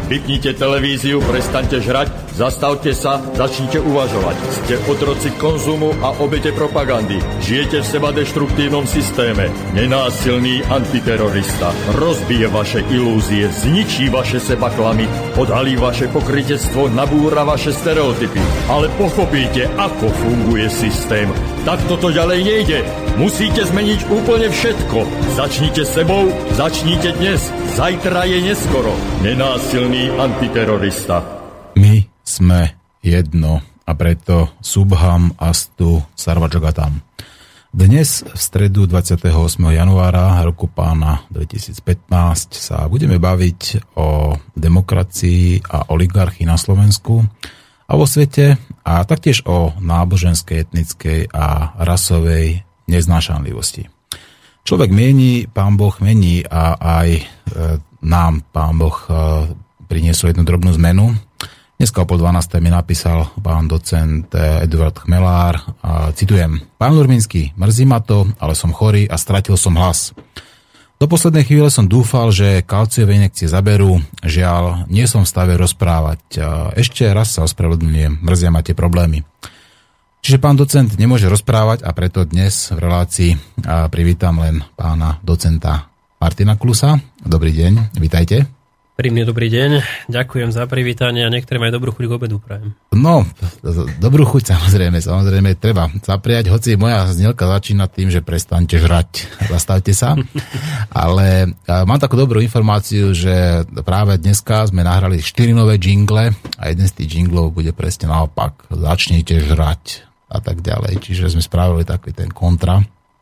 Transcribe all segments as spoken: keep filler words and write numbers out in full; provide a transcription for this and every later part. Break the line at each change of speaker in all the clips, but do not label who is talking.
Vypnite televíziu, prestaňte žrať, zastavte sa, začnite uvažovať. Ste otroci konzumu a obete propagandy. Žijete v sebadeštruktívnom systéme. Nenásilný antiterorista rozbije vaše ilúzie, zničí vaše sebaklamy, odhalí vaše pokrytectvo, nabúra vaše stereotypy. Ale pochopíte, ako funguje systém. Tak toto ďalej nejde. Musíte zmeniť úplne všetko. Začnite sebou, začnite dnes. Zajtra je neskoro. Nenásilný antiterorista.
My sme jedno a preto Subham Astu Sarvajogatam. Dnes v stredu dvadsiateho ôsmeho januára roku pána dvetisícpätnásť sa budeme baviť o demokracii a oligarchii na Slovensku a vo svete a taktiež o náboženskej, etnickej a rasovej neznášanlivosti. Človek mení, Pán Boh mení a aj e, nám Pán Boh e, priniesol jednu drobnú zmenu. Dneska o pol dvanástej mi napísal pán docent Eduard Chmelár, a citujem: Pán Urbanský, mrzí ma to, ale som chorý a stratil som hlas. Do poslednej chvíle som dúfal, že kalciové injekcie zaberú. Žiaľ, nie som v stave rozprávať. Ešte raz sa ospravedlňujem, mrzia ma tie problémy. Čiže pán docent nemôže rozprávať a preto dnes v relácii privítam len pána docenta Martina Klusa. Dobrý deň, vítajte.
Príjemný dobrý deň, ďakujem za privítanie a niektorým aj dobrú chuť k obedu prajem. No,
dobrú chuť samozrejme, samozrejme treba zapriať, hoci moja znielka začína tým, že prestaňte žrať, zastavte sa, ale mám takú dobrú informáciu, že práve dneska sme nahrali štyri nové jingle a jeden z tých jinglov bude presne naopak: začnite žrať a tak ďalej, čiže sme spravili taký ten kontra.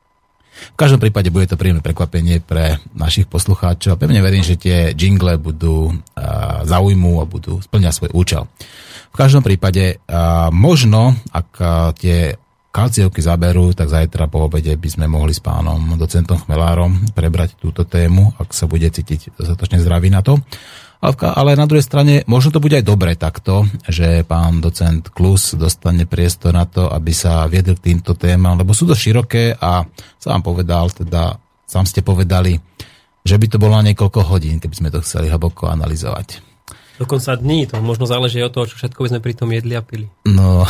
V každom prípade bude to príjemné prekvapenie pre našich poslucháčov. Pevne verím, že tie jingle budú uh, zaujmú a budú splňať svoj účel. V každom prípade uh, možno, ak uh, tie kalciovky zaberú, tak zajtra po obede by sme mohli s pánom docentom Chmelárom prebrať túto tému, ak sa bude cítiť dostatočne zdravý na to. Ale na druhej strane možno to bude aj dobre takto, že pán docent Klus dostane priestor na to, aby sa viedol k týmto témam, lebo sú to široké a sám povedal, teda sám ste povedali, že by to bolo na niekoľko hodín, keby sme to chceli hlboko analyzovať.
Dokonca dní, to možno záleží od toho, čo všetko by sme pri tom jedli a pili.
No,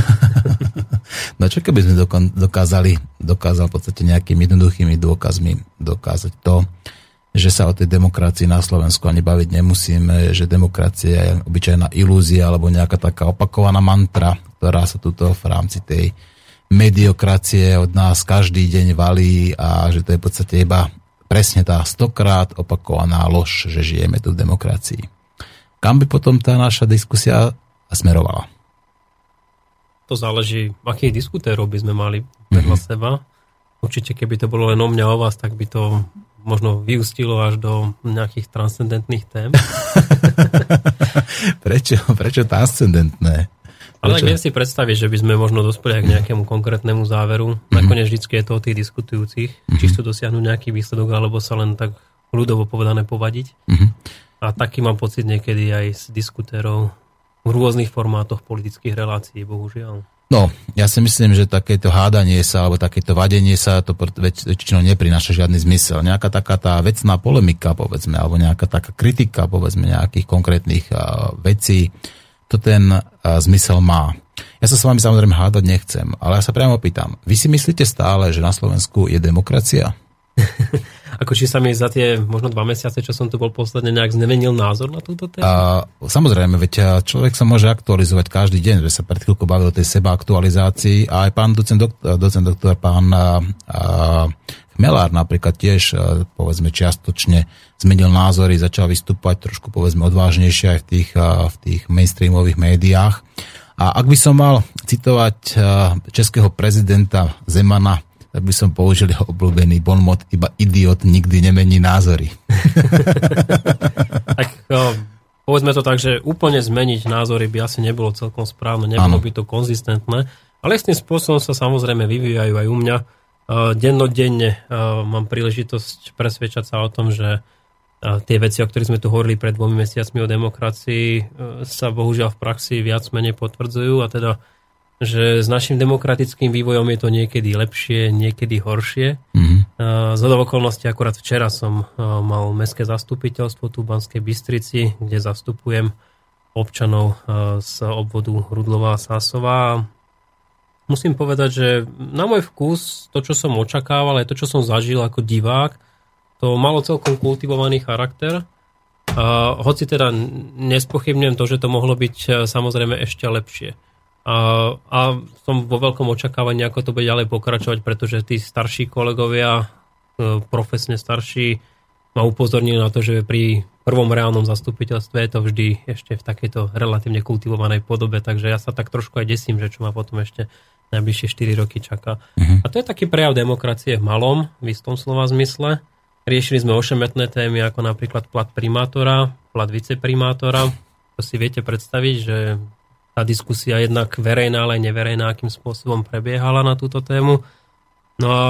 no čo keby sme dokázali, dokázali v podstate nejakými jednoduchými dôkazmi dokázať to, že sa o tej demokracii na Slovensku ani baviť nemusíme, že demokracia je obyčajná ilúzia alebo nejaká taká opakovaná mantra, ktorá sa tuto v rámci tej mediokracie od nás každý deň valí a že to je v podstate iba presne tá stokrát opakovaná lož, že žijeme tu v demokracii. Kam by potom tá naša diskusia smerovala?
To záleží, akých diskutérov by sme mali vedľa mm-hmm. seba. Určite, keby to bolo len o mňa o vás, tak by to možno vyústilo až do nejakých transcendentných tém.
Prečo? Prečo transcendentné?
Ale tak viem si predstaviť, že by sme možno dospeli k nejakému konkrétnemu záveru. Mm-hmm. Nakoniec vždycky je to o tých diskutujúcich. Mm-hmm. Či chcú dosiahnuť nejaký výsledok, alebo sa len tak ľudovo povedané povadiť. Mm-hmm. A taký mám pocit niekedy aj z diskutérov v rôznych formátoch politických relácií, bohužiaľ.
No, ja si myslím, že takéto hádanie sa, alebo takéto vadenie sa, to väč- väčšinou neprináša žiadny zmysel. Nejaká taká tá vecná polemika, povedzme, alebo nejaká taká kritika, povedzme, nejakých konkrétnych uh, vecí, to ten uh, zmysel má. Ja sa s vami samozrejme hádať nechcem, ale ja sa priamo pýtam, vy si myslíte stále, že na Slovensku je demokracia?
Ako či sa mi za tie možno dva mesiace, čo som tu bol posledne, nejak znemenil názor na túto tému?
A, samozrejme, veď človek sa môže aktualizovať každý deň, že sa pred chvíľkou bavil o tej seba aktualizácii a aj pán docent, doktor, docent doktor pán a, a, Chmelár napríklad tiež, a, povedzme, čiastočne zmenil názory, začal vystúpať trošku, povedzme, odvážnejšie aj v tých, a, v tých mainstreamových médiách. A ak by som mal citovať a, českého prezidenta Zemana, tak by som použil jeho obľúbený bonmot: iba idiot nikdy nemení názory.
Tak no, povedzme to tak, že úplne zmeniť názory by asi nebolo celkom správne, nebolo ano. by to konzistentné, ale s tým spôsobom sa samozrejme vyvíjajú aj u mňa. Dennodenne mám príležitosť presvedčať sa o tom, že tie veci, o ktorých sme tu hovorili pred dvomi mesiacmi o demokracii, sa bohužiaľ v praxi viac menej potvrdzujú a teda že s našim demokratickým vývojom je to niekedy lepšie, niekedy horšie. Mm-hmm. Zhodou okolností akurát včera som mal mestské zastupiteľstvo tu v Banskej Bystrici, kde zastupujem občanov z obvodu Rudlová a Sásová. Musím povedať, že na môj vkus to, čo som očakával, aj to, čo som zažil ako divák, to malo celkom kultivovaný charakter. Uh, hoci teda nespochybňujem to, že to mohlo byť samozrejme ešte lepšie. Uh, a som vo veľkom očakávaní, ako to bude ďalej pokračovať, pretože tí starší kolegovia, uh, profesne starší, ma upozornili na to, že pri prvom reálnom zastupiteľstve je to vždy ešte v takejto relatívne kultivovanej podobe, takže ja sa tak trošku aj desím, že čo ma potom ešte najbližšie štyri roky čaká. Uh-huh. A to je taký prejav demokracie v malom, v istom slova zmysle. Riešili sme ošemetné témy, ako napríklad plat primátora, plat viceprimátora. To si viete predstaviť, že tá diskusia jednak verejná, ale aj neverejná, akým spôsobom prebiehala na túto tému. No a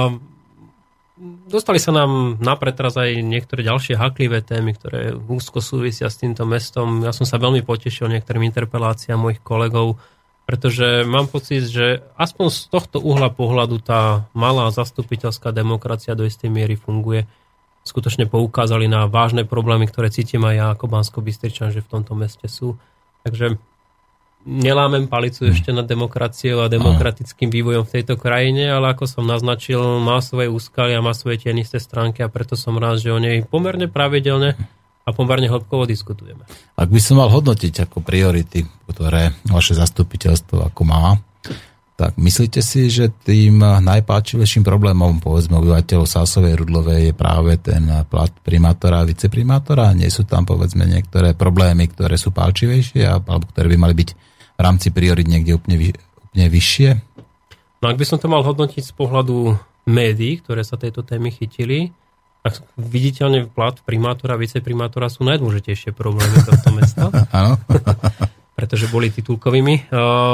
dostali sa nám na pretras aj niektoré ďalšie haklivé témy, ktoré úzko súvisia s týmto mestom. Ja som sa veľmi potešil niektorým interpeláciám mojich kolegov, pretože mám pocit, že aspoň z tohto uhla pohľadu tá malá zastupiteľská demokracia do istej miery funguje. Skutočne poukázali na vážne problémy, ktoré cítim aj ja ako Banskobystričan, že v tomto meste sú. Takže nelámem palicu ešte nad demokraciou a demokratickým vývojom v tejto krajine, ale ako som naznačil, má svoje úskaly a má svoje tienisté stránky a preto som rád, že o nej pomerne pravidelne a pomerne hĺbkovo diskutujeme. Ak
by som mal hodnotiť ako priority, ktoré vaše zastupiteľstvo ako má, tak myslíte si, že tým najpáčivejším problémom, povedzme, obyvateľov Sásovej Rudlovej je práve ten plat primátora a viceprimátora? Nie sú tam, povedzme, niektoré problémy, ktoré sú páčivejšie alebo ktoré by mali byť v rámci priorit niekde úplne, úplne vyššie?
No ak by som to mal hodnotiť z pohľadu médií, ktoré sa tejto témy chytili, tak viditeľne plat primátora a viceprimátora sú najdôležitejšie problémy tohto mesta.
Áno.
Pretože boli titulkovými.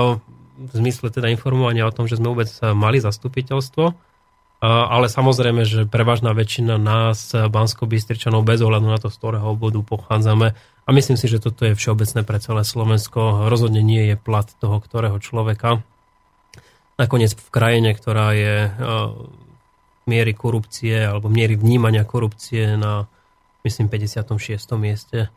V zmysle teda informovania o tom, že sme vôbec mali zastupiteľstvo, ale samozrejme, že prevažná väčšina nás, Banskobystričanov, bez ohľadu na to, z ktorého obvodu pochádzame, a myslím si, že toto je všeobecné pre celé Slovensko, rozhodne nie je plat toho, ktorého človeka. Nakoniec v krajine, ktorá je miery korupcie alebo miery vnímania korupcie na, myslím, päťdesiatom šiestom mieste,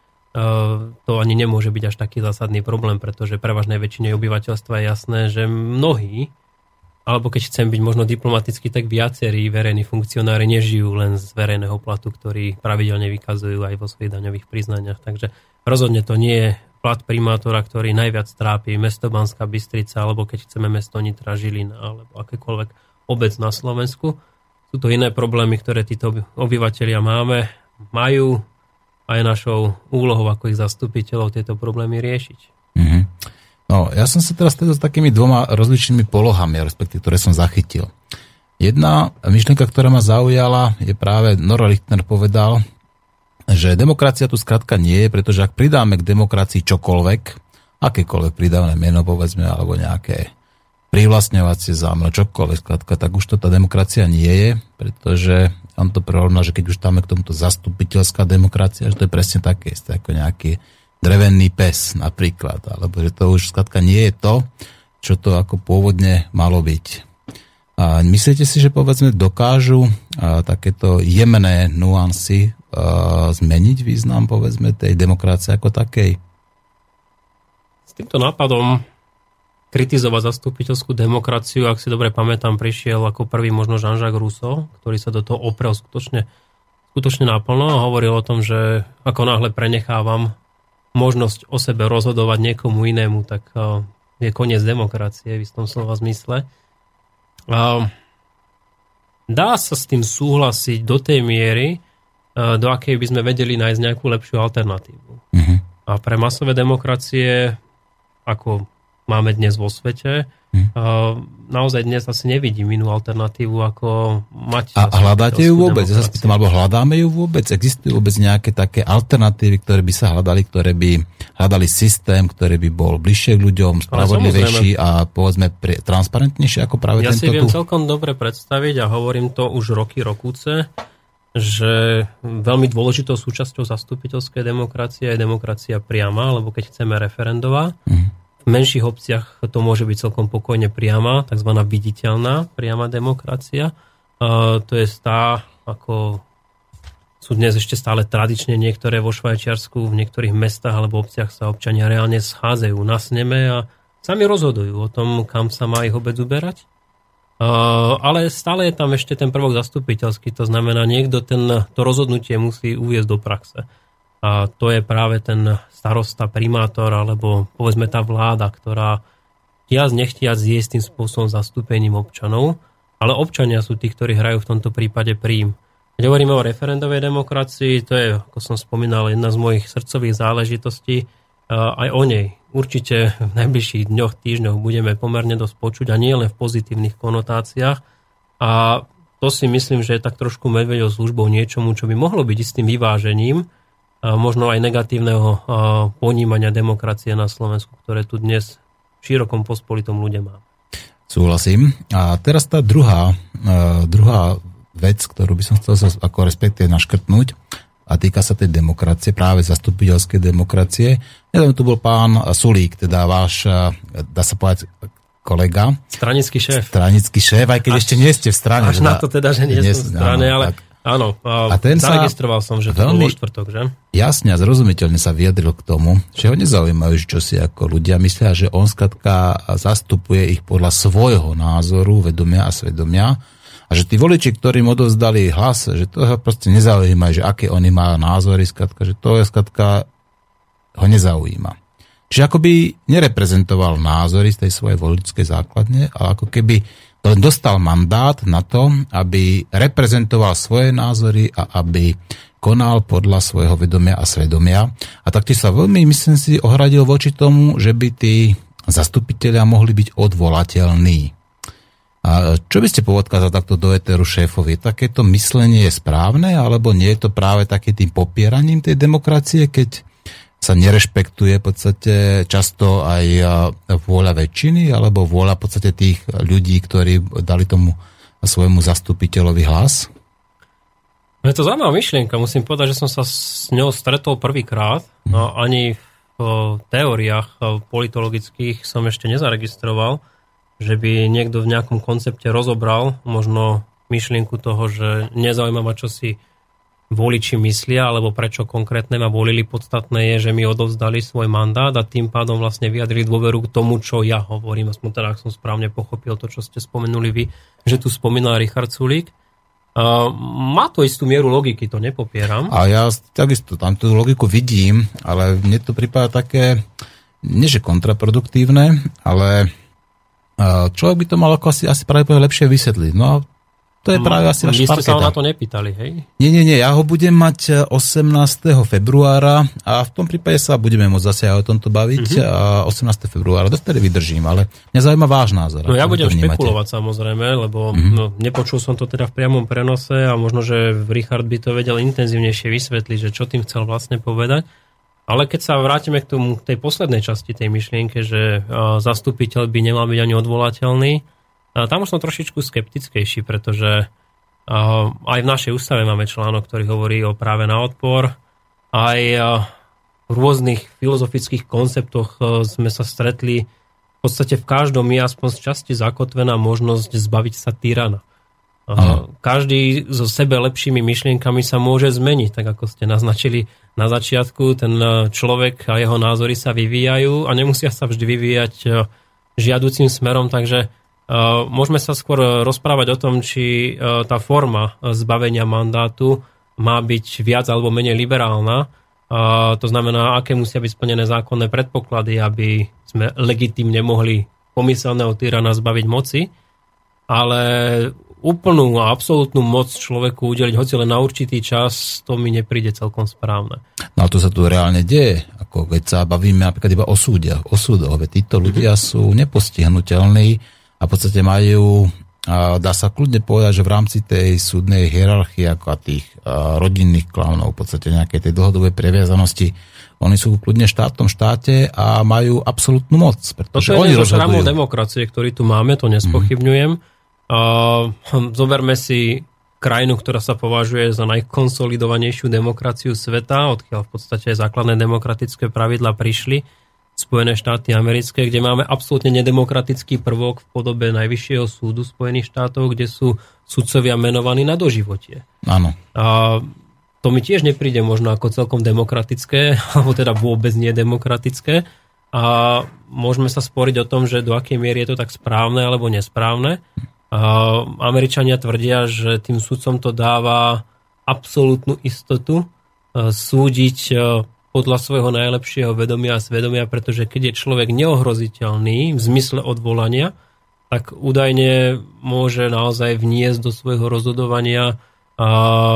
to ani nemôže byť až taký zásadný problém, pretože prevažnej väčšine obyvateľstva je jasné, že mnohí, alebo keď chcem byť možno diplomaticky, tak viacerí verejní funkcionári nežijú len z verejného platu, ktorý pravidelne vykazujú aj vo svojich daňových priznaniach. Takže rozhodne to nie je plat primátora, ktorý najviac trápi mesto Banská Bystrica, alebo keď chceme mesto Nitra, Žilina, alebo akékoľvek obec na Slovensku. Sú to iné problémy, ktoré títo obyvatelia máme, majú, a je našou úlohou ako ich zastupiteľov tieto problémy riešiť.
Mm-hmm. No, ja som sa teraz teda s takými dvoma rozličnými polohami, respektíve, ktoré som zachytil. Jedna myšlienka, ktorá ma zaujala, je práve Nora Lichtner povedal, že demokracia tu skrátka nie je, pretože ak pridáme k demokracii čokoľvek, akékoľvek pridávne meno, povedzme, alebo nejaké privlastňovacie zámno, čokoľvek, skrátka, tak už to tá demokracia nie je, pretože on to prerovná, že keď už tam je k tomuto zastupiteľská demokracia, že to je presne také isté, ako nejaký drevený pes napríklad, alebo že to už skladka nie je to, čo to ako pôvodne malo byť. A myslíte si, že povedzme dokážu a, takéto jemné nuancy a, zmeniť význam povedzme tej demokracie ako takej?
S týmto nápadom kritizovať zastupiteľskú demokraciu, ak si dobre pamätám, prišiel ako prvý možno Jean-Jacques Rousseau, ktorý sa do toho oprel skutočne, skutočne naplno a hovoril o tom, že ako náhle prenechávam možnosť o sebe rozhodovať niekomu inému, tak je koniec demokracie v istom slova zmysle. A dá sa s tým súhlasiť do tej miery, do akej by sme vedeli nájsť nejakú lepšiu alternatívu. Mm-hmm. A pre masové demokracie, ako máme dnes vo svete, hmm. naozaj dnes asi nevidím inú alternatívu, ako mať...
A hľadáte ju vôbec? Ja sa spýtam, alebo hľadáme ju vôbec? Existujú vôbec nejaké také alternatívy, ktoré by sa hľadali, ktoré by hľadali systém, ktorý by bol bližšie k ľuďom, spravodlivejší a povedzme transparentnejší ako práve
ja
tento tu?
Ja si viem celkom dobre predstaviť a hovorím to už roky, rokúce, že veľmi dôležitou súčasťou zastupiteľskej demokracie je demokracia priama, lebo keď chceme referendová, hmm. v menších obciach to môže byť celkom pokojne priama, takzvaná viditeľná priama demokracia. Uh, to je tá ako sú dnes ešte stále tradične niektoré vo Švajčiarsku, v niektorých mestách alebo obciach sa občania reálne schádzajú na sneme a sami rozhodujú o tom, kam sa má ich obec uberať. Uh, ale stále je tam ešte ten prvok zastupiteľský, to znamená, niekto ten, to rozhodnutie musí uviesť do praxe. A to je práve ten starosta, primátor, alebo povedzme tá vláda, ktorá tiac nechtiac je s tým spôsobom zastúpením občanov, ale občania sú tí, ktorí hrajú v tomto prípade príjm. Keď hovoríme o referendovej demokracii, to je, ako som spomínal, jedna z mojich srdcových záležitostí. Aj o nej určite v najbližších dňoch, týždňoch budeme pomerne dosť počuť a nie len v pozitívnych konotáciách. A to si myslím, že je tak trošku medveďou službou niečomu, čo by mohlo byť istým vyvážením možno aj negatívneho ponímania demokracie na Slovensku, ktoré tu dnes v širokom pospolitom ľudia má.
Súhlasím. A teraz tá druhá, druhá vec, ktorú by som chcel sa ako respektíve naškrtnúť a týka sa tej demokracie, práve zastupiteľskej demokracie. Nedávno tu bol pán Sulík, teda váš, dá sa povedať, kolega.
Stranický šéf.
Stranický šéf, aj keď až, ešte nie ste v strane.
Až teda, na to teda, že nie, nie som v strane, áno, ale tak. Áno, a ten zaregistroval som, že to bol vo štvrtok, že? Jasne a zrozumiteľne sa vyjadril k tomu, že ho nezaujímajú, čo si ako ľudia myslia, že on skladka zastupuje ich podľa svojho názoru, vedomia a svedomia. A že tí voliči, ktorým odovzdali hlas, že to ho proste nezaujíma, že aké oni majú názory, skladka, že to je skladka ho nezaujíma. Čiže ako by nereprezentoval názory z tej svojej voličskej základne, ale ako keby dostal mandát na to, aby reprezentoval svoje názory a aby konal podľa svojho vedomia a svedomia. A taktiež sa veľmi, myslím si, ohradil voči tomu, že by tí zastupitelia mohli byť odvolateľní. A čo by ste poodkázali takto do éteru šéfovi? Takéto myslenie je správne, alebo nie je to práve také tým popieraním tej demokracie, keď sa nerešpektuje v podstate často aj vôľa väčšiny, alebo vôľa v podstate tých ľudí, ktorí dali tomu svojmu zastupiteľovi hlas? Je to zaujímavá myšlienka. Musím povedať, že som sa s ňou stretol prvýkrát. No, ani v teóriách politologických som ešte nezaregistroval, že by niekto v nejakom koncepte rozobral možno myšlienku toho, že nezaujíma ma, čo si voliči myslia, alebo prečo konkrétne ma volili. Podstatné je, že mi odovzdali svoj mandát a tým pádom vlastne vyjadrili dôveru k tomu, čo ja hovorím. Aspoň teda, ak som správne pochopil to, čo ste spomenuli vy, že tu spomínal Richard Sulík. Uh, má to istú mieru logiky, to nepopieram.
A ja takisto tam tú logiku vidím, ale mne to prípada také, nie že kontraproduktívne, ale človek by to mal ako asi, asi práve lepšie vysvetliť. No to je práve asi naša parketa. Vy ste sa na to nepýtali, hej? Nie, nie, nie. Ja ho budem mať osemnásteho februára a v tom prípade sa budeme môcť zase aj o tomto baviť. Uh-huh. A osemnásteho februára. Dovtedy vydržím, ale mňa zaujíma váš názor.
No ja budem špekulovať samozrejme, lebo uh-huh. no, nepočul som to teda v priamom prenose a možno, že Richard by to vedel intenzívnejšie vysvetliť, že čo tým chcel vlastne povedať. Ale keď sa vrátime k tomu, k tej poslednej časti tej myšlienke, že uh, zastupiteľ by nemal byť ani odvolateľný, uh, tam už som trošičku skeptickejší, pretože uh, aj v našej ústave máme článok, ktorý hovorí o práve na odpor. Aj uh, v rôznych filozofických konceptoch uh, sme sa stretli. V podstate v každom je aspoň z časti zakotvená možnosť zbaviť sa tyrana. Uh, každý so sebe lepšími myšlienkami sa môže zmeniť, tak ako ste naznačili na začiatku. Ten človek a jeho názory sa vyvíjajú a nemusia sa vždy vyvíjať uh, žiaducím smerom, takže uh, môžeme sa skôr rozprávať o tom, či uh, tá forma zbavenia mandátu má byť viac alebo menej liberálna. Uh, to znamená, aké musia byť splnené zákonné predpoklady, aby sme legitímne mohli pomyselného tyrana zbaviť moci, ale úplnú a absolútnu moc človeku udeliť hoci len na určitý čas, to mi nepríde celkom správne.
No a to sa tu reálne deje, ako keď sa bavíme napríklad iba o súdiach, o súdoch, veď títo ľudia mm-hmm. sú nepostihnutelní a v podstate majú, a dá sa kľudne povedať, že v rámci tej súdnej hierarchie ako a tých a rodinných klanov, v podstate nejakej tej dlhodobej previazanosti, oni sú kľudne štátom štáte a majú absolútnu moc, pretože
to
oni
rozhodujú. To je
jeden zo
šramov demokracie, ktorý tu máme, to nespochybňujem. Mm-hmm. Uh, zoberme si krajinu, ktorá sa považuje za najkonsolidovanejšiu demokraciu sveta, odkiaľ v podstate základné demokratické pravidlá prišli. Spojené štáty americké, kde máme absolútne nedemokratický prvok v podobe Najvyššieho súdu Spojených štátov, kde sú sudcovia menovaní na doživotie.
Áno.
A to mi tiež nepríde možno ako celkom demokratické, alebo teda vôbec nie demokratické. A môžeme sa sporiť o tom, že do akej miery je to tak správne alebo nesprávne. A Američania tvrdia, že tým sudcom to dáva absolútnu istotu súdiť podľa svojho najlepšieho vedomia a svedomia, pretože keď je človek neohroziteľný v zmysle odvolania, tak údajne môže naozaj vniesť do svojho rozhodovania, a,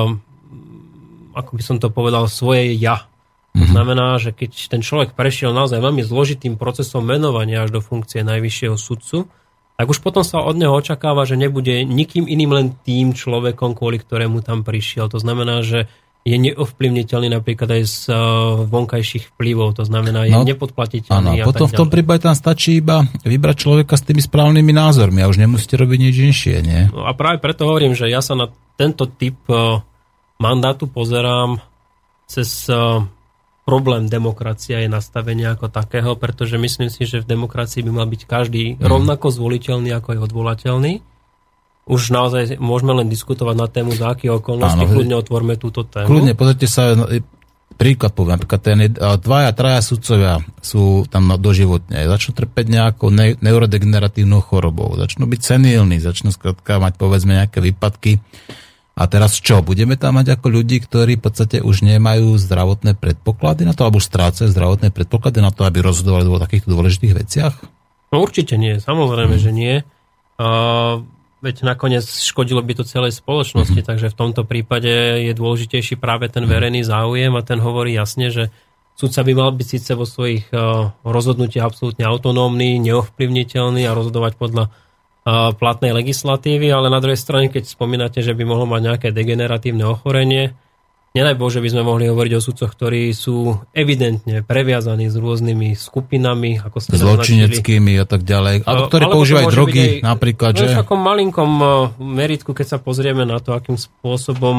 ako by som to povedal, svoje ja. To znamená, že keď ten človek prešiel naozaj veľmi zložitým procesom menovania až do funkcie najvyššieho sudcu, tak už potom sa od neho očakáva, že nebude nikým iným, len tým človekom, kvôli ktorému tam prišiel. To znamená, že je neovplyvniteľný napríklad aj z vonkajších vplyvov, to znamená, je no, nepodplatiteľný.
Áno, potom v tom prípade tam stačí iba vybrať človeka s tými správnymi názormi a už nemusíte robiť nič inšie, nie?
No a práve preto hovorím, že ja sa na tento typ mandátu pozerám cez problém demokracie je nastavenie ako takého, pretože myslím si, že v demokracii by mal byť každý mm. rovnako zvoliteľný, ako je odvolateľný. Už naozaj môžeme len diskutovať na tému, za aké okolnosti, kľudne otvorme túto tému.
Kľudne, pozrite sa, príklad poviem, napríklad ten dvaja, traja sudcovia sú tam doživotne, začnú trpeť nejakou ne- neurodegeneratívnou chorobou, začnú byť senilní, začnú skrátka mať povedzme nejaké výpadky. A teraz čo? Budeme tam mať ako ľudí, ktorí v podstate už nemajú zdravotné predpoklady na to, alebo strácajú zdravotné predpoklady na to, aby rozhodovali o takýchto dôležitých veciach?
No určite nie, samozrejme, hmm. že nie. Uh, veď nakoniec škodilo by to celej spoločnosti, hmm. takže v tomto prípade je dôležitejší práve ten verejný záujem a ten hovorí jasne, že sudca by mal byť síce vo svojich uh, rozhodnutiach absolútne autonómny, neovplyvniteľný a rozhodovať podľa platnej legislatívy, ale na druhej strane, keď spomínate, že by mohlo mať nejaké degeneratívne ochorenie, nedaj Bože, by sme mohli hovoriť o sudcoch, ktorí sú evidentne previazaní s rôznymi skupinami, ako ste
zločineckými a tak ďalej, alebo ktorí používajú drogy aj, napríklad, že?
V takom malinkom meritku, keď sa pozrieme na to, akým spôsobom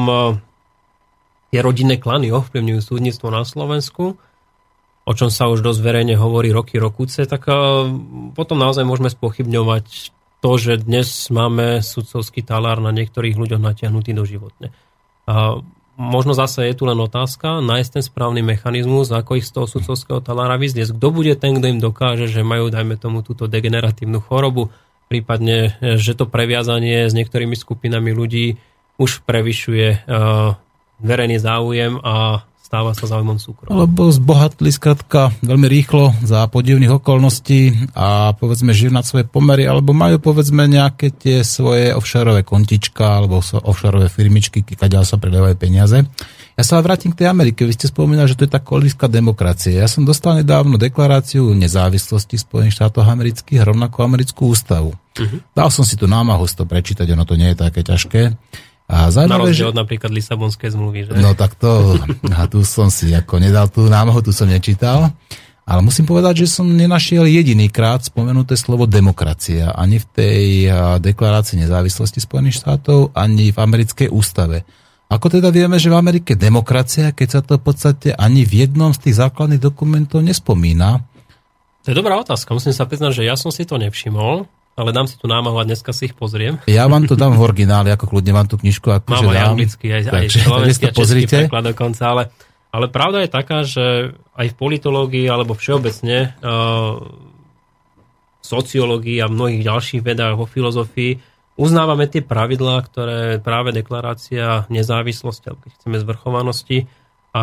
tie rodinné klany ovplyvňujú súdnictvo na Slovensku, o čom sa už dosť verejne hovorí roky, rokúce, tak potom naozaj môžeme spochybňovať to, že dnes máme sudcovský talár na niektorých ľuďoch natiahnutý doživotne. A možno zase je tu len otázka, nájsť ten správny mechanizmus, ako ich z toho sudcovského talára vyzniesť. Kto bude ten, kto im dokáže, že majú, dajme tomu, túto degeneratívnu chorobu, prípadne, že to previazanie s niektorými skupinami ľudí už prevyšuje uh, verejný záujem a stáva sa záujmom súkromia.
Alebo zbohatli skrátka veľmi rýchlo za podivných okolností a povedzme žijú na svoje pomery, alebo majú povedzme nejaké tie svoje offshoreové kontička alebo offshoreové firmičky, keď sa predávajú peniaze. Ja sa vrátim k tej Amerike. Vy ste spomínali, že to je tá kolíska demokracie. Ja som dostal nedávno deklaráciu nezávislosti Spojených štátov amerických, rovnako americkú ústavu. Uh-huh. Dal som si tu námahu to prečítať, ono to nie je také ťažké. A
na rozdiel od napríklad Lisabonskej zmluvy, že?
No tak to, a tu som si ako nedal tú námahu, tu som nečítal. Ale musím povedať, že som nenašiel jedinýkrát spomenuté slovo demokracia ani v tej deklarácii nezávislosti Spojených štátov, ani v americkej ústave. Ako teda vieme, že v Amerike demokracia, keď sa to v podstate ani v jednom z tých základných dokumentov nespomína?
To je dobrá otázka. Musím sa priznať, že ja som si to nevšimol. Ale dám si tu námahu a dneska si ich pozriem.
Ja vám to dám v origináli, ako kľudne vám tú knižku akože dám.
Mám aj anglicky, aj, aj slovenský a český preklad dokonca, ale, ale pravda je taká, že aj v politológii alebo všeobecne uh, sociológii a mnohých ďalších vedách vo filozofii uznávame tie pravidlá, ktoré práve deklarácia nezávislosti, alebo keď chceme zvrchovanosti a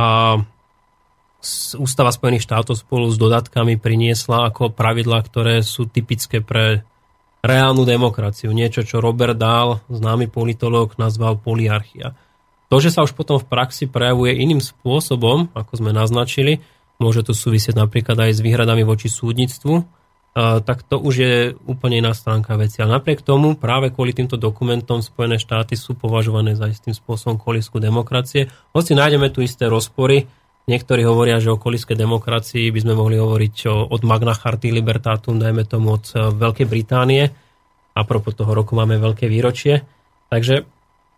Ústava Spojených štátov spolu s dodatkami priniesla ako pravidlá, ktoré sú typické pre reálnu demokraciu. Niečo, čo Robert Dahl, známy politológ, nazval poliarchia. To, že sa už potom v praxi prejavuje iným spôsobom, ako sme naznačili, môže to súvisieť napríklad aj s výhradami voči súdnictvu, tak to už je úplne iná stránka veci. A napriek tomu, práve kvôli týmto dokumentom Spojené štáty sú považované za istým spôsobom kolísku demokracie. Hoci nájdeme tu isté rozpory, niektorí hovoria, že o kolíske demokracii by sme mohli hovoriť o, od Magna Charty Libertatum, dajme tomu od Veľkej Británie. A propos toho roku máme veľké výročie. Takže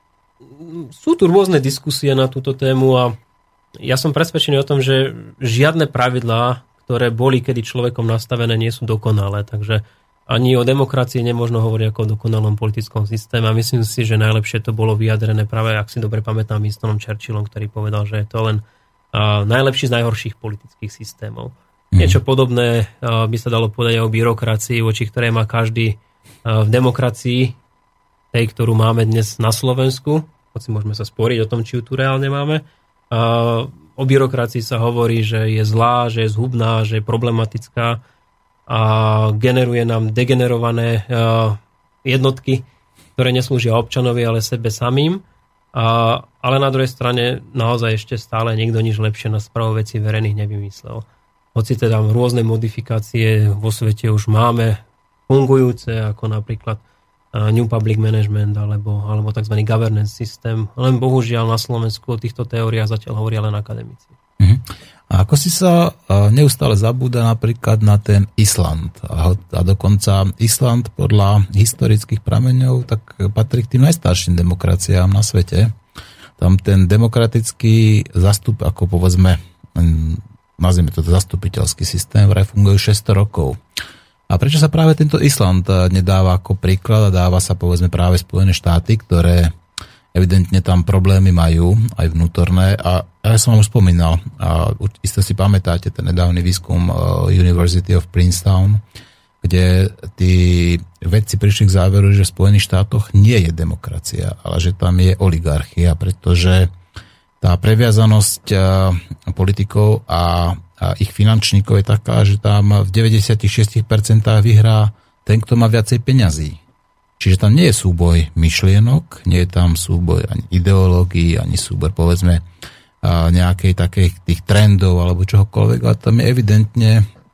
sú tu rôzne diskusie na túto tému a ja som presvedčený o tom, že žiadne pravidlá, ktoré boli kedy človekom nastavené, nie sú dokonalé. Takže ani o demokracii nemôžno hovoriť ako o dokonalom politickom systéme. A myslím si, že najlepšie to bolo vyjadrené práve, ak si dobre pamätám, Winstonom Churchillom, ktorý povedal, že je to len uh, najlepší z najhorších politických systémov. Mm. Niečo podobné uh, by sa dalo povedať o byrokracii, voči ktorej má každý uh, v demokracii, tej, ktorú máme dnes na Slovensku, hoci môžeme sa sporiť o tom, či ju tu reálne máme. Uh, o byrokracii sa hovorí, že je zlá, že je zhubná, že je problematická a generuje nám degenerované uh, jednotky, ktoré neslúžia občanovi, ale sebe samým. Uh, ale na druhej strane naozaj ešte stále niekto nič lepšie na správu vecí verejných nevymyslel. Hoci teda rôzne modifikácie vo svete už máme fungujúce, ako napríklad New Public Management alebo, alebo tzv. Governance systém. Len bohužiaľ na Slovensku o týchto teóriách zatiaľ hovoria len akademici.
Uh-huh. A ako si sa neustále zabúda napríklad na ten Island. A, a dokonca Island podľa historických prameňov tak patrí k tým najstarším demokraciám na svete. Tam ten demokratický zastup, ako povedzme, nazvime to zastupiteľský systém, vraj funguje šesťsto rokov. A prečo sa práve tento Island nedáva ako príklad a dáva sa povedzme práve Spojené štáty, ktoré evidentne tam problémy majú, aj vnútorné. A ja som vám už spomínal, a isto si pamätáte ten nedávny výskum University of Princeton, kde tí vedci prišli k záveru, že v Spojených štátoch nie je demokracia, ale že tam je oligarchia, pretože tá previazanosť politikov a a ich finančníkov je taká, že tam v deväťdesiatšesť percent vyhrá ten, kto má viacej peňazí. Čiže tam nie je súboj myšlienok, nie je tam súboj ani ideológií, ani súboj, povedzme, nejakej takých tých trendov alebo čohokoľvek, ale tam je evidentne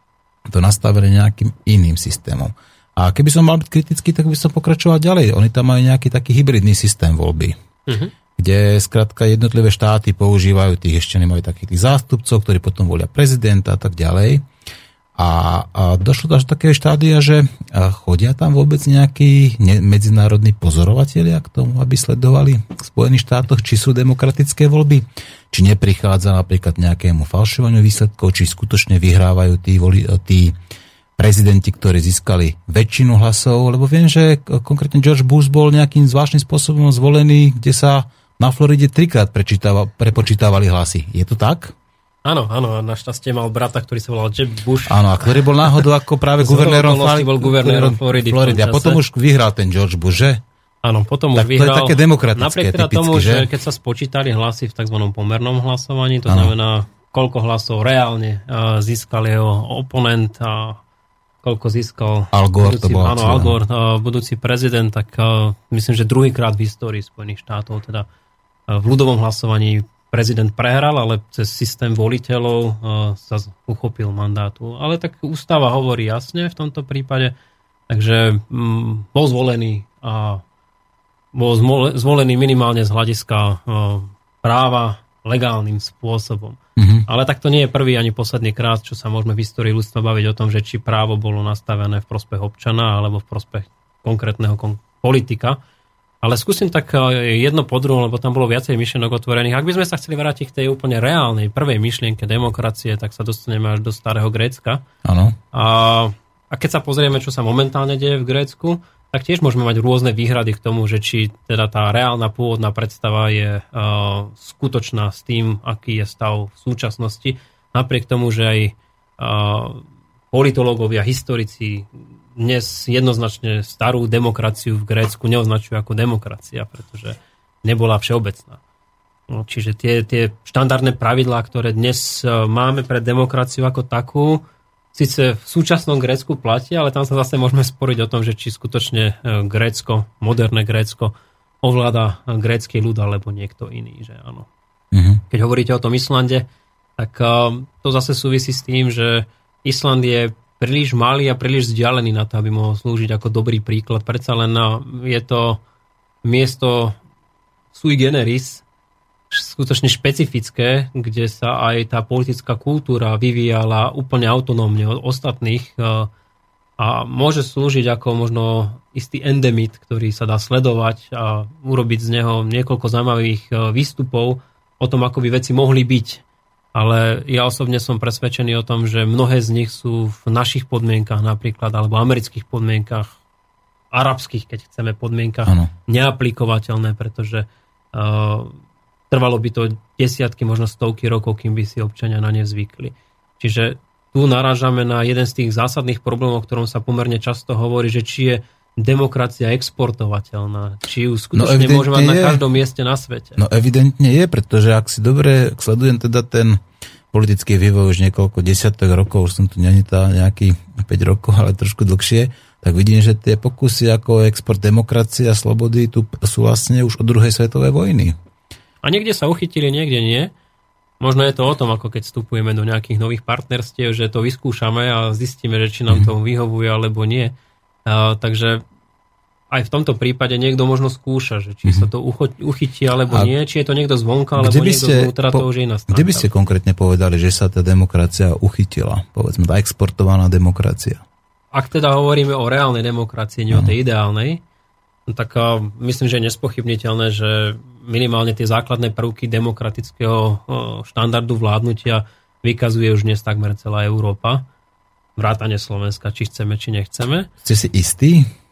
to nastavené nejakým iným systémom. A keby som mal byť kritický, tak by som pokračoval ďalej. Oni tam majú nejaký taký hybridný systém voľby. Mhm. Kde skrátka jednotlivé štáty používajú tých, ešte nemajú takých tých zástupcov, ktorí potom volia prezidenta a tak ďalej. A, a došlo až do takého štádia, že chodia tam vôbec nejakí ne, medzinárodní pozorovatelia k tomu, aby sledovali v Spojených štátoch, či sú demokratické voľby, či neprichádza napríklad nejakému falšovaniu výsledkov, či skutočne vyhrávajú tí, voli, tí prezidenti, ktorí získali väčšinu hlasov, lebo viem, že konkrétne George Bush bol nejakým zvláštnym spôsobom zvolený, kde sa na Floride trikrát prepočítavali hlasy. Je to tak?
Áno, áno. Našťastie mal brata, ktorý sa volal Jeb Bush.
Áno, a ktorý bol náhodou ako práve guvernérom
guvernérom Floridy.
Floridy. A potom už vyhral ten George Bush, že?
Áno, potom
tak
už vyhral.
To je také demokratické,
napriek teda
typicky,
tomu,
že?
že keď sa spočítali hlasy v tzv. Pomernom hlasovaní, to ano. Znamená, koľko hlasov reálne uh, získal jeho oponent a koľko získal
Al Gore,
budúci, áno, Al Gore, uh, budúci prezident, tak uh, myslím, že druhýkrát v histórii Spojených štátov, teda uh, v ľudovom hlasovaní prezident prehral, ale cez systém voliteľov uh, sa uchopil mandátu. Ale tak ústava hovorí jasne v tomto prípade, takže um, bol zvolený a bol zvolený minimálne z hľadiska uh, práva legálnym spôsobom. Mm-hmm. Ale tak to nie je prvý ani posledný krát, čo sa môžeme v histórii ľudstva baviť o tom, že či právo bolo nastavené v prospech občana alebo v prospech konkrétneho kon- politika. Ale skúsim tak jedno po druhom, lebo tam bolo viacej myšlienok otvorených. Ak by sme sa chceli vrátiť k tej úplne reálnej prvej myšlienke demokracie, tak sa dostaneme až do starého Grécka.
Áno.
A, a keď sa pozrieme, čo sa momentálne deje v Grécku, tak tiež môžeme mať rôzne výhrady k tomu, že či teda tá reálna pôvodná predstava je uh, skutočná s tým, aký je stav v súčasnosti. Napriek tomu, že aj uh, politológovia, historici dnes jednoznačne starú demokraciu v Grécku neoznačujú ako demokracia, pretože nebola všeobecná. No, čiže tie, tie štandardné pravidlá, ktoré dnes uh, máme pre demokraciu ako takú, síce v súčasnom Grécku platia, ale tam sa zase môžeme sporiť o tom, že či skutočne Grécko, moderné Grécko ovláda grécky ľud alebo niekto iný, že áno. Uh-huh. Keď hovoríte o tom Islande, tak to zase súvisí s tým, že Island je príliš malý a príliš vzdialený na to, aby mohol slúžiť ako dobrý príklad. Predsa len je to miesto sui generis, skutočne špecifické, kde sa aj tá politická kultúra vyvíjala úplne autonómne od ostatných a môže slúžiť ako možno istý endemit, ktorý sa dá sledovať a urobiť z neho niekoľko zaujímavých výstupov o tom, ako by veci mohli byť. ale ja osobne som presvedčený o tom, že mnohé z nich sú v našich podmienkach napríklad, alebo amerických podmienkach, arabských, keď chceme, podmienkach ano. neaplikovateľné, pretože uh, trvalo by to desiatky, možno stovky rokov, kým by si občania na ne zvykli. Čiže tu narážame na jeden z tých zásadných problémov, o ktorom sa pomerne často hovorí, že či je demokracia exportovateľná, či ju skutočne no môže mať na každom mieste na svete.
No evidentne je, pretože ak si dobre sledujem teda ten politický vývoj už niekoľko desiatok rokov, už som tu nenitá nejaký päť rokov, ale trošku dlhšie, tak vidím, že tie pokusy ako export demokracie a slobody tu sú vlastne už od druhej svetovej vojny.
A niekde sa uchytili, niekde nie. Možno je to o tom, ako keď vstupujeme do nejakých nových partnerstiev, že to vyskúšame a zistíme, že či nám to vyhovuje alebo nie. Uh, takže aj v tomto prípade niekto možno skúša, že či sa to uchytí alebo a nie, či je to niekto zvonka, alebo niekto zvnútra, to už je iná stránka.
Kde by ste konkrétne povedali, že sa tá demokracia uchytila? Povedzme, tá exportovaná demokracia.
Ak teda hovoríme o reálnej demokracii, nie o tej ideálnej, tak uh, myslím, že je nespochybniteľné, že minimálne tie základné prvky demokratického uh, štandardu vládnutia vykazuje už dnes takmer celá Európa. Vrátane Slovenska, či chceme, či nechceme.
Ste si istí?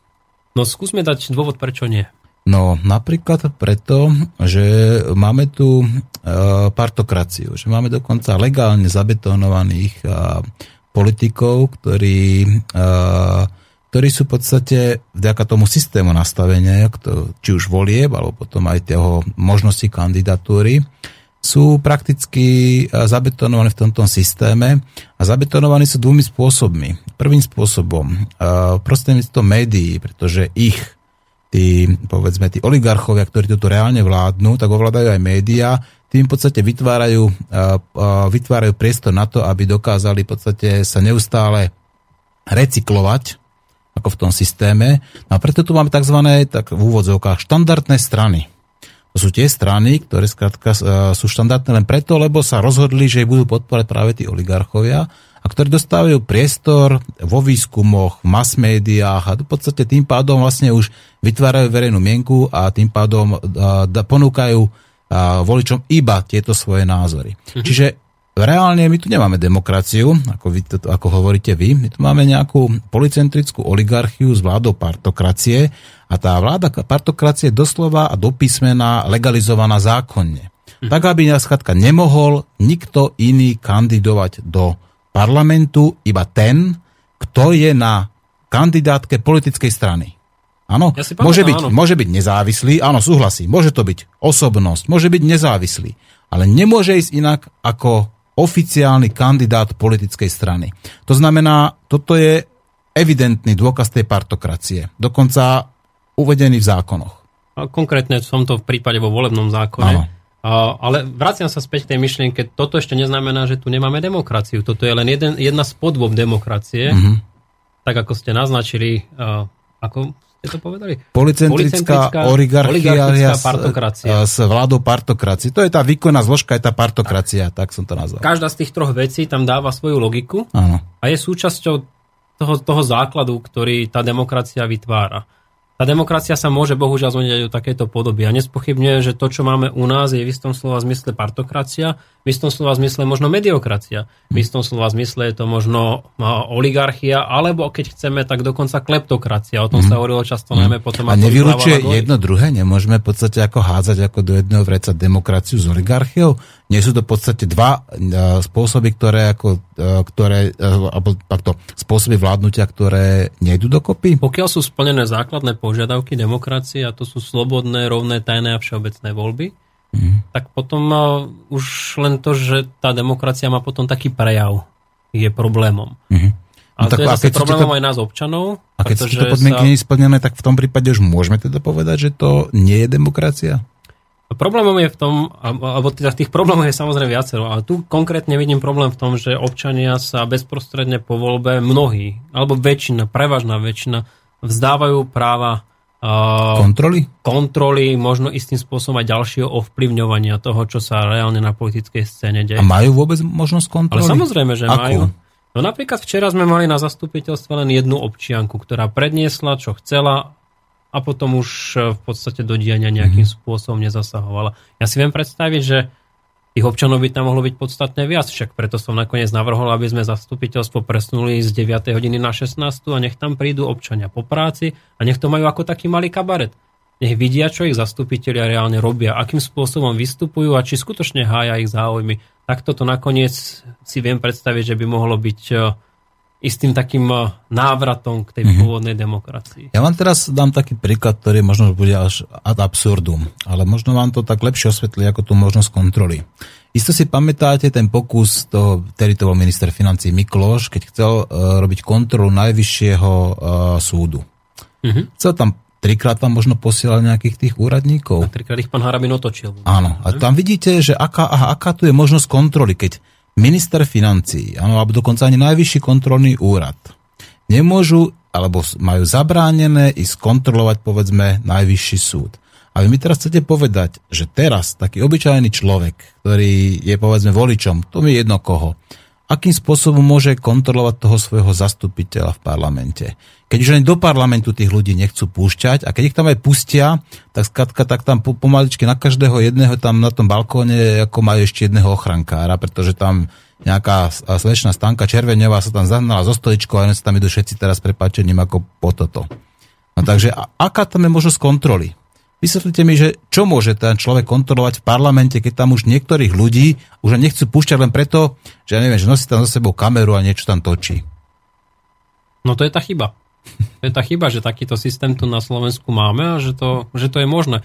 No skúsme dať dôvod, prečo nie.
No napríklad preto, že máme tu uh, partokraciu, že máme dokonca legálne zabetonovaných uh, politikov, ktorí, uh, ktorí sú v podstate vďaka tomu systému nastavenia, či už volieb, alebo potom aj toho možnosti kandidatúry, sú prakticky zabetonovaní v tomto systéme a zabetonovaní sú dvomi spôsobmi. Prvým spôsobom prostredníctvom médií, pretože ich tí, povedzme, tí oligarchovia, ktorí toto reálne vládnu, tak ovládajú aj médiá, tým v podstate vytvárajú, vytvárajú priestor na to, aby dokázali v podstate sa neustále recyklovať ako v tom systéme. A preto tu máme tzv. Tak v úvodzovkách štandardné strany. To sú tie strany, ktoré skrátka sú štandardné len preto, lebo sa rozhodli, že ich budú podporovať práve tí oligarchovia a ktorí dostávajú priestor vo výskumoch, v mass médiách a v podstate tým pádom vlastne už vytvárajú verejnú mienku a tým pádom ponúkajú voličom iba tieto svoje názory. Mhm. Čiže reálne my tu nemáme demokraciu, ako, vy, ako hovoríte vy, my tu máme nejakú policentrickú oligarchiu s vládou partokracie a tá vláda partokracie je doslova a do písmena legalizovaná zákonne. Mhm. Tak, aby nás skrátka nemohol nikto iný kandidovať do parlamentu, iba ten, kto je na kandidátke politickej strany. Áno, ja môže, byť, môže byť nezávislý, áno, súhlasím, môže to byť osobnosť, môže byť nezávislý, ale nemôže ísť inak ako oficiálny kandidát politickej strany. To znamená, toto je evidentný dôkaz tej partokracie, dokonca uvedený v zákonoch.
A konkrétne v tomto prípade vo volebnom zákone. Áno. A, ale vraciam sa späť k tej myšlienke, toto ešte neznamená, že tu nemáme demokraciu. Toto je len jeden, jedna z podôb demokracie, mm-hmm. tak ako ste naznačili, uh, ako ste to povedali?
Policentrická, Policentrická oligarchia
partokracia.
S, s vládou partokracie. To je tá výkonná zložka, je tá partokracia, tak, tak som to nazval.
Každá z tých troch vecí tam dáva svoju logiku.
Áno.
A je súčasťou toho, toho základu, ktorý tá demokracia vytvára. Tá demokracia sa môže bohužiaľ zmeniť aj do takéto podoby. A nespochybňujem, že to, čo máme u nás, je v istom slova zmysle partokracia, v istom slova zmysle možno mediokracia, v istom slova zmysle je to možno oligarchia, alebo keď chceme, tak dokonca kleptokracia. O tom mm. sa hovorilo často, mm. najmä potom...
A nevylučuje jedno druhé? Nemôžeme v podstate ako hádzať ako do jedného vreca demokraciu s oligarchiou? Nie sú to v podstate dva uh, spôsoby, ktoré ako, uh, ktoré, uh, alebo takto, spôsoby vládnutia, ktoré nejdu dokopy?
Pokiaľ sú splnené základné požiadavky demokracie, a to sú slobodné, rovné, tajné a všeobecné voľby, mm. tak potom uh, už len to, že tá demokracia má potom taký prejav, je problémom. Mm. A no to tak, je zase problémom to, aj nás občanov.
A keď sú to podmienky sa... nesplnené, tak v tom prípade už môžeme teda povedať, že to nie je demokracia?
Problémom je v tom, alebo teda tých problémov je samozrejme viacero, ale tu konkrétne vidím problém v tom, že občania sa bezprostredne po voľbe mnohí, alebo väčšina, prevažná väčšina, vzdávajú práva uh,
kontroly?
kontroly, možno istým spôsobom aj ďalšieho ovplyvňovania toho, čo sa reálne na politickej scéne deje.
A majú vôbec možnosť kontroly?
Ale samozrejme, že
Akú?
majú. No napríklad včera sme mali na zastupiteľstve len jednu občianku, ktorá predniesla, čo chcela, a potom už v podstate do diania nejakým spôsobom nezasahovala. Ja si viem predstaviť, že Tých občanov by tam mohlo byť podstatne viac, však preto som nakoniec navrhol, aby sme zastupiteľstvo presunuli z deviatej hodiny na šestnástu a nech tam prídu občania po práci a nech to majú ako taký malý kabaret. Nech vidia, čo ich zastupitelia reálne robia, akým spôsobom vystupujú a či skutočne hája ich záujmy. Takto to nakoniec si viem predstaviť, že by mohlo byť istým takým návratom k tej mm-hmm. pôvodnej demokracii.
Ja vám teraz dám taký príklad, ktorý možno bude až ad absurdum, ale možno vám to tak lepšie osvetlí ako tú možnosť kontroly. Isto si pamätáte ten pokus, toho, ktorý to bol minister financií Mikloš, keď chcel uh, robiť kontrolu najvyššieho uh, súdu. Mm-hmm. Chcel tam trikrát tam možno posielať nejakých tých úradníkov.
A trikrát ich pán Harabin otočil.
Áno, a tam vidíte, že aká, aha, aká tu je možnosť kontroly, keď minister financií, áno, alebo dokonca ani najvyšší kontrolný úrad nemôžu, alebo majú zabránené ísť kontrolovať, povedzme, najvyšší súd. A vy mi teraz chcete povedať, že teraz taký obyčajný človek, ktorý je, povedzme, voličom, to mi je jedno koho, akým spôsobom môže kontrolovať toho svojho zastupiteľa v parlamente. Keď už ani do parlamentu tých ľudí nechcú púšťať a keď ich tam aj pustia, tak skratka, tak tam pomaličky na každého jedného tam na tom balkóne ako majú ešte jedného ochrankára, pretože tam nejaká slečná Stanka Červeňová sa tam zahnala zo stoličkou a oni sa tam idú všetci teraz prepáčením ako po toto. No takže a, aká tam je možnosť kontroly? Vysvetlite mi, že čo môže ten človek kontrolovať v parlamente, keď tam už niektorých ľudí už nechcú púšťať len preto, že ja neviem, že nosí tam za sebou kameru a niečo tam točí.
No to je tá chyba. To je tá chyba, že takýto systém tu na Slovensku máme a že to, že to je možné.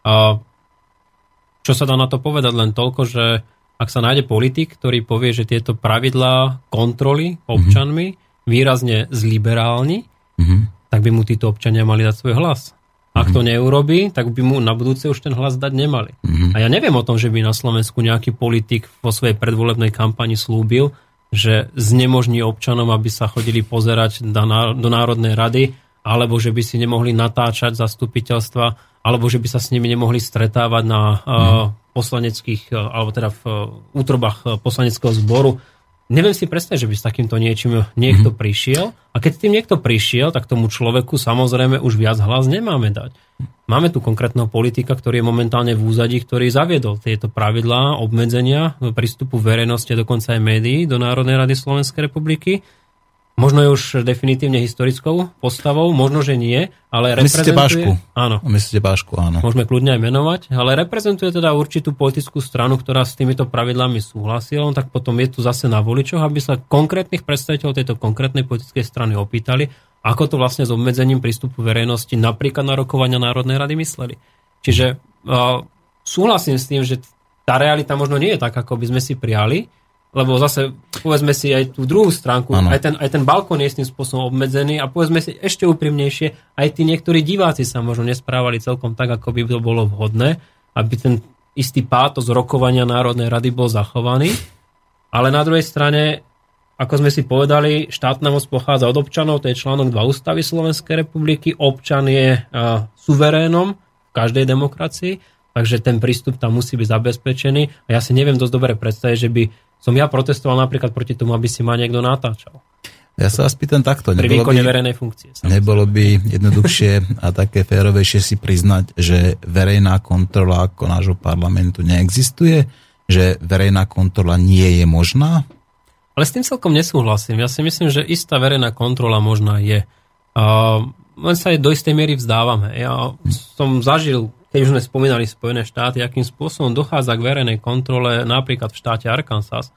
A čo sa dá na to povedať? Len toľko, že ak sa nájde politik, ktorý povie, že tieto pravidlá kontroly občanmi mm-hmm. výrazne zliberálni, mm-hmm. tak by mu títo občania mali dať svoj hlas. Ak to neurobí, tak by mu na budúce už ten hlas dať nemali. Mm-hmm. A ja neviem o tom, že by na Slovensku nejaký politik vo svojej predvolebnej kampani slúbil, že znemožní občanom, aby sa chodili pozerať do Národnej rady, alebo že by si nemohli natáčať zastupiteľstva, alebo že by sa s nimi nemohli stretávať na mm. poslaneckých, alebo teda v útrobách poslaneckého zboru. Neviem si predstaviť, že by s takýmto niečím niekto mm-hmm. prišiel. A keď tým niekto prišiel, tak tomu človeku samozrejme už viac hlas nemáme dať. Máme tu konkrétneho politika, ktorý je momentálne v úzadí, ktorý zaviedol tieto pravidlá, obmedzenia prístupu verejnosti a dokonca aj médií do Národnej rady Slovenskej republiky. Možno je už definitívne historickou postavou, možno, že nie, ale reprezentuje...
Myslíte Bašku?
Áno.
Myslíte Bašku, áno.
Môžeme kľudne aj menovať, ale reprezentuje teda určitú politickú stranu, ktorá s týmito pravidlami súhlasila, tak potom je tu zase na voličoch, aby sa konkrétnych predstaviteľov tejto konkrétnej politickej strany opýtali, ako to vlastne s obmedzením prístupu verejnosti napríklad na rokovania Národnej rady mysleli. Čiže uh, súhlasím s tým, že tá realita možno nie je tak, ako by sme si prijali, lebo zase povedzme si aj tú druhú stránku, aj ten, aj ten balkón je s tým spôsobom obmedzený a povedzme si ešte úprimnejšie, aj tí niektorí diváci sa možno nesprávali celkom tak, ako by to bolo vhodné, aby ten istý pátos rokovania Národnej rady bol zachovaný. Ale na druhej strane, ako sme si povedali, štátna moc pochádza od občanov, to je článok dva Ústavy Slovenskej republiky, občan je uh, suverénom v každej demokracii, takže ten prístup tam musí byť zabezpečený a ja si neviem dosť dobre predstaviť, že by som ja protestoval napríklad proti tomu, aby si ma niekto natáčal.
Ja sa vás pýtam takto.
Pri výkone verejnej funkcie. Samozrejme.
Nebolo by jednoduchšie a také férovejšie si priznať, že verejná kontrola ako nášho parlamentu neexistuje? Že verejná kontrola nie je možná?
Ale s tým celkom nesúhlasím. Ja si myslím, že istá verejná kontrola možná je. Uh, len sa aj do istej miery vzdávame. Ja hm. som zažil, keď už sme spomínali Spojené štáty, akým spôsobom dochádza k verejnej kontrole napríklad v štáte Arkansas,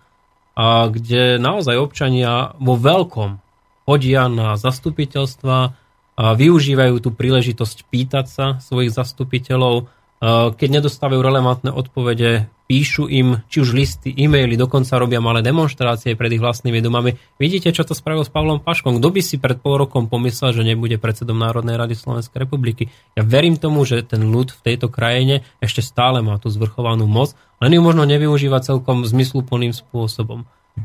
a kde naozaj občania vo veľkom chodia na zastupiteľstva a využívajú tú príležitosť pýtať sa svojich zastupiteľov. Keď nedostávajú relevantné odpovede, píšu im či už listy, e-maily, dokonca robia malé demonštrácie pred ich vlastnými domami. Vidíte, čo to spravil s Pavlom Paškom? Kto by si pred pol rokom pomyslel, že nebude predsedom Národnej rady Slovenskej republiky? Ja verím tomu, že ten ľud v tejto krajine ešte stále má tú zvrchovanú moc, len ju možno nevyužíva celkom zmysluplným spôsobom.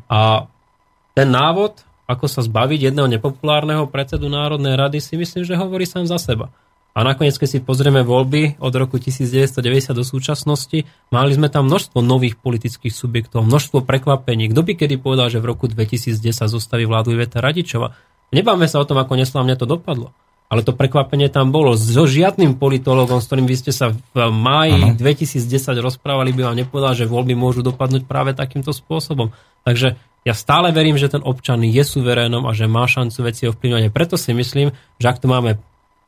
A ten návod, ako sa zbaviť jedného nepopulárneho predsedu Národnej rady, si myslím, že hovorí sám za seba. A nakoniec, keď si pozrieme voľby od roku devätnásťstodeväťdesiat do súčasnosti, mali sme tam množstvo nových politických subjektov, množstvo prekvapení. Kto by kedy povedal, že v roku dvetisícdesať zostaví vládu Iveta Radičová? Nebáme sa o tom, ako neslávne to dopadlo. Ale to prekvapenie tam bolo. So žiadnym politologom, s ktorým vy ste sa v máji ano. dvetisícdesať rozprávali, by vám nepovedal, že voľby môžu dopadnúť práve takýmto spôsobom. Takže ja stále verím, že ten občan je suverénom a že má šancu veci ovplyvňovať. Preto si myslím, že ak tu máme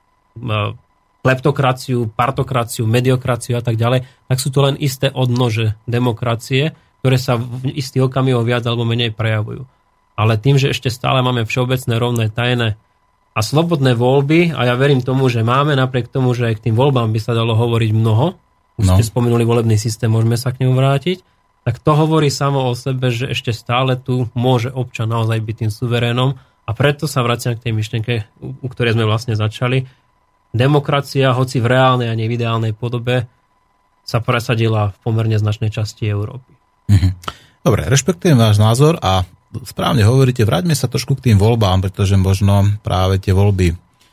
kleptokraciu, partokraciu, mediokraciu a tak ďalej, tak sú to len isté odnože demokracie, ktoré sa v istých okamihoch viac alebo menej prejavujú. Ale tým, že ešte stále máme všeobecné, rovné, tajné a slobodné voľby, a ja verím tomu, že máme, napriek tomu, že aj k tým voľbám by sa dalo hovoriť mnoho, už no. ste spomenuli volebný systém, môžeme sa k nemu vrátiť, tak to hovorí samo o sebe, že ešte stále tu môže občan naozaj byť tým suverénom, a preto sa vraciam k tej myšlienke, u ktorej sme vlastne začali. Demokracia, hoci v reálnej a nevideálnej podobe, sa presadila v pomerne značnej časti Európy.
Mhm. Dobre, rešpektujem váš názor a správne hovoríte, vráťme sa trošku k tým voľbám, pretože možno práve tie voľby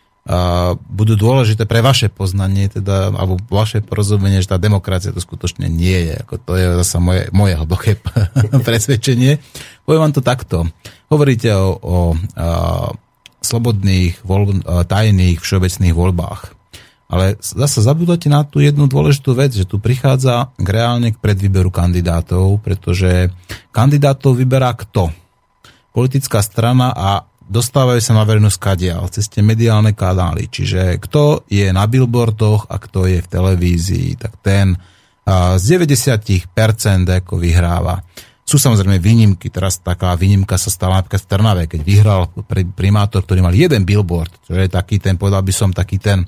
uh, budú dôležité pre vaše poznanie, teda, alebo vaše porozumenie, že tá demokracia to skutočne nie je. Ako to je zase moje, moje hlboké presvedčenie. Poviem vám to takto. Hovoríte o, o uh, slobodných, voľb, uh, tajných, všeobecných voľbách. Ale zase zabúdate na tú jednu dôležitú vec, že tu prichádza k reálne k predvýberu kandidátov, pretože kandidátov vyberá kto? Politická strana a dostávajú sa na verejnosť kadiaľ, cez tie mediálne kanály. Čiže kto je na billboardoch a kto je v televízii, tak ten z deväťdesiat percent ako vyhráva. Sú samozrejme výnimky, teraz taká výnimka sa stala napríklad v Trnave, keď vyhral primátor, ktorý mal jeden billboard, čo je taký ten, povedal by som, taký ten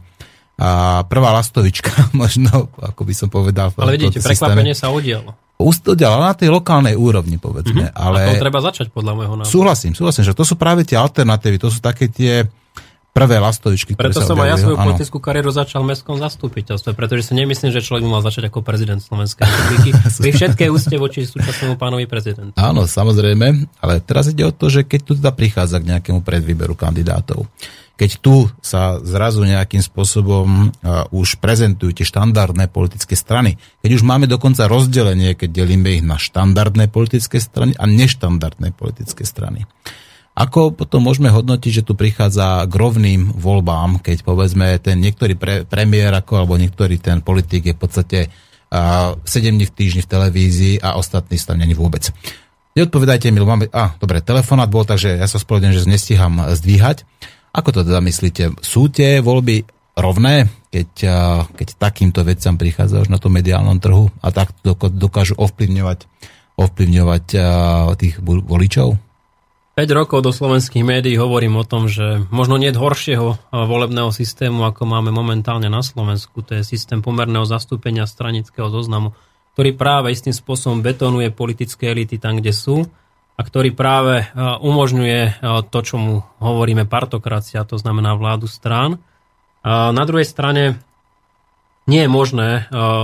a prvá lastovička, možno, ako by som povedal.
Ale vidíte, prekvapenie sa udialo.
Udialo na tej lokálnej úrovni, povedzme. Mm-hmm. Ale
a to treba začať, podľa môjho názoru. Súhlasím,
súhlasím, že to sú práve tie alternatívy, to sú také tie prvé lastovičky, ktoré
Preto
sa
som aj ja svoju
ano.
politickú kariéru začal v mestskom zastupiteľstve, pretože si nemyslím, že človek by mal začať ako prezident Slovenskej republiky. Pri všetkej úcte voči súčasnému pánovi prezidentu.
Áno, samozrejme, ale teraz ide o to, že keď tu teda prichádza k nejakému predvýberu kandidátov, keď tu sa zrazu nejakým spôsobom uh, už prezentujú tie štandardné politické strany, keď už máme dokonca rozdelenie, keď delíme ich na štandardné politické strany a neštandardné politické strany. Ako potom môžeme hodnotiť, že tu prichádza k rovným voľbám, keď povedzme ten niektorý pre, premiér ako, alebo niektorý ten politik je v podstate uh, sedem dní v týždni v televízii a ostatní strany ani vôbec. Neodpovedajte mi, máme, a dobre, telefonát bol, takže ja sa spovedem, že nestíham zdvíhať. Ako to teda myslíte? Sú tie voľby rovné, keď, keď takýmto veciam prichádza už na tom mediálnom trhu a tak dokážu ovplyvňovať, ovplyvňovať tých voličov?
päť rokov do slovenských médií hovorím o tom, že možno nie horšieho volebného systému, ako máme momentálne na Slovensku. To je systém pomerného zastúpenia stranického zoznamu, ktorý práve istým spôsobom betonuje politické elity tam, kde sú, a ktorý práve umožňuje to, čo mu hovoríme partokracia, to znamená vládu strán. Na druhej strane nie je možné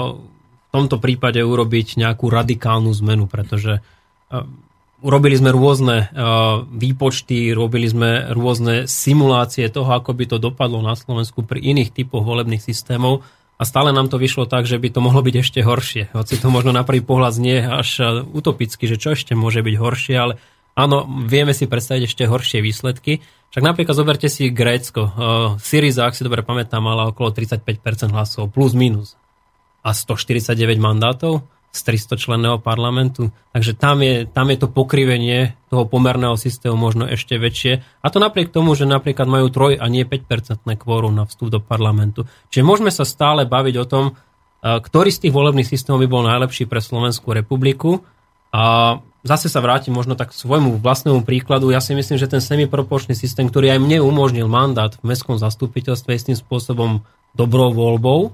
v tomto prípade urobiť nejakú radikálnu zmenu, pretože urobili sme rôzne výpočty, robili sme rôzne simulácie toho, ako by to dopadlo na Slovensku pri iných typoch volebných systémov. A stále nám to vyšlo tak, že by to mohlo byť ešte horšie. Hoci to možno na prvý pohľad znie až utopicky, že čo ešte môže byť horšie, ale áno, vieme si predstaviť ešte horšie výsledky. Však napríklad zoberte si Grécko. Syriza, ak si dobre pamätám, mala okolo tridsaťpäť percent hlasov, plus minus. A stoštyridsaťdeväť mandátov z tristo členného parlamentu. Takže tam je, tam je to pokrivenie toho pomerného systému možno ešte väčšie. A to napriek tomu, že napríklad majú troj a nie päť percent kvórum na vstup do parlamentu. Čiže môžeme sa stále baviť o tom, ktorý z tých volebných systémov by bol najlepší pre Slovenskú republiku. A zase sa vrátim možno tak k svojmu vlastnému príkladu. Ja si myslím, že ten semiproporčný systém, ktorý aj mne umožnil mandát v mestskom zastupiteľstve, je s tým spôsobom dobrou voľbou.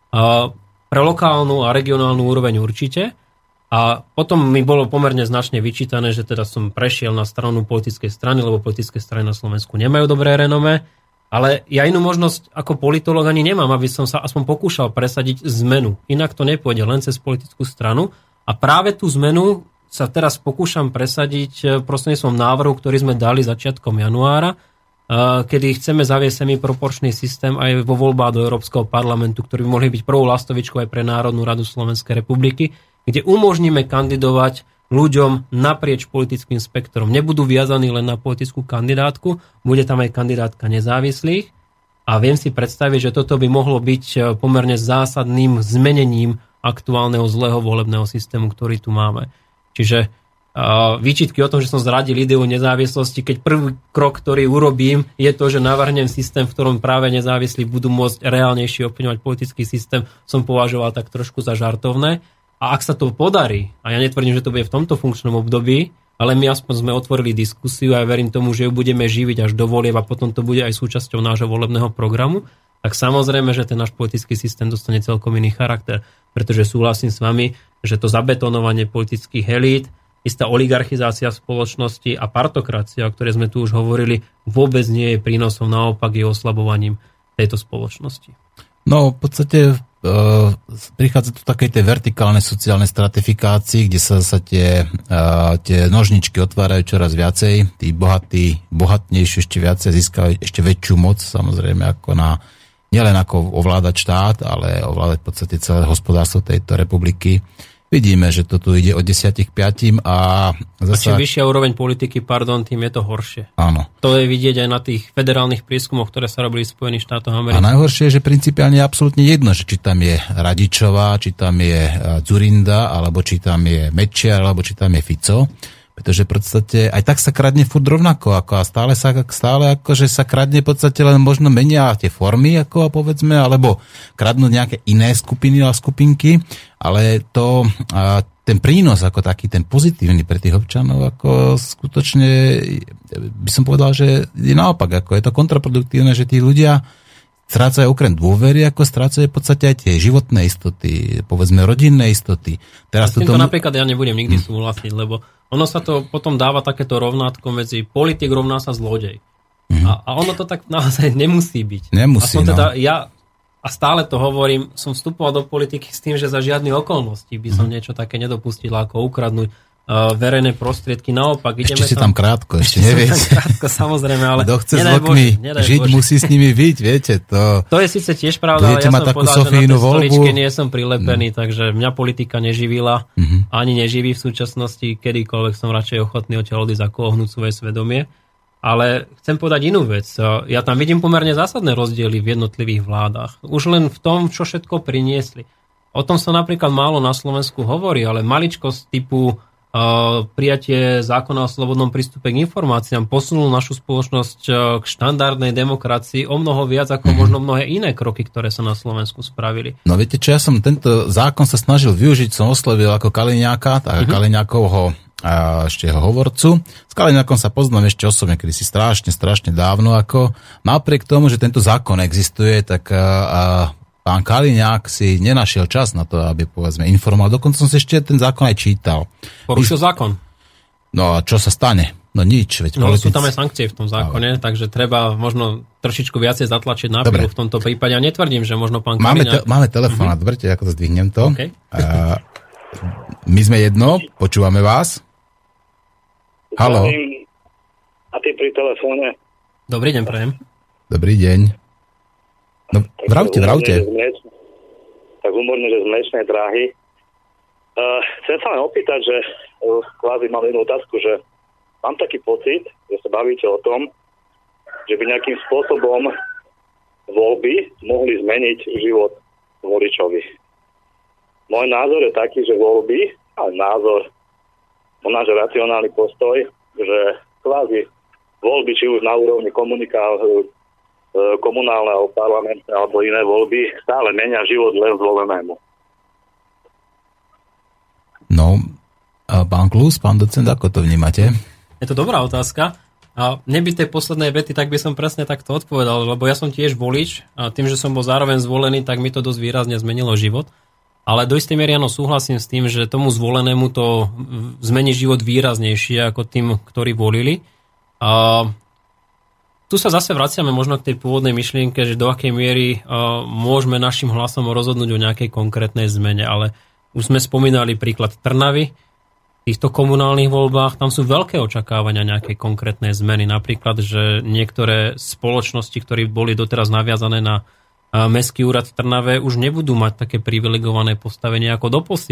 Pre lokálnu a regionálnu úroveň určite. A potom mi bolo pomerne značne vyčítané, že teda som prešiel na stranu politickej strany, lebo politické strany na Slovensku nemajú dobré renome. Ale ja inú možnosť ako politológ ani nemám, aby som sa aspoň pokúšal presadiť zmenu. Inak to nepôjde len cez politickú stranu. A práve tú zmenu sa teraz pokúšam presadiť prostredníctvom návrhu, ktorý sme dali začiatkom januára, kedy chceme zaviesť semiproporčný systém aj vo voľbách do Európskeho parlamentu, ktorý by mohli byť prvou lastovičkou aj pre Národnú radu Slovenskej republiky, kde umožníme kandidovať ľuďom naprieč politickým spektrom. Nebudú viazaní len na politickú kandidátku, bude tam aj kandidátka nezávislých A viem si predstaviť, že toto by mohlo byť pomerne zásadným zmenením aktuálneho zlého volebného systému, ktorý tu máme. Čiže uh, výčitky o tom, že som zradil ideu nezávislosti, keď prvý krok, ktorý urobím, je to, že navrhnem systém, v ktorom práve nezávislí budú môcť reálnejšie ovplyvňovať politický systém, som považoval tak trošku za žartovné. A ak sa to podarí, a ja netvrdím, že to bude v tomto funkčnom období, ale my aspoň sme otvorili diskusiu a ja verím tomu, že ju budeme živiť až do volieb a potom to bude aj súčasťou nášho volebného programu, tak samozrejme, že ten náš politický systém dostane celkom iný charakter. Pretože súhlasím s vami, že to zabetonovanie politických elít, istá oligarchizácia spoločnosti a partokracia, o ktorej sme tu už hovorili, vôbec nie je prínosom, naopak je oslabovaním tejto spoločnosti.
No, v podstate uh, prichádza tu takej tej vertikálnej sociálnej stratifikácii, kde sa, sa tie, uh, tie nožničky otvárajú čoraz viacej, tí bohatí, bohatnejší ešte viacej, získajú ešte väčšiu moc, samozrejme, ako na nielen ako ovládať štát, ale ovládať v podstate celé hospodárstvo tejto republiky. Vidíme, že to tu ide od desať k päť a zasa...
A čím vyššia úroveň politiky, pardon, tým je to horšie.
Áno.
To je vidieť aj na tých federálnych prieskumoch, ktoré sa robili v Spojených štátoch amerických.
A najhoršie je, že principiálne je absolútne jedno, že či tam je Radičová, či tam je Dzurinda, alebo či tam je Mečiar, alebo či tam je Fico. Pretože v podstate aj tak sa kradne furt rovnako, ako a stále sa stále akože sa kradne v podstate len možno menia tie formy, ako povedzme, alebo kradnú nejaké iné skupiny a skupinky, ale to, a ten prínos ako taký, ten pozitívny pre tých občanov, ako skutočne by som povedal, že je naopak, ako je to kontraproduktívne, že tí ľudia strácajú okrem dôvery, ako strácajú v podstate aj tie životné istoty, povedzme rodinné istoty.
Teraz a s týmto tomu... napríklad ja nebudem nikdy hmm. súhlasiť, lebo ono sa to potom dáva takéto rovnátko medzi politik rovná sa zlodej. Hmm. A, a ono to tak naozaj nemusí byť.
Nemusí,
a som teda,
no.
Ja, a stále to hovorím, som vstupoval do politiky s tým, že za žiadne okolnosti by som hmm. niečo také nedopustil, ako ukradnúť Uh, verejné prostriedky, naopak ideme
ešte si tam, tam krátko, ešte, ešte neviete.
Ešte krátko, samozrejme, ale
kto chce s vlkmi žiť, Bože. Musí s nimi byť, viete, to...
To je síce tiež pravda, ale ja som povedal, že na tej stoličke nie som prilepený, no. Takže mňa politika neživila, uh-huh. ani neživí v súčasnosti, kedykoľvek som radšej ochotný odtiaľ odísť a kohnúť svoje svedomie. Ale chcem povedať inú vec. Ja tam vidím pomerne zásadné rozdiely v jednotlivých vládach. Už len v tom, čo všetko priniesli. O tom sa napríklad málo na Slovensku hovorí, ale maličkosť typu Uh, prijatie zákona o slobodnom prístupe k informáciám posunul našu spoločnosť uh, k štandardnej demokracii o mnoho viac ako mm-hmm. možno mnohé iné kroky, ktoré sa na Slovensku spravili.
No viete čo, ja som tento zákon sa snažil využiť, som oslovil ako Kaliňáka, tak mm-hmm. Kaliňákovho a ešte jeho hovorcu. S Kaliňákom sa poznám ešte osobne, kedy si strašne, strašne dávno, ako napriek tomu, že tento zákon existuje, tak a, a pán Kaliňák si nenašiel čas na to, aby povedzme informoval. Dokonca som si ešte ten zákon aj čítal.
Porušil zákon?
No a čo sa stane? No nič. Veď
no
politici...
sú tam aj sankcie v tom zákone, ale... takže treba možno trošičku viacej zatlačiť na pilu v tomto prípade. Ja netvrdím, že možno pán
máme
Kaliňák...
Te- máme telefónat, uh-huh. Dobre, ako to zdvihnem to.
Okay.
Uh, my sme jedno, počúvame vás. Haló.
A ty pri telefóne.
Dobrý deň, prajem.
Dobrý deň. No, vravte, vravte.
Tak umorne, že z mliečnej dráhy. Uh, chcem sa len opýtať, že uh, kvázi mám jednu otázku, že mám taký pocit, že sa bavíte o tom, že by nejakým spôsobom voľby mohli zmeniť život voličovi. Môj názor je taký, že voľby, ale názor, náš racionálny postoj, že kvázi voľby, či už na úrovni komunikácie, komunálneho, parlamentného alebo iné voľby stále menia život len zvolenému.
No, a pán Klus, pán docent, ako to vnímate?
Je to dobrá otázka. A neby tej poslednej vety, tak by som presne takto odpovedal, lebo ja som tiež volič a tým, že som bol zároveň zvolený, tak mi to dosť výrazne zmenilo život. Ale do istej miery áno, súhlasím s tým, že tomu zvolenému to zmení život výraznejšie ako tým, ktorí volili. A tu sa zase vraciame možno k tej pôvodnej myšlienke, že do akej miery uh, môžeme našim hlasom rozhodnúť o nejakej konkrétnej zmene, ale už sme spomínali príklad Trnavy. V týchto komunálnych voľbách tam sú veľké očakávania nejakej konkrétnej zmeny. Napríklad, že niektoré spoločnosti, ktoré boli doteraz naviazané na uh, Mestský úrad v Trnave, už nebudú mať také privilegované postavenie ako doposiaľ.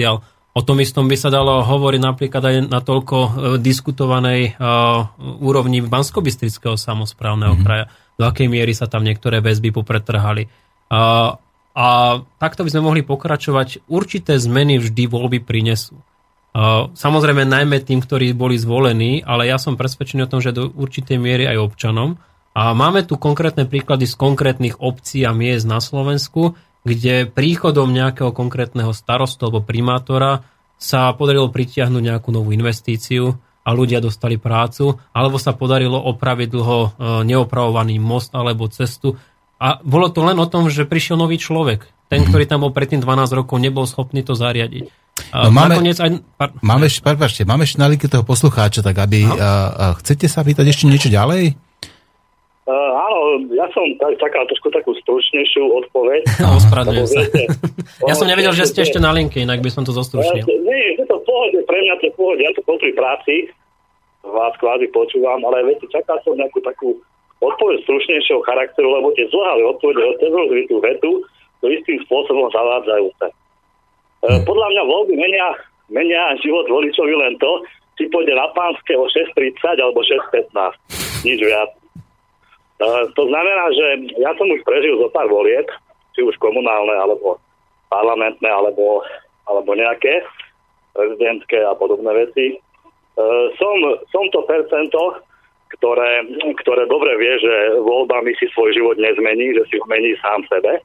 O tom istom by sa dalo hovoriť napríklad aj na toľko diskutovanej uh, úrovni Banskobystrického samosprávneho mm-hmm. kraja. Do akej miery sa tam niektoré väzby popretrhali. Uh, a takto by sme mohli pokračovať. Určité zmeny vždy voľby prinesú. Uh, samozrejme najmä tým, ktorí boli zvolení, ale ja som presvedčený o tom, že do určitej miery aj občanom. A máme tu konkrétne príklady z konkrétnych obcí a miest na Slovensku, kde príchodom nejakého konkrétneho starostu alebo primátora sa podarilo pritiahnuť nejakú novú investíciu a ľudia dostali prácu, alebo sa podarilo opraviť dlho neopravovaný most alebo cestu. A bolo to len o tom, že prišiel nový človek. Ten, ktorý tam bol predtým dvanásť rokov, nebol schopný to zariadiť.
No máme, aj... máme, prepáčte, máme ešte na linke toho poslucháča, tak aby... A, a chcete sa pýtať ešte niečo ďalej?
Uh, áno, ja som tak, taká trošku takú stručnejšiu odpoveď.
Ospravedlňujem sa. Ja som nevedel, že ste ešte na linke, inak by som to zostručnil.
Ja, nie, je to v pohode, pre mňa to je v pohode. Ja to popri práci vás kvázi počúvam, ale viete, čakal som nejakú takú odpoveď stručnejšieho charakteru, lebo tie zlhavé odpovede od tú vetu to istým spôsobom zavádzajúce. Uh, podľa mňa voľby menia, menia život voličovi len to, či pôjde na Pánske o šesť tridsať alebo šesť pätnásť. Nič viac. Uh, to znamená, že ja som už prežil zo pár volieb, či už komunálne, alebo parlamentné, alebo, alebo nejaké prezidentské a podobné veci. Uh, som, som to percento, ktoré, ktoré dobre vie, že voľbami si svoj život nezmení, že si ho mení sám sebe.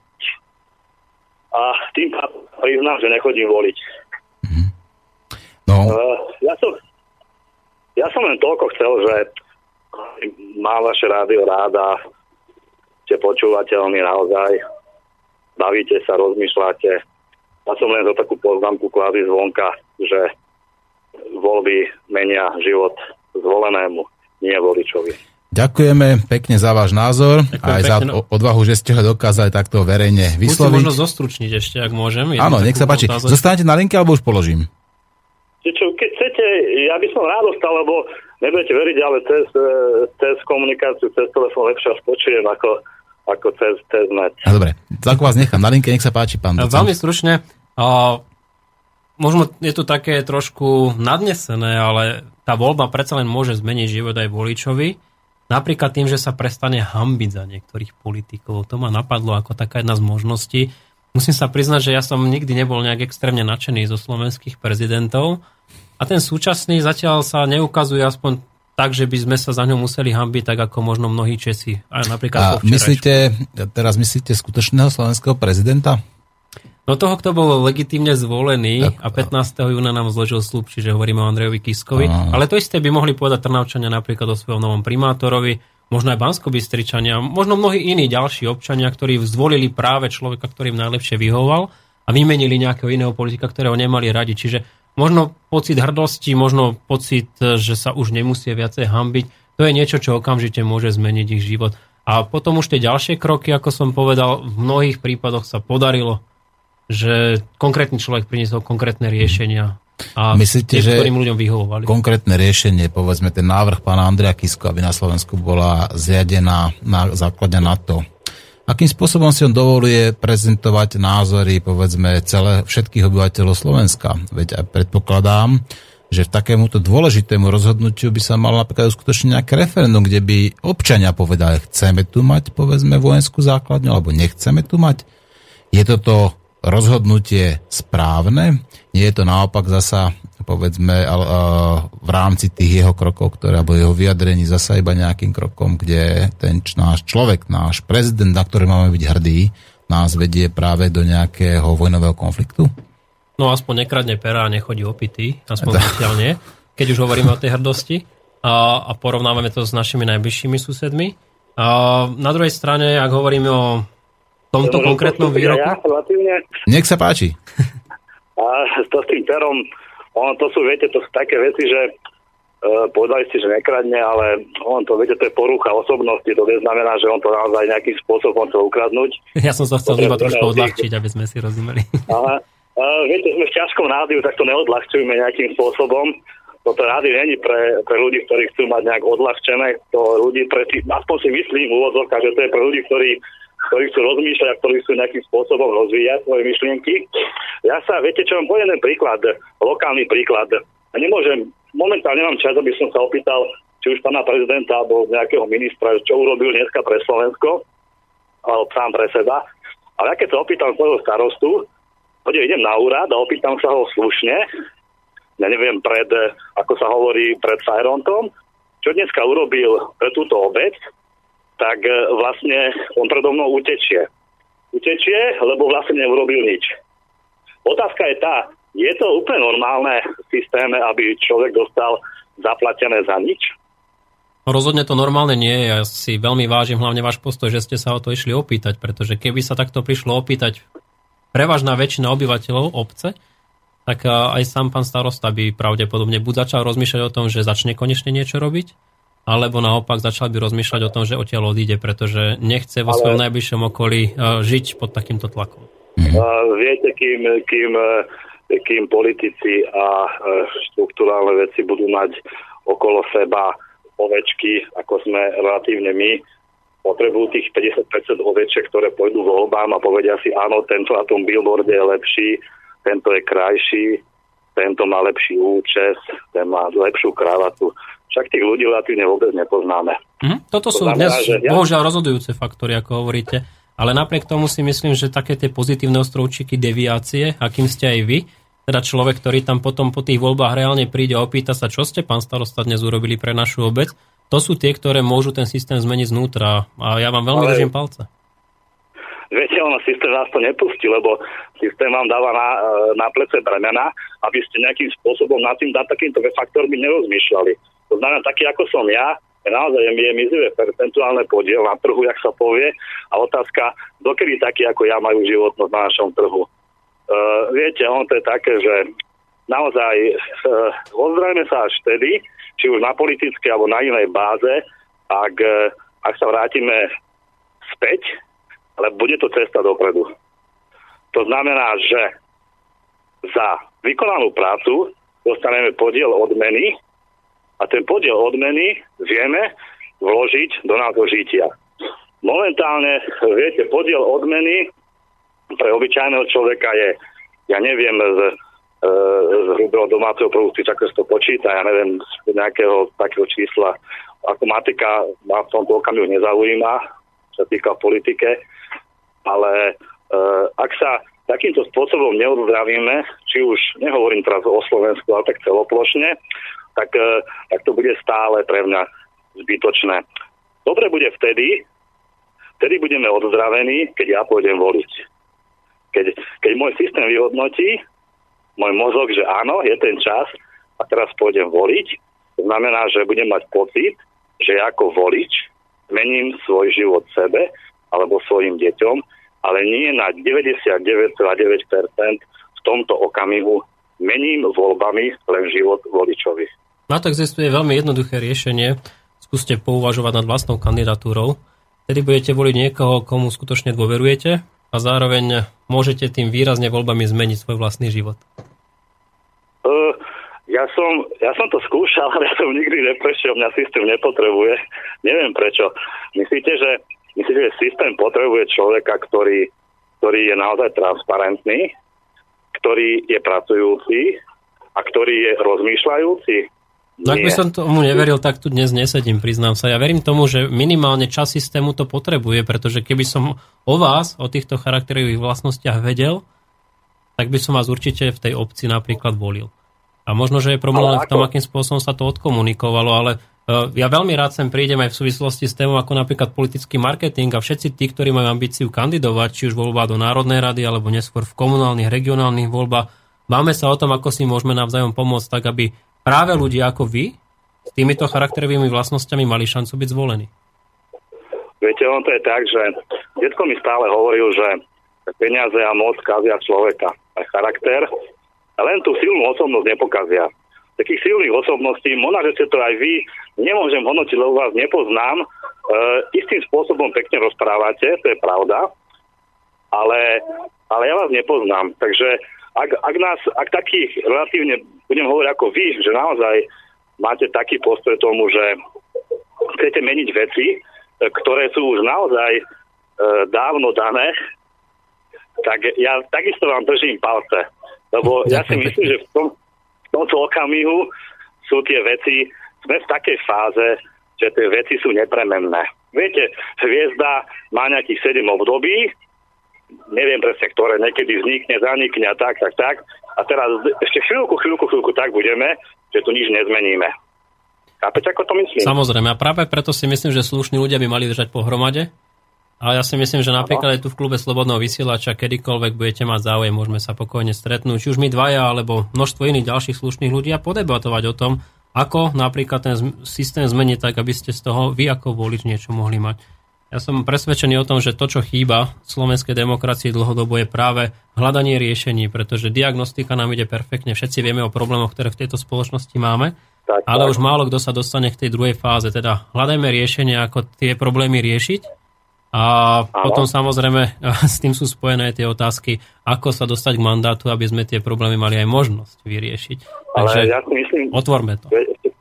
A tým priznám, že nechodím voliť.
No.
Uh, ja, som, ja som len toľko chcel, že mám vaše rádio ráda, ste počúvateľní naozaj, bavíte sa, rozmýšľate. Ja som len za takú poznámku kvázi zvonka, že voľby menia život zvolenému, nie voličovi.
Ďakujeme pekne za váš názor a aj za odvahu, že ste ho dokázali takto verejne vysloviť.
Musím možno zostručniť ešte, ak môžem.
Áno, nech sa páči. Otázať. Zostanete na linke, alebo už položím?
Čo, keď chcete, ja by som rád dostal, lebo nebudete veriť, ale cez, cez komunikáciu, cez telefón lepšie spočujem ako, ako cez, cez net.
Dobre, tak vás nechám na linke, nech sa páči, pán docent.
Veľmi stručne. A možno je to také trošku nadnesené, ale tá voľba predsa len môže zmeniť život aj voličovi. Napríklad tým, že sa prestane hanbiť za niektorých politikov. To ma napadlo ako taká jedna z možností. Musím sa priznať, že ja som nikdy nebol nejak extrémne nadšený zo slovenských prezidentov. A ten súčasný zatiaľ sa neukazuje aspoň tak, že by sme sa za ňou museli hanbiť, tak ako možno mnohí Česi. A napríklad
a myslíte, teraz myslíte skutočného slovenského prezidenta?
No toho, kto bol legitímne zvolený tak, a pätnásteho júna nám zložil sľub, čiže hovoríme o Andrejovi Kiskovi. Á. Ale to isté by mohli povedať Trnavčania napríklad o svojom novom primátorovi, možno aj Banskobystričania, možno mnohí iní ďalší občania, ktorí zvolili práve človeka, ktorý im najlepšie vyhoval a vymenili nejakého iného politika, ktorého nemali radi. Čiže možno pocit hrdosti, možno pocit, že sa už nemusie viacej hanbiť, to je niečo, čo okamžite môže zmeniť ich život. A potom už tie ďalšie kroky, ako som povedal, v mnohých prípadoch sa podarilo, že konkrétny človek priniesol konkrétne riešenia a
myslíte,
tie, ktorým ľuďom vyhovovali.
Konkrétne riešenie, povedzme ten návrh pána Andreja Kisku, aby na Slovensku bola zriadená na základe NATO. Akým spôsobom si on dovoluje prezentovať názory, povedzme, celé všetkých obyvateľov Slovenska? Veď aj predpokladám, že v takémuto dôležitému rozhodnutiu by sa malo napríklad uskutočniť nejaké referendum, kde by občania povedali, chceme tu mať, povedzme, vojenskú základňu, alebo nechceme tu mať. Je toto rozhodnutie správne? Nie je to naopak zasa, povedzme, v rámci tých jeho krokov, ktoré, alebo jeho vyjadrení zasa iba nejakým krokom, kde ten náš človek, náš prezident, na ktorý máme byť hrdí, nás vedie práve do nejakého vojnového konfliktu?
No aspoň nekradne pera a nechodí opitý, aspoň zatiaľ nie, keď už hovoríme o tej hrdosti a, a porovnávame to s našimi najbližšími susedmi. A na druhej strane, ak hovoríme o tomto konkrétnom výroku. Ja,
Nech sa páči.
A to s tým perom, ono to sú, viete, to sú také veci, že uh, povedali ste, že nekradne, ale on to, viete, to je porucha osobnosti, to neznamená, že on to naozaj nejakým spôsobom chcel ukradnúť.
Ja som sa chcel iba trošku odľahčiť, aby sme si rozumeli.
Aha. Uh, viete, sme v ťažkom rádiu, tak to neodľahčujeme nejakým spôsobom. Toto rádio není pre, pre ľudí, ktorí chcú mať nejak odľahčené, to ľudí pre tých, aspoň si myslím v úvodzovkách, že to je pre ľudí, ktorí ktorí chcú rozmýšľať a ktorí chcú nejakým spôsobom rozvíjať svoje myšlienky. Ja sa, viete čo, vám poviem jeden príklad, lokálny príklad. A nemôžem, momentálne nemám čas, aby som sa opýtal, či už pána prezidenta alebo nejakého ministra, čo urobil dneska pre Slovensko, alebo sám pre seba. Ale ja keď sa opýtam svojho starostu, hodím, idem na úrad a opýtam sa ho slušne, ja neviem, pred, ako sa hovorí, pred Fajrontom, čo dneska urobil pre túto obec, tak vlastne on predo mnou utečie. Utečie, lebo vlastne neurobil nič. Otázka je tá, je to úplne normálne v systéme, aby človek dostal zaplatené za nič?
Rozhodne to normálne nie je. Ja si veľmi vážim hlavne váš postoj, že ste sa o to išli opýtať, pretože keby sa takto prišlo opýtať prevažná väčšina obyvateľov obce, tak aj sám pán starosta by pravdepodobne buď začal rozmýšľať o tom, že začne konečne niečo robiť, alebo naopak začal by rozmýšľať o tom, že odtiaľ odíde, pretože nechce vo svojom Ale... najbližšom okolí žiť pod takýmto tlakom.
Uh, viete, kým, kým, kým politici a štruktúrálne veci budú mať okolo seba ovečky, ako sme relatívne my, potrebujú tých päťdesiat percent ovečiek, ktoré pôjdu voľbám a povedia si, áno, tento na tom billboarde je lepší, tento je krajší, tento má lepší účes, ten má lepšiu kravatu. Však tých ľudí relatívne vôbec nepoznáme.
Mm, toto to sú znamená, dnes ja... bohužiaľ rozhodujúce faktory, ako hovoríte, ale napriek tomu si myslím, že také tie pozitívne ostrovčíky, deviácie, akým ste aj vy, teda človek, ktorý tam potom po tých voľbách reálne príde a opýta sa, čo ste, pán starosta, dnes urobili pre našu obec, to sú tie, ktoré môžu ten systém zmeniť znútra. A ja vám veľmi ale... držím palce.
Viete, ono systém vás to nepustí, lebo systém vám dáva na, na plece bremena, aby ste nejakým spôsobom nad tým, nad takýmto faktormi nerozmýšľali. To znamená, taký ako som ja, je naozaj je mizivé percentuálne podiel na trhu, jak sa povie, a otázka, dokedy takí ako ja majú životnosť na našom trhu. Uh, viete, on to je také, že naozaj uh, ozdravíme sa až vtedy, či už na politickej alebo na inej báze, ak, uh, ak sa vrátime späť, ale bude to cesta dopredu. To znamená, že za vykonanú prácu dostaneme podiel odmeny a ten podiel odmeny vieme vložiť do nášho žitia. Momentálne, viete, podiel odmeny pre obyčajného človeka je, ja neviem, z, z hrubého domáceho produktu, ako sa to počíta, ja neviem, z nejakého takého čísla. Ako matika ma v tomto okamihu nezaujíma, čo sa týka v politike, ale e, ak sa takýmto spôsobom neoddravíme, či už nehovorím teraz o Slovensku, ale tak celoplošne, tak, e, tak to bude stále pre mňa zbytočné. Dobre bude vtedy, vtedy budeme oddravení, keď ja pôjdem voliť. Keď, keď môj systém vyhodnotí, môj mozog, že áno, je ten čas a teraz pôjdem voliť, to znamená, že budem mať pocit, že ja ako volič mením svoj život sebe alebo svojim deťom, ale nie na deväťdesiatdeväť celá deväť percent v tomto okamihu mením voľbami len život voličovi.
Na to existuje veľmi jednoduché riešenie. Skúste pouvažovať nad vlastnou kandidatúrou. Tedy budete voliť niekoho, komu skutočne dôverujete a zároveň môžete tým výrazne voľbami zmeniť svoj vlastný život.
Uh, ja, som, ja som to skúšal, ale ja som nikdy neprešiel, mňa systém nepotrebuje. Neviem prečo. Myslíte, že Myslíte, že systém potrebuje človeka, ktorý, ktorý je naozaj transparentný, ktorý je pracujúci a ktorý je rozmýšľajúci?
No, ak by som tomu neveril, tak tu dnes nesedím, priznám sa. Ja verím tomu, že minimálne čas systému to potrebuje, pretože keby som o vás, o týchto charakterových vlastnostiach vedel, tak by som vás určite v tej obci napríklad volil. A možno, že je problém v tom, akým spôsobom sa to odkomunikovalo, ale ja veľmi rád sem prídem aj v súvislosti s témou ako napríklad politický marketing a všetci tí, ktorí majú ambíciu kandidovať, či už voľba do Národnej rady, alebo neskôr v komunálnych, regionálnych voľbách. Máme sa o tom, ako si môžeme navzájom pomôcť tak, aby práve ľudia ako vy s týmito charakterovými vlastnosťami mali šancu byť zvolení.
Viete, on to je tak, že detko mi stále hovoril, že peniaze a moc kazia človeka a charakter, a len tú silnú osobnosť nepokazia. Takých silných osobností, možno, že ste to aj vy, nemôžem hodnotiť, lebo vás nepoznám. E, istým spôsobom pekne rozprávate, to je pravda, ale, ale ja vás nepoznám. Takže ak, ak, nás, ak takých relatívne, budem hovoriť ako vy, že naozaj máte taký postoj tomu, že chcete meniť veci, ktoré sú už naozaj dávno dané, tak ja takisto vám držím palce. Lebo ja si myslím, že v, tom, v tomto okamihu sú tie veci, sme v takej fáze, že tie veci sú nepremenné. Viete, hviezda má nejakých sedem období, neviem presne, ktoré niekedy vznikne, zanikne a tak, tak, tak. A teraz ešte chvíľku, chvíľku, chvíľku tak budeme, že tu nič nezmeníme. Chápete, ako to myslím?
Samozrejme, a práve preto si myslím, že slušní ľudia by mali držať pohromade. Ale ja si myslím, že napríklad aj tu v klube Slobodného vysielača, kedykoľvek budete mať záujem, môžeme sa pokojne stretnúť, či už my dvaja, alebo množstvo iných ďalších slušných ľudí a podebatovať o tom, ako napríklad ten systém zmeniť tak, aby ste z toho vy ako volič niečo mohli mať. Ja som presvedčený o tom, že to, čo chýba slovenskej demokracii dlhodobo, je práve hľadanie riešení, pretože diagnostika nám ide perfektne, všetci vieme o problémoch, ktoré v tejto spoločnosti máme, tak, ale tak. Už málo kto sa dostane k tej druhej fáze, teda hľadajme riešenie, ako tie problémy riešiť. A Áno. potom samozrejme s tým sú spojené tie otázky, ako sa dostať k mandátu, aby sme tie problémy mali aj možnosť vyriešiť. Takže
ale ja si myslím,
otvorme to.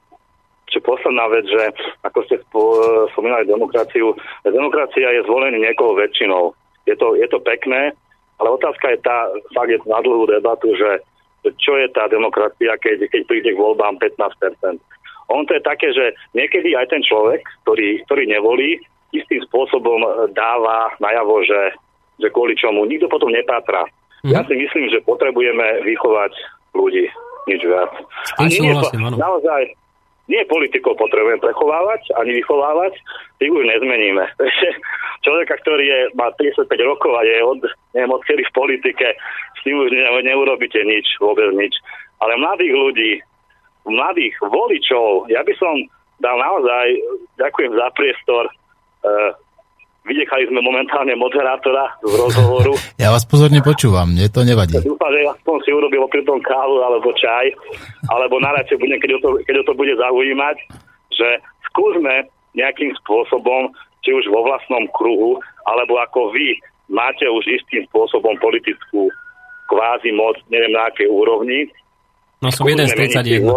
Čiže posledná vec, že ako ste spomínali demokraciu, demokracia je zvolený niekoho väčšinou. Je to, je to pekné, ale otázka je tá, fakt je na dlhú debatu, že čo je tá demokracia, keď, keď príde k voľbám pätnásť percent. On to je také, že niekedy aj ten človek, ktorý, ktorý nevolí, istým spôsobom dáva najavo, že, že kvôli čomu. Nikto potom nepátra. Mm. Ja si myslím, že potrebujeme vychovať ľudí. Nič viac. A nie, naozaj, nie politikov potrebujeme prechovávať, ani vychovávať. Tých už nezmeníme. Človeka, ktorý je, má tridsaťpäť rokov a je od, neviem, odkedy v politike, s ním už ne, neurobíte nič, vôbec nič. Ale mladých ľudí, mladých voličov, ja by som dal naozaj, ďakujem za priestor. Uh, vynechali sme momentálne moderátora z rozhovoru.
Ja vás pozorne počúvam, mne to nevadí.
Dúfam, že aspoň si urobil pri tom kávu alebo čaj, alebo naradšej budem, keď o to, keď o to bude zaujímať, že skúsme nejakým spôsobom, či už vo vlastnom kruhu, alebo ako vy máte už istým spôsobom politickú kvázi moc, neviem na akej úrovni.
No som jeden z tridsaťjeden.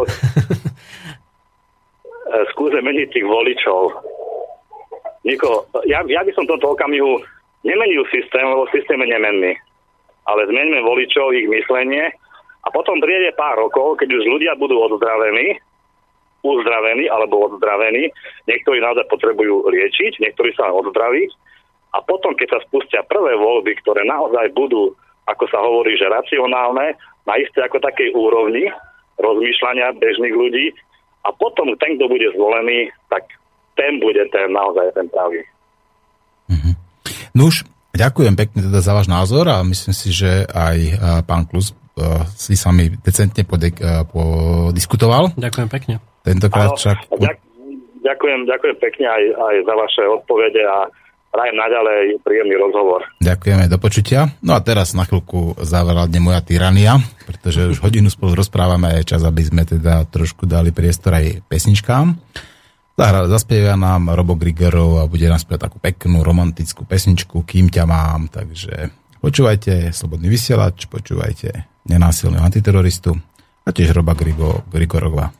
Skúsme meniť tých voličov. Niko, ja, ja by som toto okamihu nemenil systém, lebo systém je nemenný. Ale zmeňme voličov, ich myslenie a potom príde pár rokov, keď už ľudia budú oddravení, uzdravení alebo oddravení, niektorí naozaj potrebujú liečiť, niektorí sa odzdraviť a potom, keď sa spustia prvé voľby, ktoré naozaj budú, ako sa hovorí, že racionálne, na isté ako takej úrovni rozmýšľania bežných ľudí a potom ten, kto bude zvolený, tak ten bude ten naozaj ten pravý.
Mm-hmm. Nuž, ďakujem pekne teda za váš názor a myslím si, že aj pán Klus uh, si s vami decentne podek- uh, podiskutoval.
Ďakujem pekne.
Tentokrát však...
Ďak, ďakujem, ďakujem pekne aj, aj za vaše odpovede a prajem naďalej príjemný rozhovor.
Ďakujeme, do počutia. No a teraz na chvíľku záveradne moja tyrania, pretože už hodinu spolu rozprávame a je čas, aby sme teda trošku dali priestor aj pesničkám. Zaspieva nám Robo Grigorov a bude nám spievať takú peknú romantickú pesničku Kým ťa mám, takže počúvajte Slobodný vysielač, počúvajte Nenásilného antiteroristu a tiež Roba Grigo, Grigorova.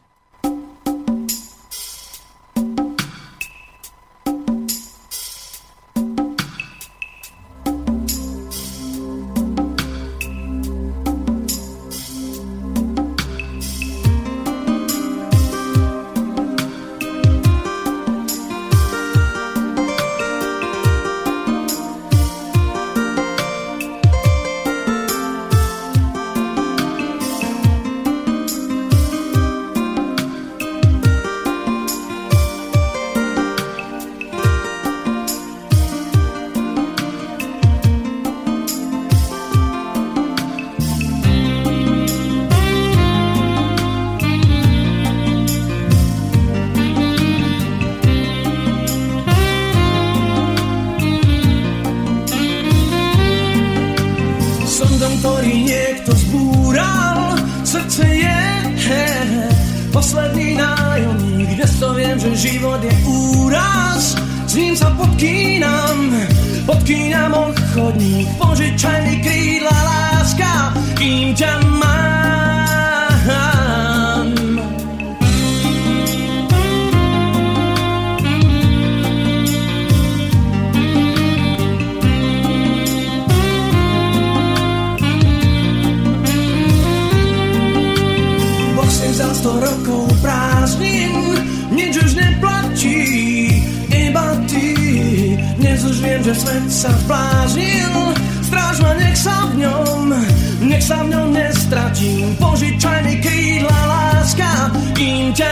už viem, že svet sa zbláznil. Stráž ma, nech sa v ňom, nech sa v ňom nestratím. Požičaj mi krídla, láska, kým ťa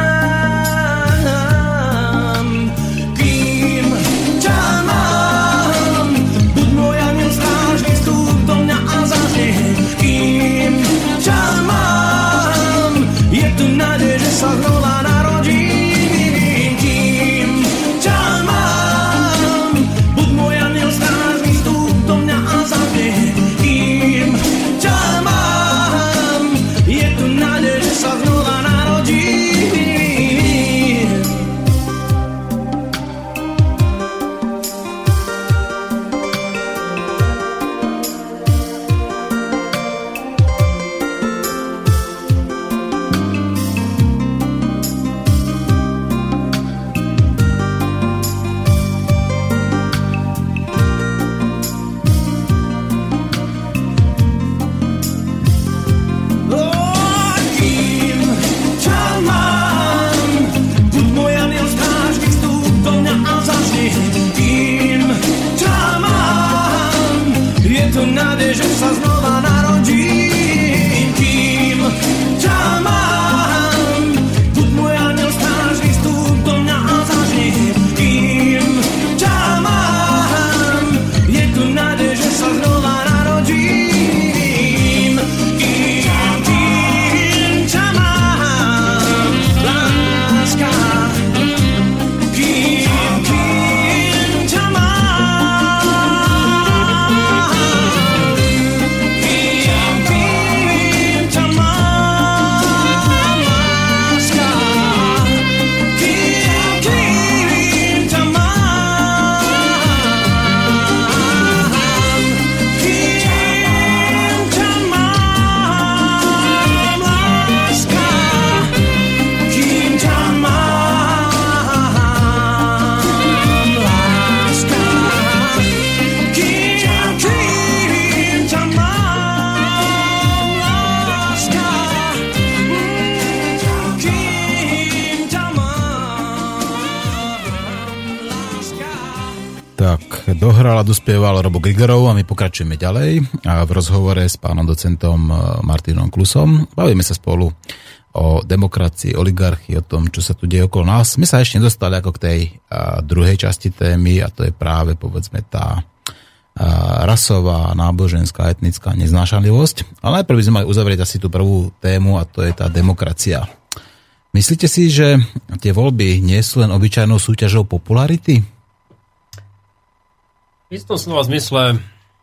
mám. Kým ťa mám, buď môj aniel strážny, vstúp do mňa a zaznie. Kým ťa mám, je tu nádej, že sa znova narodím.
Dohral a dospieval Robo Grigorov a my pokračujeme ďalej a v rozhovore s pánom docentom Martinom Klusom. Bavíme sa spolu o demokracii, oligarchii, o tom, čo sa tu deje okolo nás. My sa ešte nedostali ako k tej a, druhej časti témy a to je práve, povedzme, tá a, rasová, náboženská, etnická neznášanlivosť. Ale najprv by sme mali uzavrieť asi tú prvú tému a to je tá demokracia. Myslíte si, že tie voľby nie sú len obyčajnou súťažou popularity?
V istom slova zmysle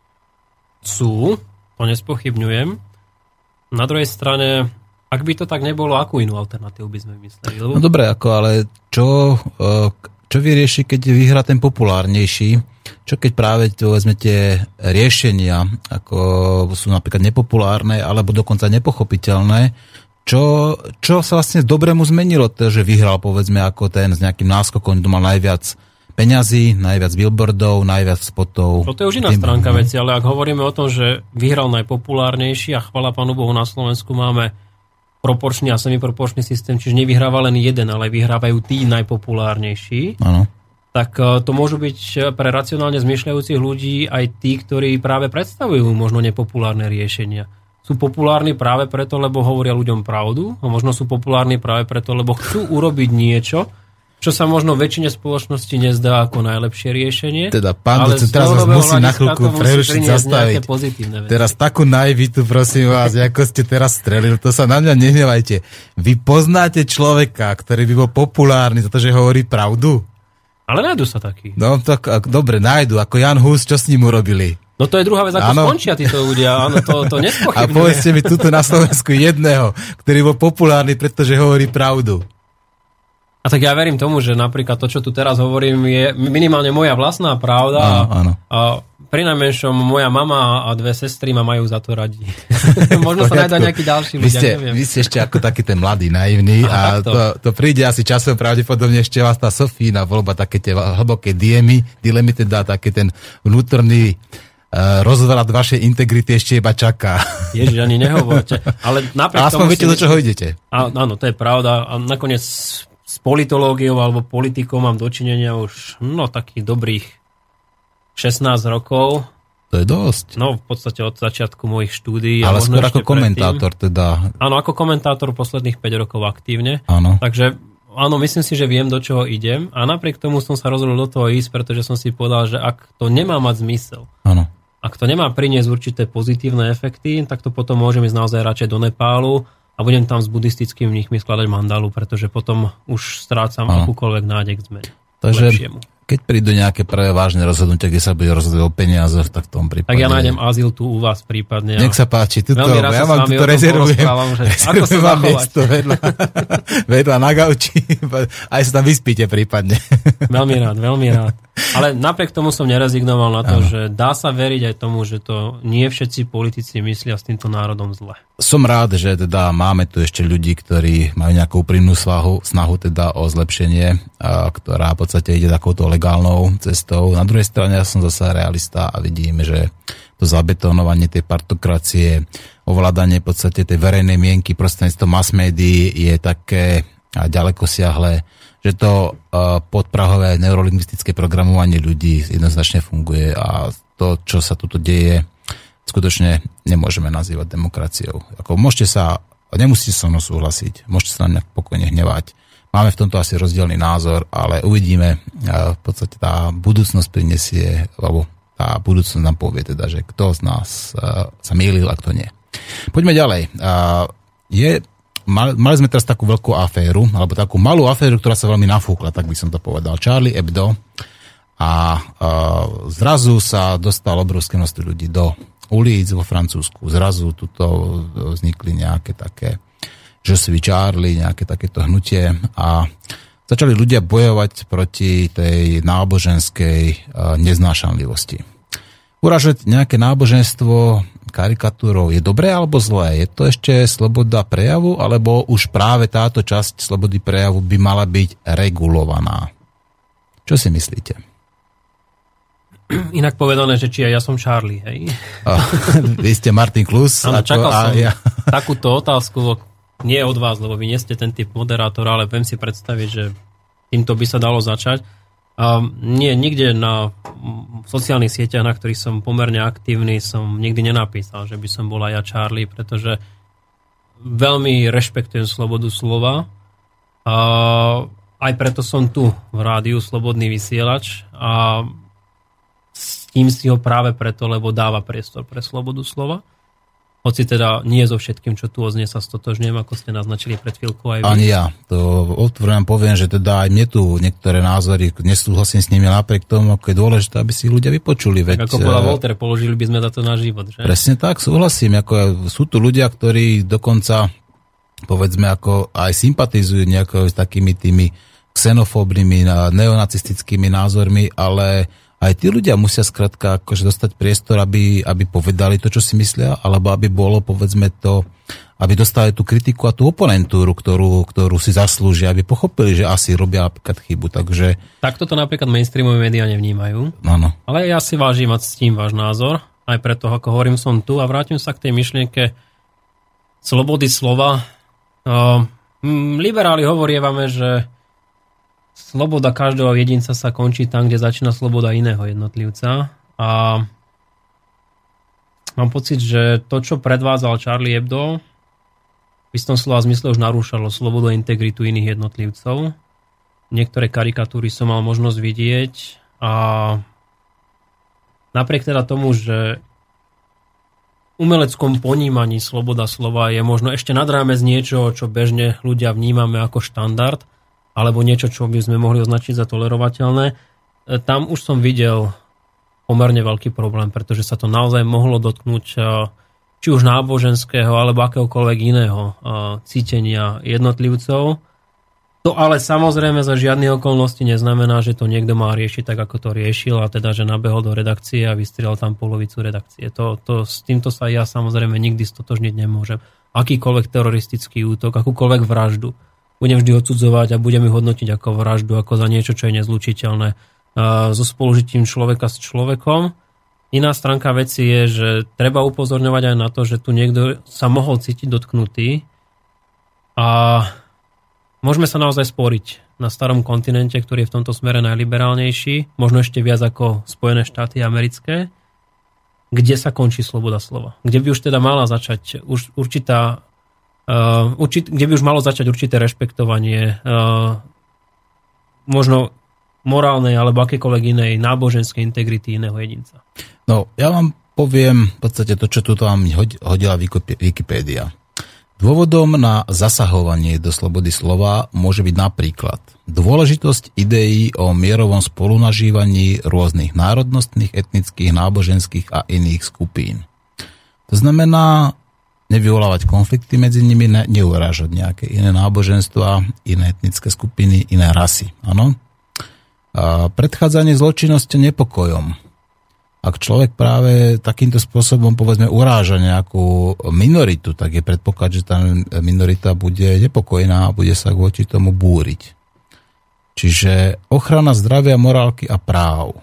sú, to nespochybňujem. Na druhej strane, ak by to tak nebolo, akú inú alternatívu by sme mysleli?
No dobre, ako, ale čo, čo vyrieši, keď vyhrá ten populárnejší? Čo keď práve to vezmete riešenia, ako sú napríklad nepopulárne, alebo dokonca nepochopiteľné, čo, čo sa vlastne dobrému zmenilo, to, že vyhral, povedzme, ako ten s nejakým náskokom, kto mal najviac peňazí, najviac billboardov, najviac spotov.
To je už iná stránka veci, ale ak hovoríme o tom, že vyhral najpopulárnejší a chvala Pánu Bohu, na Slovensku máme proporčný a semiproporčný systém, čiže nevyhráva len jeden, ale vyhrávajú tí najpopulárnejší.
Áno.
Tak to môžu byť pre racionálne zmýšľajúcich ľudí aj tí, ktorí práve predstavujú možno nepopulárne riešenia. Sú populárni práve preto, lebo hovoria ľuďom pravdu a možno sú populárni práve preto, lebo chcú urobiť niečo, čo sa možno väčšine spoločnosti nezdá ako najlepšie riešenie.
Teda, pán docent, teraz vás musím na chvíľku prerušiť, zastaviť. Teraz takú naivitu, prosím vás, ako ste teraz strelil, to sa na mňa nehnevajte. Vy poznáte človeka, ktorý by bol populárny za to, že hovorí pravdu?
Ale nájdu sa takí.
No, tak dobre, nájdu. Ako Jan Hus, čo s ním urobili?
No to je druhá vec, ako ano. Skončia títo ľudia. Áno, to, to nespochybňuje.
A povedzte mi tuto na Slovensku jedného, ktorý bol populárny, pretože hovorí pravdu.
A tak ja verím tomu, že napríklad to, čo tu teraz hovorím, je minimálne moja vlastná pravda.
Áno, áno.
A prinajmenšom moja mama a dve sestry ma majú za to radi. Možno sa nájda nejaký ďalší ľudia,
vy ste,
neviem.
Vy ste ešte ako taký ten mladý, naivný a, a to, to príde asi časom pravdepodobne ešte vás tá Sofína voľba, také tie hlboké dilemy, dilemy teda taký ten vnútorný uh, rozvrat vašej integrity ešte iba čaká.
Ježiš, ani nehovorte. Ale napriek
aspoň viete, do čoho idete.
Áno, to je pravda. A nakoniec s politológiou alebo politikou mám dočinenia už no takých dobrých šestnásť rokov.
To je dosť.
No, v podstate od začiatku mojich štúdií.
Ale skôr ako komentátor predtým. Teda.
Áno, ako komentátor posledných päť rokov aktívne.
Áno.
Takže áno, myslím si, že viem, do čoho idem. A napriek tomu som sa rozhodol do toho ísť, pretože som si povedal, že ak to nemá mať zmysel,
áno.
ak to nemá priniesť určité pozitívne efekty, tak to potom môžem ísť naozaj radšej do Nepálu a budem tam s buddhistickými mníchmi skladať mandalu, pretože potom už strácam áno. akúkoľvek nádej k zmene.
Takže keď prídu nejaké prvé vážne rozhodnutia, kde sa bude rozhodovať o peniazoch, tak v tom prípade...
Tak ja nájdem azyl tu u vás prípadne.
Nech sa páči, tuto, ja vám tuto rezervujem.
Ako sa
vám miesto vedľa, vedľa na gauči. Aj sa tam vyspíte prípadne.
Veľmi rád, veľmi rád. Ale napriek tomu som nerezignoval na to, ano. Že dá sa veriť aj tomu, že to nie všetci politici myslia s týmto národom zle.
Som rád, že teda máme tu ešte ľudí, ktorí majú nejakú úprimnú snahu, snahu teda o zlepšenie, a, ktorá v podstate ide takouto legálnou cestou. Na druhej strane ja som zasa realista a vidím, že to zabetonovanie tej partokracie, ovládanie v podstate tej verejnej mienky prostredníctvom mass médií je také ďaleko siahle, že to uh, podprahové neurolingvistické programovanie ľudí jednoznačne funguje a to, čo sa tu deje, skutočne nemôžeme nazývať demokraciou. Ako môžete sa, nemusíte so mnou súhlasiť, môžete sa na mňa pokojne hnevať. Máme v tomto asi rozdielny názor, ale uvidíme, uh, v podstate tá budúcnosť prinesie, alebo tá budúcnosť nám povie teda, že kto z nás uh, sa mýlil a kto nie. Poďme ďalej. Uh, je Mali sme teraz takú veľkú aféru, alebo takú malú aféru, ktorá sa veľmi nafúkla, tak by som to povedal. Charlie Hebdo a, a zrazu sa dostalo obrovské množstvo ľudí do ulic vo Francúzsku. Zrazu tuto vznikli nejaké také Je suis Charlie, nejaké takéto hnutie a začali ľudia bojovať proti tej náboženskej neznášanlivosti. Uražať nejaké náboženstvo karikatúrou je dobré alebo zlé? Je to ešte sloboda prejavu, alebo už práve táto časť slobody prejavu by mala byť regulovaná? Čo si myslíte?
Inak povedané, že či aj ja som Charlie, hej?
A, vy ste Martin Klus.
Áno, čakal
a
som
ja.
takúto otázku, nie od vás, lebo vy nie ste ten typ moderátora, ale viem si predstaviť, že týmto by sa dalo začať. Um, nie, nikde na sociálnych sieťach, na ktorých som pomerne aktívny, som nikdy nenapísal, že by som bola ja Charlie, pretože veľmi rešpektujem slobodu slova. A aj preto som tu v rádiu Slobodný vysielač a s tým si ho práve preto, lebo dáva priestor pre slobodu slova. Hoci teda nie so všetkým, čo tu oznie, sa stotožňujem, ako ste naznačili pred chvíľkou aj vy.
Ani ja. To otvorene poviem, že teda aj mne tu niektoré názory, nesúhlasím s nimi napriek tomu, ako je dôležité, aby si ľudia vypočuli. Veď,
ako povedal Voltaire, položili by sme za to náš život, že?
Presne tak, súhlasím. Ako, sú tu ľudia, ktorí dokonca, povedzme, ako aj sympatizujú nejako s takými tými xenofóbnymi, neonacistickými názormi, ale aj tí ľudia musia skrátka akože dostať priestor, aby, aby povedali to, čo si myslia, alebo aby bolo, povedzme to, aby dostali tú kritiku a tú oponentúru, ktorú, ktorú si zaslúžia, aby pochopili, že asi robia napríklad chybu. Takže...
Takto to napríklad mainstreamové médiá nevnímajú.
Áno.
Ale ja si vážim a ctím váš názor. Aj preto, ako hovorím, som tu a vrátim sa k tej myšlienke slobody slova. Uh, liberáli hovorievame, že sloboda každého jedinca sa končí tam, kde začína sloboda iného jednotlivca. A mám pocit, že to, čo predvádzal Charlie Hebdo, v istom slova zmysle už narúšalo slobodu a integritu iných jednotlivcov. Niektoré karikatúry som mal možnosť vidieť a napriek teda tomu, že v umeleckom ponímaní sloboda slova je možno ešte nad rámec niečoho, čo bežne ľudia vnímame ako štandard, alebo niečo, čo by sme mohli označiť za tolerovateľné, tam už som videl pomerne veľký problém, pretože sa to naozaj mohlo dotknúť či už náboženského, alebo akéhokoľvek iného cítenia jednotlivcov. To ale samozrejme za žiadnych okolností neznamená, že to niekto má riešiť tak, ako to riešil, a teda, že nabehol do redakcie a vystriel tam polovicu redakcie. To, to, s týmto sa ja samozrejme nikdy stotožniť nemôžem. Akýkoľvek teroristický útok, akúkoľvek vraždu budem vždy odsudzovať a budem ju hodnotiť ako vraždu, ako za niečo, čo je nezlučiteľné so spolužitím človeka s človekom. Iná stránka veci je, že treba upozorňovať aj na to, že tu niekto sa mohol cítiť dotknutý a môžeme sa naozaj sporiť na starom kontinente, ktorý je v tomto smere najliberálnejší, možno ešte viac ako Spojené štáty americké, kde sa končí sloboda slova. Kde by už teda mala začať už určitá, uh, určit, kde by už malo začať určité rešpektovanie uh, možno morálnej alebo akékoľvek inej náboženskej integrity iného jedinca.
No, ja vám poviem v podstate to, čo tu vám hodila Wikipédia. Dôvodom na zasahovanie do slobody slova môže byť napríklad dôležitosť ideí o mierovom spolunažívaní rôznych národnostných, etnických, náboženských a iných skupín. To znamená nevyvolávať konflikty medzi nimi, ne, neurážať nejaké iné náboženstva, iné etnické skupiny, iné rasy. Áno? A predchádzanie zločinnosti nepokojom. Ak človek práve takýmto spôsobom, povedzme, uráža nejakú minoritu, tak je predpoklad, že tá minorita bude nepokojná a bude sa voči tomu búriť. Čiže ochrana zdravia, morálky a práv.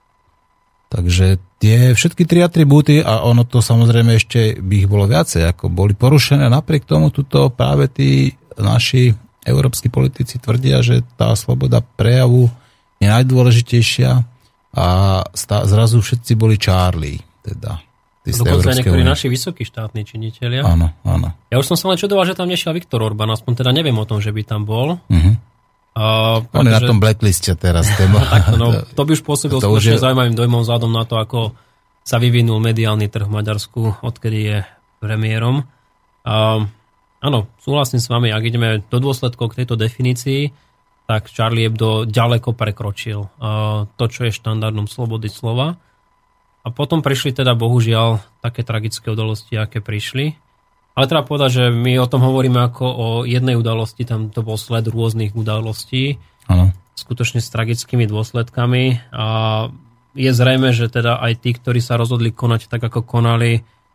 Takže tie všetky tri atribúty, a ono to samozrejme ešte by ich bolo viacej, ako boli porušené, napriek tomu tuto práve tí naši európski politici tvrdia, že tá sloboda prejavu je najdôležitejšia. A stá, zrazu všetci boli Charlie, teda.
Dokonca niektorí naši vysokí štátni činitelia.
Áno, áno.
Ja už som sa len čudoval, že tam nešiel Viktor Orbán, aspoň teda neviem o tom, že by tam bol.
Uh-huh.
Uh,
On je na tom blackliste teraz.
no, takto, no, to by už pôsobil skutočne je... zaujímavým dojmom vzhľadom na to, ako sa vyvinul mediálny trh v Maďarsku, odkedy je premiérom. Uh, áno, súhlasím s vami, ak ideme do dôsledkov k tejto definícii, tak Charlie Hebdo ďaleko prekročil uh, to, čo je štandardom slobody slova. A potom prišli teda bohužiaľ také tragické udalosti, aké prišli. Ale treba povedať, že my o tom hovoríme ako o jednej udalosti, tam to bol sled rôznych udalostí,
ano.
Skutočne s tragickými dôsledkami. A je zrejme, že teda aj tí, ktorí sa rozhodli konať tak, ako konali,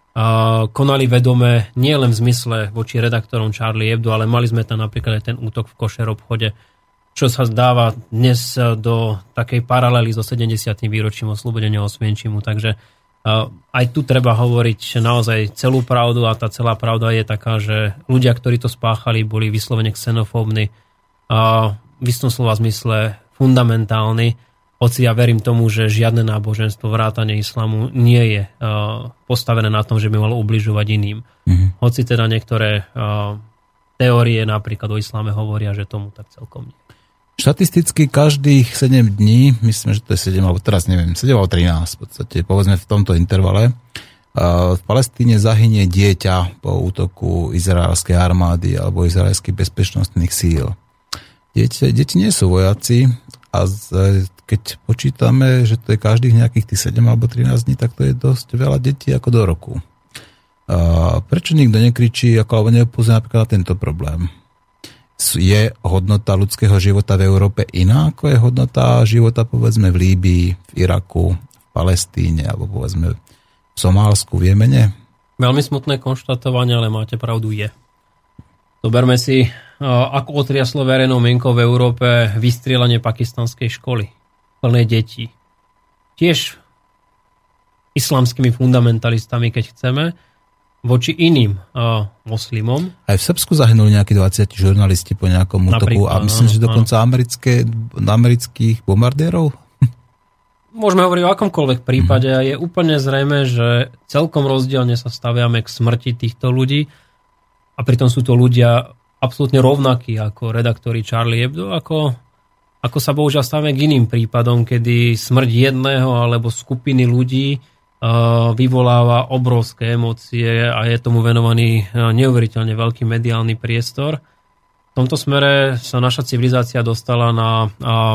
uh, konali vedome nie len v zmysle voči redaktorom Charlie Hebdo, ale mali sme tam napríklad aj ten útok v košer obchode, čo sa dáva dnes do takej paralely so sedemdesiatym výročím oslobodenia Osvienčimu. Takže uh, aj tu treba hovoriť naozaj celú pravdu a tá celá pravda je taká, že ľudia, ktorí to spáchali, boli vyslovene xenofóbni a v istom slova zmysle fundamentálni. Hoci ja verím tomu, že žiadne náboženstvo vrátane islamu nie je uh, postavené na tom, že by malo ubližovať iným. Mm-hmm. Hoci teda niektoré uh, teórie napríklad o islame hovoria, že tomu tak celkom nie.
Štatisticky každých sedem dní, myslím, že to je sedem, alebo teraz neviem, sedem alebo trinásť v podstate, povedzme v tomto intervale, v Palestíne zahynie dieťa po útoku izraelskej armády alebo izraelských bezpečnostných síl. Deti, deti nie sú vojaci a keď počítame, že to je každých nejakých tých sedem alebo trinásť dní, tak to je dosť veľa detí ako do roku. Prečo nikto nekričí alebo neupozorňuje napríklad na tento problém? Je hodnota ľudského života v Európe iná, ako je hodnota života povedzme v Líbii, v Iraku, v Palestíne alebo povedzme v Somálsku, v Jemene?
Veľmi smutné konštatovanie, ale máte pravdu, je. Zoberme si, ako otriaslo verejnou mienkou v Európe vystrielanie pakistanskej školy plnej detí. Tiež islamskými fundamentalistami, keď chceme, voči iným uh, moslimom.
Aj v Srbsku zahynuli nejakí dvadsať žurnalisti po nejakom útoku a myslím, áno, že dokonca americké, amerických bombardérov?
Môžeme hovoriť o akomkoľvek prípade a mm. je úplne zrejme, že celkom rozdielne sa staviame k smrti týchto ľudí a pritom sú to ľudia absolútne rovnakí ako redaktori Charlie Hebdo, ako, ako sa bohužiaľ staviame k iným prípadom, kedy smrť jedného alebo skupiny ľudí vyvoláva obrovské emócie a je tomu venovaný neuveriteľne veľký mediálny priestor. V tomto smere sa naša civilizácia dostala na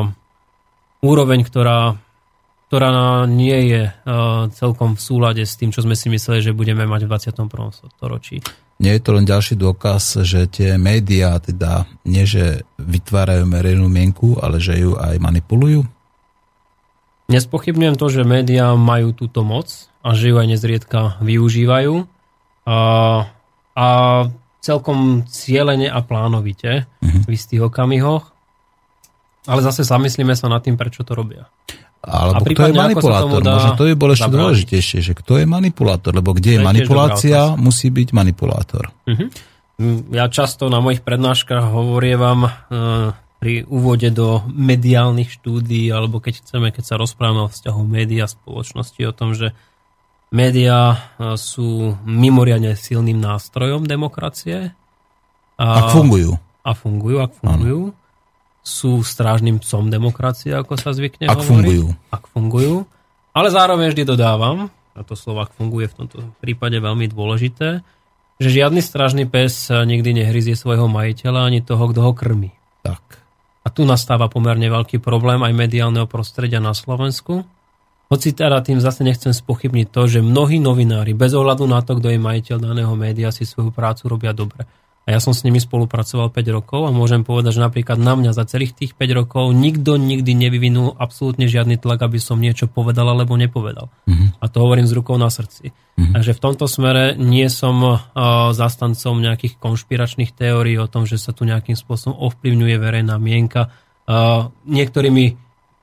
úroveň, ktorá, ktorá nie je celkom v súlade s tým, čo sme si mysleli, že budeme mať v dvadsiatom prvom storočí.
Nie je to len ďalší dôkaz, že tie médiá teda nie, že vytvárajú verejnú mienku, ale že ju aj manipulujú?
Nespochybňujem to, že médiá majú túto moc a že ju aj nezriedka využívajú a, a celkom cielene a plánovite uh-huh. v istých okamihoch, ale zase zamyslíme sa nad tým, prečo to robia.
Alebo kto je manipulátor? Možno to by bolo ešte dôležitejšie, že kto je manipulátor, lebo kde je, je manipulácia, musí byť manipulátor.
Uh-huh. Ja často na mojich prednáškach hovorievam uh, pri úvode do mediálnych štúdií, alebo keď chceme, keď sa rozprávame o vzťahu médiá a spoločnosti, o tom, že médiá sú mimoriadne silným nástrojom demokracie.
A, ak fungujú.
A fungujú, ak fungujú. Ano. Sú strážnym psom demokracie, ako sa zvykne
ak
hovoriť.
Fungujú.
Ak fungujú. Ale zároveň vždy dodávam, a to slovo ak funguje v tomto prípade veľmi dôležité, že žiadny strážny pes nikdy nehryzie svojho majiteľa ani toho, kto ho krmi.
Tak.
A tu nastáva pomerne veľký problém aj mediálneho prostredia na Slovensku. Hoci teda tým zase nechcem spochybniť to, že mnohí novinári, bez ohľadu na to, kto je majiteľ daného média, si svoju prácu robia dobre. A ja som s nimi spolupracoval päť rokov a môžem povedať, že napríklad na mňa za celých tých päť rokov nikto nikdy nevyvinul absolútne žiadny tlak, aby som niečo povedal alebo nepovedal. Mm-hmm. A to hovorím s rukou na srdci. Mm-hmm. Takže v tomto smere nie som uh, zastancom nejakých konšpiračných teórií o tom, že sa tu nejakým spôsobom ovplyvňuje verejná mienka uh, niektorými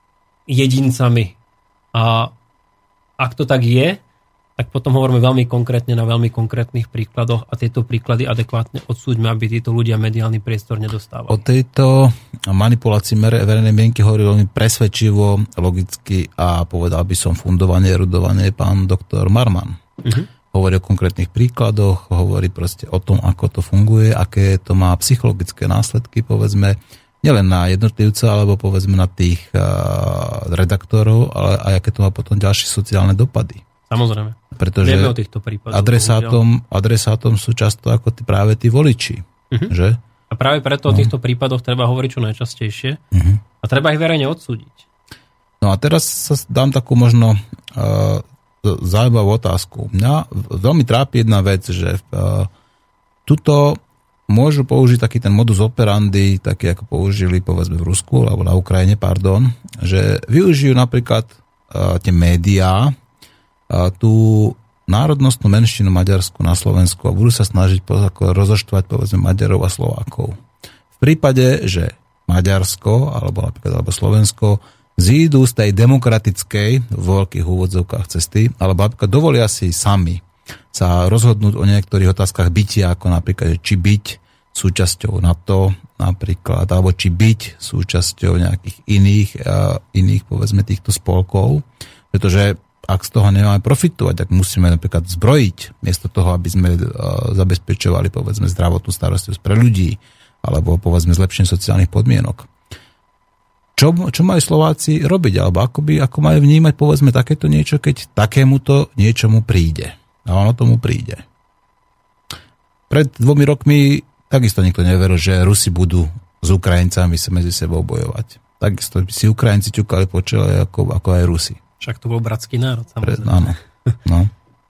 jedincami. A ak to tak je, tak potom hovoríme veľmi konkrétne na veľmi konkrétnych príkladoch a tieto príklady adekvátne odsúďme, aby títo ľudia mediálny priestor nedostávali.
O tejto manipulácii verejnej mienky hovorí veľmi presvedčivo, logicky a povedal by som fundovane, erudovane pán doktor Marman. Uh-huh. Hovorí o konkrétnych príkladoch, hovorí proste o tom, ako to funguje, aké to má psychologické následky, povedzme, nielen na jednotlivca, alebo povedzme na tých uh, redaktorov, ale aj aké to má potom ďalšie sociálne dopady.
Samozrejme.
Pretože
vieme o týchto prípadoch.
Adresátom, adresátom sú často ako tí, práve tí voliči. Uh-huh. Že?
A práve preto no. o týchto prípadoch treba hovoriť čo najčastejšie. Uh-huh. A treba ich verejne odsúdiť.
No a teraz sa dám takú možno uh, zaujímavú otázku. Mňa veľmi trápi jedna vec, že uh, tuto môžu použiť taký ten modus operandi, taký ako použili povedzme v Rusku alebo na Ukrajine, pardon, že využijú napríklad uh, tie médiá, a tú národnostnú menšinu maďarsku na Slovensku a budú sa snažiť rozoštvať povedzme Maďarov a Slovákov. V prípade, že Maďarsko alebo napríklad alebo Slovensko zídu z tej demokratickej v veľkých úvodzovkách cesty, alebo napríklad dovolia si sami sa rozhodnúť o niektorých otázkach bytia, ako napríklad, či byť súčasťou NATO napríklad, alebo či byť súčasťou nejakých iných, iných povedzme týchto spolkov, pretože ak z toho nemáme profitovať, tak musíme napríklad zbrojiť, miesto toho, aby sme zabezpečovali, povedzme, zdravotnú starostlivosť pre ľudí, alebo, povedzme, zlepšenie sociálnych podmienok. Čo, čo majú Slováci robiť, alebo ako, by, ako majú vnímať, povedzme, takéto niečo, keď takémuto niečomu príde. A ono tomu príde. Pred dvomi rokmi takisto nikto neveril, že Rusi budú s Ukrajincami sa medzi sebou bojovať. Takisto si Ukrajinci ťukali po čele ako, ako aj Rusi.
Však to bol bratský národ, samozrejme.
Pre, áno. No.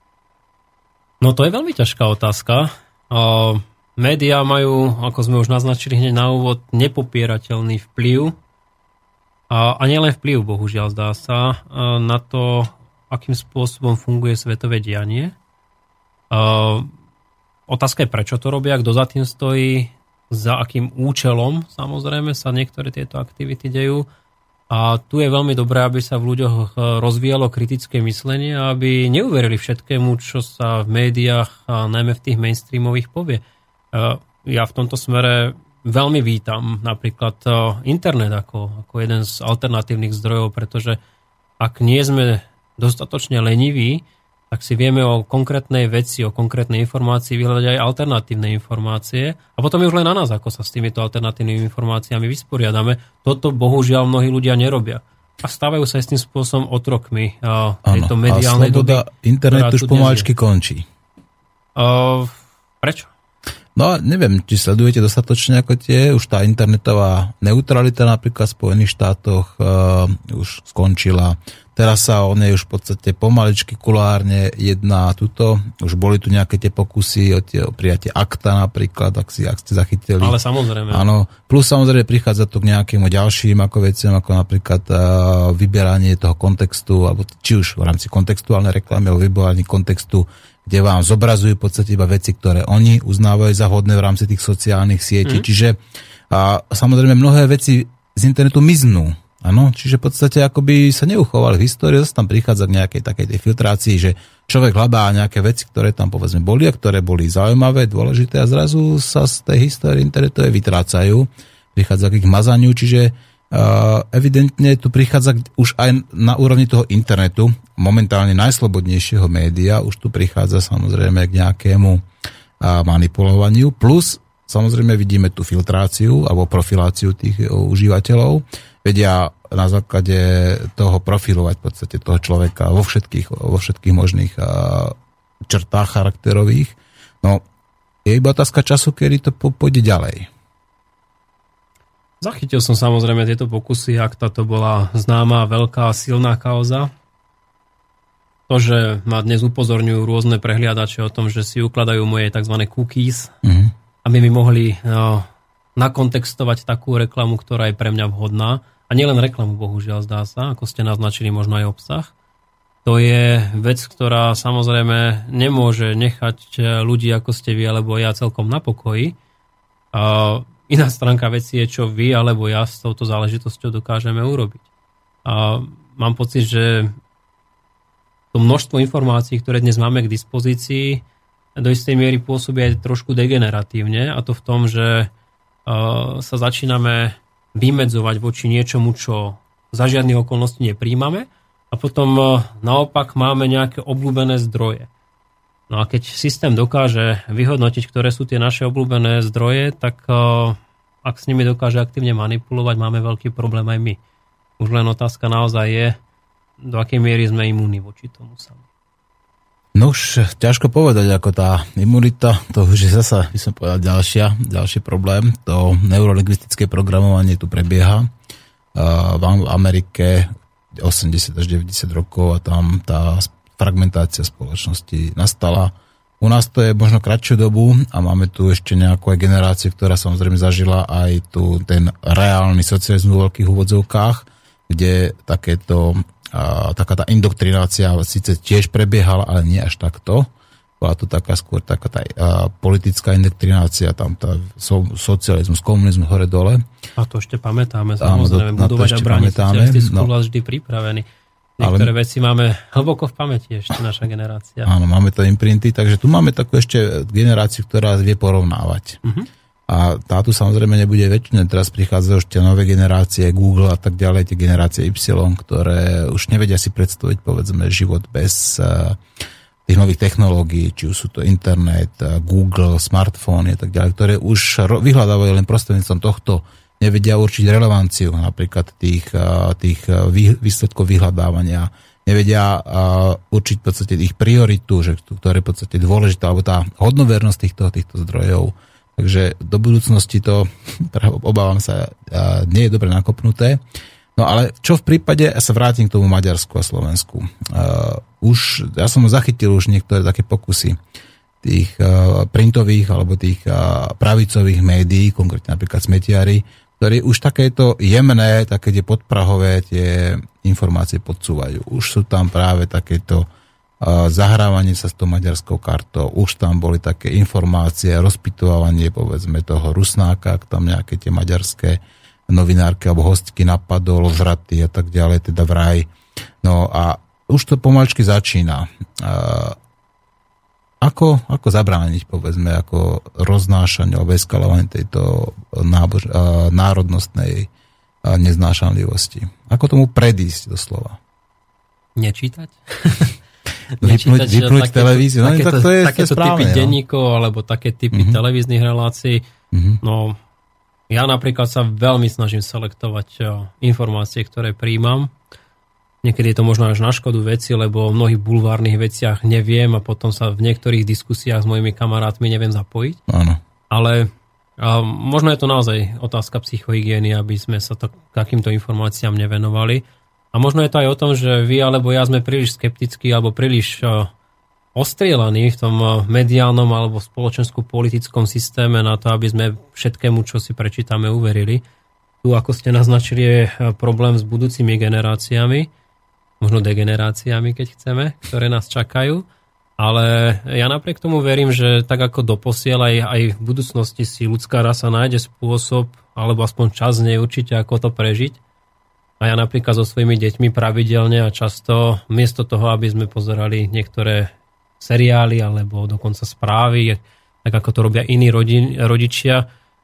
no to je veľmi ťažká otázka. Uh, médiá majú, ako sme už naznačili hneď na úvod, nepopierateľný vplyv. A, a nielen vplyv, bohužiaľ, zdá sa, uh, na to, akým spôsobom funguje svetové dianie. Uh, otázka je, prečo to robia, kto za tým stojí, za akým účelom, samozrejme, sa niektoré tieto aktivity dejú. A tu je veľmi dobré, aby sa v ľuďoch rozvíjalo kritické myslenie, aby neuverili všetkému, čo sa v médiách a najmä v tých mainstreamových povie. Ja v tomto smere veľmi vítam napríklad internet ako, ako jeden z alternatívnych zdrojov, pretože ak nie sme dostatočne leniví, tak si vieme o konkrétnej veci, o konkrétnej informácii vyhľadať aj alternatívne informácie a potom je už len na nás, ako sa s týmito alternatívnymi informáciami vysporiadame. Toto bohužiaľ mnohí ľudia nerobia. A stávajú sa aj s tým spôsobom otrokmi a tejto mediálnej doby.
A sloboda internetu už pomaličky končí.
Uh, prečo?
No neviem, či sledujete dostatočne ako tie, už tá internetová neutralita napríklad v Spojených štátoch uh, už skončila. Teraz sa o nej už v podstate pomaličky kulárne jedná tuto. Už boli tu nejaké tie pokusy o, tie, o prijatie akta napríklad, ak, si, ak ste zachytili.
Ale samozrejme.
Áno. Plus samozrejme prichádza to k nejakým ďalším ako veciam, ako napríklad uh, vyberanie toho kontextu, alebo či už v rámci kontextuálnej reklamy, alebo vyberanie kontextu, kde vám zobrazujú v podstate iba veci, ktoré oni uznávajú za vhodné v rámci tých sociálnych sietí. Mm. Čiže a, samozrejme mnohé veci z internetu miznú. Áno, čiže v podstate akoby sa neuchovali v histórii, zase tam prichádza k nejakej takej tej filtrácii, že človek hľadá nejaké veci, ktoré tam povedzme boli a ktoré boli zaujímavé, dôležité a zrazu sa z tej histórie internetovej vytrácajú. prichádza k ich mazaniu, čiže uh, evidentne tu prichádza už aj na úrovni toho internetu, momentálne najslobodnejšieho média, už tu prichádza samozrejme k nejakému uh, manipulovaniu, plus samozrejme vidíme tú filtráciu alebo profiláciu tých uh, užívateľov, vedia na základe toho profilovať v podstate toho človeka vo všetkých, vo všetkých možných uh, črtách charakterových. No, je iba otázka času, kedy to pôjde ďalej.
Zachytil som samozrejme tieto pokusy, ak táto bola známa, veľká, silná kauza. To, že ma dnes upozorňujú rôzne prehliadače o tom, že si ukladajú moje tzv. Cookies, mm-hmm. aby mi mohli no, nakontextovať takú reklamu, ktorá je pre mňa vhodná. A nielen reklamu, bohužiaľ, zdá sa, ako ste naznačili, možno aj obsah. To je vec, ktorá samozrejme nemôže nechať ľudí, ako ste vy, alebo ja celkom na pokoji. A iná stránka veci je, čo vy alebo ja s touto záležitosťou dokážeme urobiť. A mám pocit, že to množstvo informácií, ktoré dnes máme k dispozícii, do istej miery pôsobí aj trošku degeneratívne, a to v tom, že sa začíname vymedzovať voči niečomu, čo za žiadnych okolností nepríjmame, a potom naopak máme nejaké obľúbené zdroje. No a keď systém dokáže vyhodnotiť, ktoré sú tie naše obľúbené zdroje, tak ak s nimi dokáže aktívne manipulovať, máme veľký problém aj my. Už len otázka naozaj je, do akej miery sme imúni voči tomu sami.
No už ťažko povedať, ako tá imunita, to už je zasa, by som povedal, ďalšia, ďalší problém. To neurolingvistické programovanie tu prebieha v Amerike osemdesiat až deväťdesiat rokov, a tam tá fragmentácia spoločnosti nastala. U nás to je možno kratšiu dobu a máme tu ešte nejakú aj generáciu, ktorá samozrejme zažila aj tu ten reálny socializmus vo veľkých úvodzovkách, kde takéto, a, taká tá indoktrinácia síce tiež prebiehala, ale nie až takto. Bola to taká skôr taká tá a, politická indoktrinácia, tam tá so, socializmus, komunizmus hore dole.
A to ešte pamätáme, samozrejme, budovať a brániť socialistickú vlast vždy pripravený. Niektoré ale veci máme hlboko v pamäti ešte, naša generácia.
Áno, máme to imprinty, takže tu máme takú ešte generáciu, ktorá vie porovnávať. Uh-huh. A tátu samozrejme nebude väčšine, teraz prichádzajú ešte nové generácie, Google a tak ďalej, tie generácie Y, ktoré už nevedia si predstaviť, povedzme, život bez uh, tých nových technológií, či už sú to internet, uh, Google, smartfóny a tak ďalej, ktoré už ro- vyhľadávajú len prostredníctvom tohto, nevedia určiť relevanciu napríklad tých, tých výsledkov vyhľadávania, nevedia určiť v podstate ich prioritu, že, ktoré je v podstate dôležitá, alebo tá hodnovernosť týchto, týchto zdrojov. Takže do budúcnosti to, obávam sa, nie je dobre nakopnuté. No ale čo v prípade, ja sa vrátim k tomu Maďarsku a Slovensku. Už, ja som zachytil už niektoré také pokusy tých printových alebo tých pravicových médií, konkrétne napríklad smetiari, ktorí už takéto jemné, také tie podprahové tie informácie podsúvajú. Už sú tam práve takéto uh, zahrávanie sa s tou maďarskou kartou, už tam boli také informácie, rozpitovanie, povedzme, toho Rusnáka, ak tam nejaké tie maďarské novinárky alebo hostky napadol, žraty a tak ďalej, teda vraj. No a už to pomaličky začína. Uh, Ako, ako zabrániť, povedzme, ako roznášanie alebo eskalovanie tejto nábož, národnostnej neznášanlivosti? Ako tomu predísť doslova?
Nečítať?
Vypnúť, vypnúť televíziu? No, takéto, tak to je,
takéto
správne,
typy
no?
denníkov alebo také typy mm-hmm. televíznych relácií. Mm-hmm. No, ja napríklad sa veľmi snažím selektovať informácie, ktoré príjmam. Niekedy je to možno až na škodu veci, lebo o mnohých bulvárnych veciach neviem a potom sa v niektorých diskusiách s mojimi kamarátmi neviem zapojiť. Áno. Ale a možno je to naozaj otázka psychohygieny, aby sme sa to, takýmto informáciám nevenovali. A možno je to aj o tom, že vy alebo ja sme príliš skeptickí alebo príliš ostrielaní v tom mediálnom alebo spoločensko-politickom systéme na to, aby sme všetkému, čo si prečítame, uverili. Tu, ako ste naznačili, je problém s budúcimi generáciami, možno degeneráciami, keď chceme, ktoré nás čakajú. Ale ja napriek tomu verím, že tak ako doposiaľ aj, aj v budúcnosti si ľudská rasa nájde spôsob, alebo aspoň čas z nej určite, ako to prežiť. A ja napríklad so svojimi deťmi pravidelne a často, miesto toho, aby sme pozerali niektoré seriály alebo dokonca správy, tak ako to robia iní rodin, rodičia,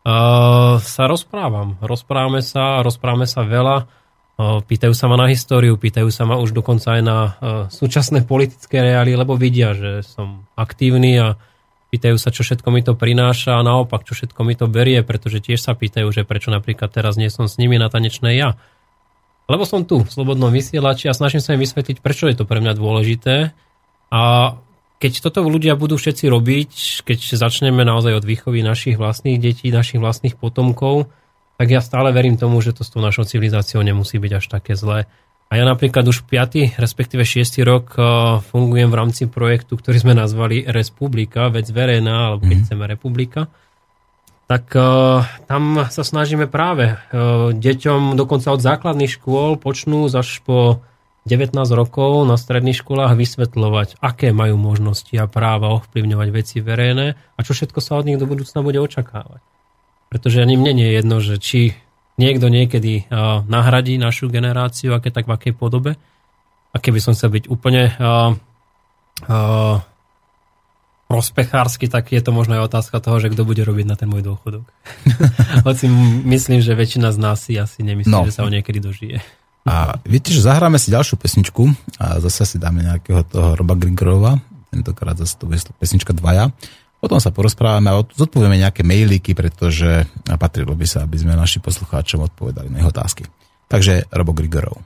Uh, sa rozprávam. Rozprávame sa, rozprávame sa veľa. Uh, pýtajú sa ma na históriu, pýtajú sa ma už dokonca aj na uh, súčasné politické reálie, lebo vidia, že som aktívny a pýtajú sa, čo všetko mi to prináša a naopak, čo všetko mi to berie, pretože tiež sa pýtajú, že prečo napríklad teraz nie som s nimi na tanečnej ja. Lebo som tu v slobodnom vysielači a snažím sa im vysvetliť, prečo je to pre mňa dôležité. A keď toto ľudia budú všetci robiť, keď začneme naozaj od výchovy našich vlastných detí, našich vlastných potomkov, tak ja stále verím tomu, že to s tou našou civilizáciou nemusí byť až také zlé. A ja napríklad už piaty, respektíve šiestý rok fungujem v rámci projektu, ktorý sme nazvali Respublika, vec verejná, alebo keď mm. chceme republika. Tak uh, tam sa snažíme práve uh, deťom dokonca od základných škôl počnú až po devätnásť rokov na stredných školách vysvetľovať, aké majú možnosti a práva ovplyvňovať veci verejné a čo všetko sa od nich do budúcna bude očakávať. Pretože ani mne nie je jedno, že či niekto niekedy uh, nahradí našu generáciu, aké tak v akej podobe. A keby som chcel byť úplne uh, uh, prospechársky, tak je to možno aj otázka toho, že kto bude robiť na ten môj dôchodok. Hoci myslím, že väčšina z nás si asi nemyslí, no. že sa ho niekedy dožije.
A viete, že zahráme si ďalšiu pesničku a zase si dáme nejakého toho Roba Grigorova, tentokrát zase to bude pesnička Dvaja. Potom sa porozprávame a zodpovieme nejaké mailíky, pretože patrilo by sa, aby sme našim poslucháčom odpovedali na ich otázky. Takže Robo Grigorov.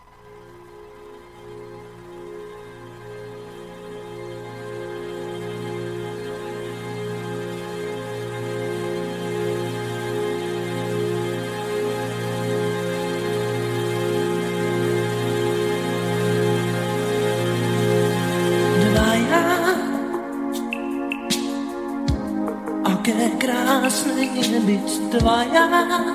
Dvaja,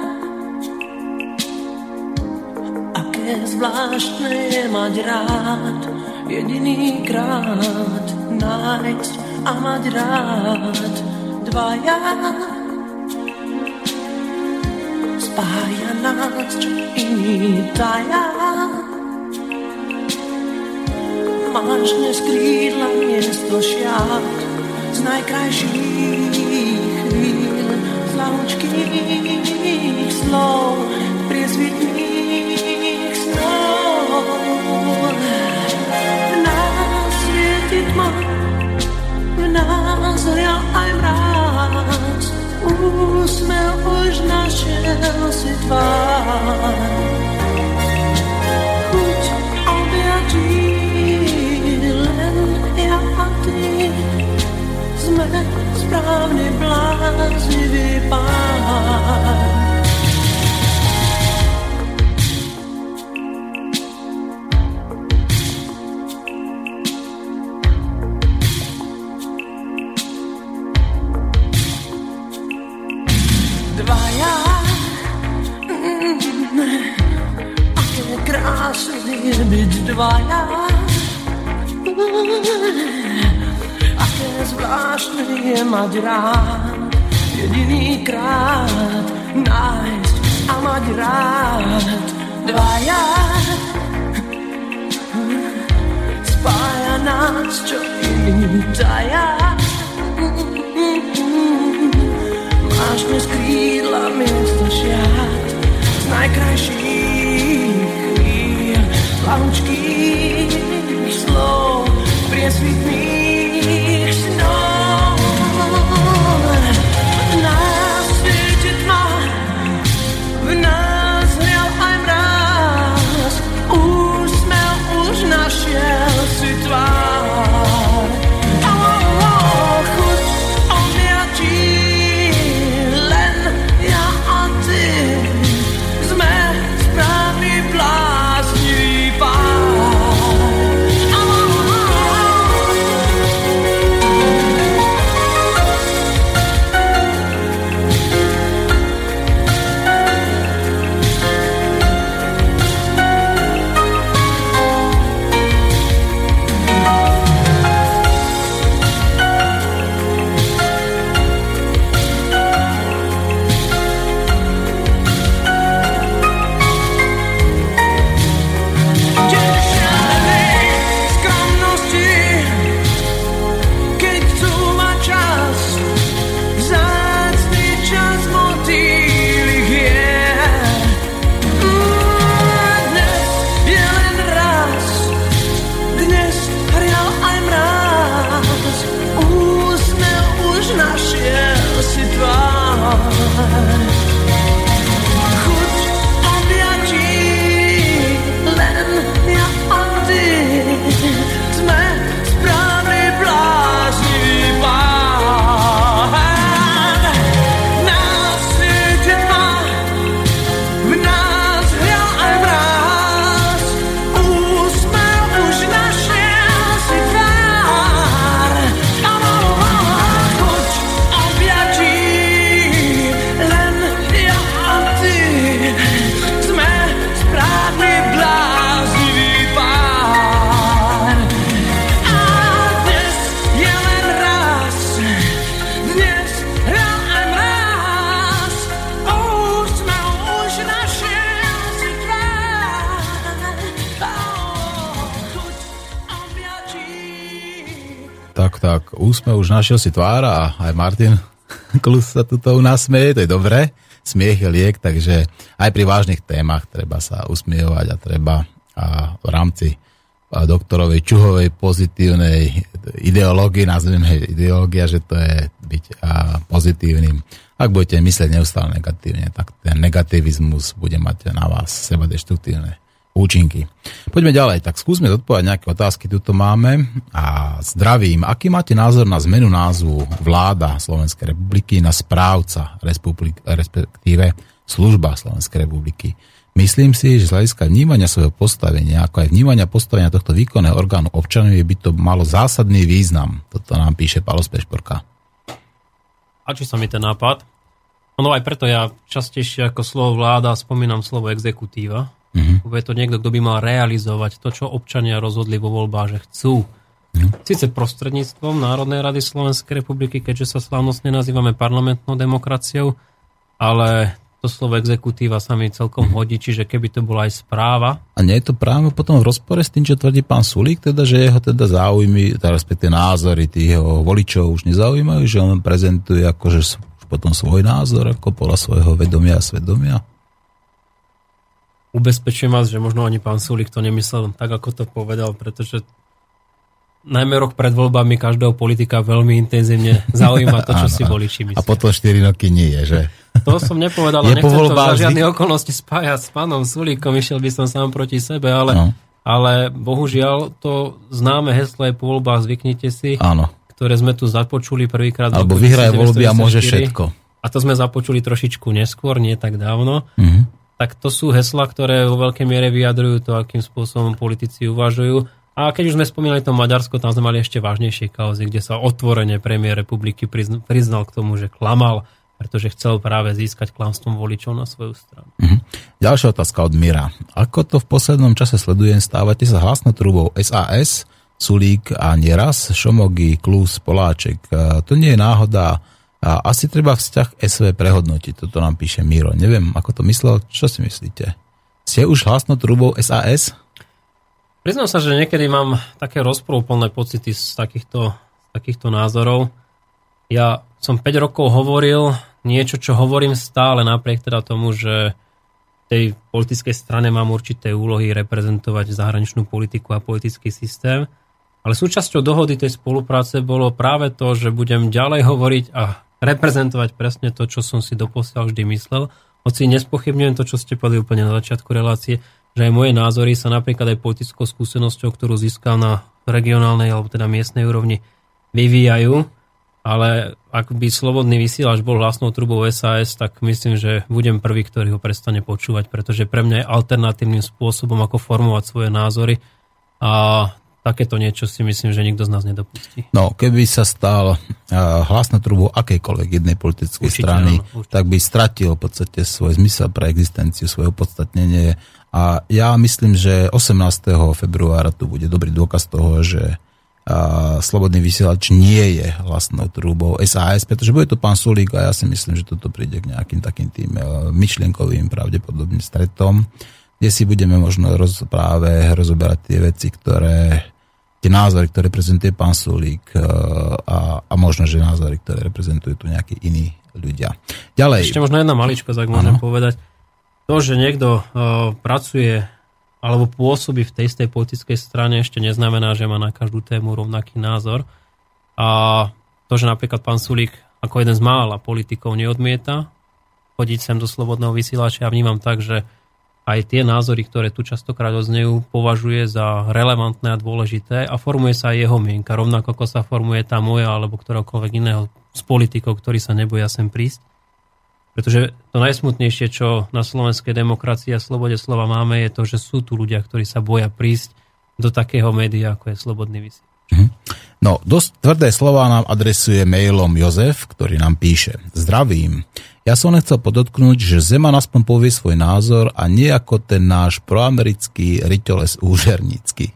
aké zvláštne je mať rád, jediný krát nájsť a mať rád. Dvaja, spája nás, čo iný taja. Máš dnes krídla miesto šiat z najkrajších chvíľ, lahučkých slov, priezvitných snov. V nás svieti tma, v nás hrial aj mráz, úsmev už našiel si tvár. Chuť objatí, len ja a ty, sme správny bláznivý pár. Dvaja, mm, aké krásne je byť dvaja. Aké zvláštne je mať rád, jediný krát nájsť a mať rád. Dvaja, spája nás, čo iný taja. Máš dnes krídla miesto šiat z najkrajších chvíľ, lahučkých slov, priesvitných snov. V nás svieti tma, v nás hrial aj mráz, úsmev už našiel si tvár. Chuť objatí, len ja a ty, sme správny bláznivý pár.
Tak, tak, úsmev už našiel si tvár a aj Martin Klus sa tuto u nás smeje, to je dobré. Smiech je liek, takže aj pri vážnych témach treba sa usmievať a treba a v rámci doktorovej Čuhovej pozitívnej ideológie, nazveme ideológia, že to je byť a pozitívnym. Ak budete myslieť neustále negatívne, tak ten negativizmus bude mať na vás seba deštruktívne účinky. Poďme ďalej, tak skúsme zodpovedať nejaké otázky, tuto máme. A zdravím, aký máte názor na zmenu názvu vláda Slovenskej republiky na správca, respektíve služba Slovenskej republiky? Myslím si, že z hľadiska vnímania svojho postavenia, ako aj vnímania postavenia tohto výkonného orgánu občanov, by to malo zásadný význam. Toto nám píše Palos Pešporka.
Páči sa mi ten nápad. No aj preto ja častejšie ako slovo vláda spomínam slovo exekutíva. Mm-hmm. Je to niekto, kto by mal realizovať to, čo občania rozhodli vo voľbách, že chcú. Mm-hmm. Sice prostredníctvom Národnej rady Slovenskej republiky, keďže sa slávnostne nazývame parlamentnou demokraciou, ale to slovo exekutíva sa mi celkom hodí, čiže keby to bola aj správa.
A nie je to práve potom v rozpore s tým, čo tvrdí pán Sulík, teda, že jeho teda záujmy, teda respektíve názory tých jeho voličov už nezaujímajú, že on prezentuje akože potom svoj názor, ako podľa svojho vedomia a svedomia?
Ubezpečujem vás, že možno ani pán Sulík to nemyslel tak, ako to povedal, pretože najmä rok pred voľbami každého politika veľmi intenzívne zaujíma to, čo si voliči myslia.
A potom štyri roky nie, že?
To som nepovedal, a nechcem to za žiadne okolnosti spájať s pánom Sulíkom, išiel by som sám proti sebe, ale, no. ale bohužiaľ to známe heslo je po voľbách, zvyknite si,
áno.
Ktoré sme tu započuli prvýkrát.
Alebo vyhraj voľby a môže všetko.
A to sme započuli trošičku neskôr, nie tak dávno.
Mhm.
Tak to sú heslá, ktoré vo veľkej miere vyjadrujú to, akým spôsobom politici uvažujú. A keď už sme spomínali to Maďarsko, tam sme mali ešte vážnejšie kauzy, kde sa otvorene premiér republiky priznal k tomu, že klamal, pretože chcel práve získať klamstvom voličov na svoju stranu.
Mhm. Ďalšia otázka od Mira. Ako to v poslednom čase sledujem, stávate sa hlasnou trúbou es a es, Sulík a nieraz, Šomogy, Klus, Poláček. To nie je náhoda. A asi treba vzťah es vé prehodnotiť. Toto nám píše Miro. Neviem, ako to myslel. Čo si myslíte? Ste už hlasnou trúbou es a es?
Priznám sa, že niekedy mám také rozprúplné pocity z takýchto, z takýchto názorov. Ja som päť rokov hovoril niečo, čo hovorím stále, napriek teda tomu, že v tej politickej strane mám určité úlohy reprezentovať zahraničnú politiku a politický systém. Ale súčasťou dohody tej spolupráce bolo práve to, že budem ďalej hovoriť a reprezentovať presne to, čo som si doposiaľ vždy myslel. Hoci nespochybňujem to, čo ste povedali úplne na začiatku relácie, že aj moje názory sa napríklad aj politickou skúsenosťou, ktorú získal na regionálnej alebo teda miestnej úrovni, vyvíjajú. Ale ak by Slobodný vysielač bol hlasnou trubou es a es, tak myslím, že budem prvý, ktorý ho prestane počúvať, pretože pre mňa je alternatívnym spôsobom, ako formovať svoje názory a takéto niečo si myslím, že nikto z nás nedopustí.
No, keby sa stal uh, hlasnou trubou akejkoľvek jednej politickej určite, strany, áno, tak by stratil v podstate svoj zmysel pre existenciu, svoje opodstatnenie. A ja myslím, že osemnásteho februára tu bude dobrý dôkaz toho, že uh, Slobodný vysielač nie je hlasnou trubou es a es, pretože bude to pán Sulík a ja si myslím, že toto príde k nejakým takým tým uh, myšlienkovým pravdepodobným stretom, kde si budeme možno roz, práve rozoberať tie veci, ktoré tie názory, ktoré prezentuje pán Sulík a, a možno, že názory, ktoré reprezentujú tu nejakí iní ľudia. Ďalej.
Ešte možno jedna malička, tak môžem ano. povedať. To, že niekto uh, pracuje alebo pôsobí v tej istej politickej strane, ešte neznamená, že má na každú tému rovnaký názor. A to, že napríklad pán Sulík ako jeden z mála politikov neodmieta chodiť sem do Slobodného vysielača, ja vnímam tak, že aj tie názory, ktoré tu častokrát odznejú, považuje za relevantné a dôležité a formuje sa aj jeho mienka, rovnako ako sa formuje tá moja alebo ktoréhokoľvek iného z politikov, ktorí sa neboja sem prísť. Pretože to najsmutnejšie, čo na slovenskej demokracii a slobode slova máme, je to, že sú tu ľudia, ktorí sa boja prísť do takého média, ako je Slobodný vysielač.
Mhm. No, dosť tvrdé slová nám adresuje mailom Jozef, ktorý nám píše: Zdravím. Ja som len chcel podotknúť, že Zeman aspoň povie svoj názor a nie ako ten náš proamerický Ritoles úžernícky.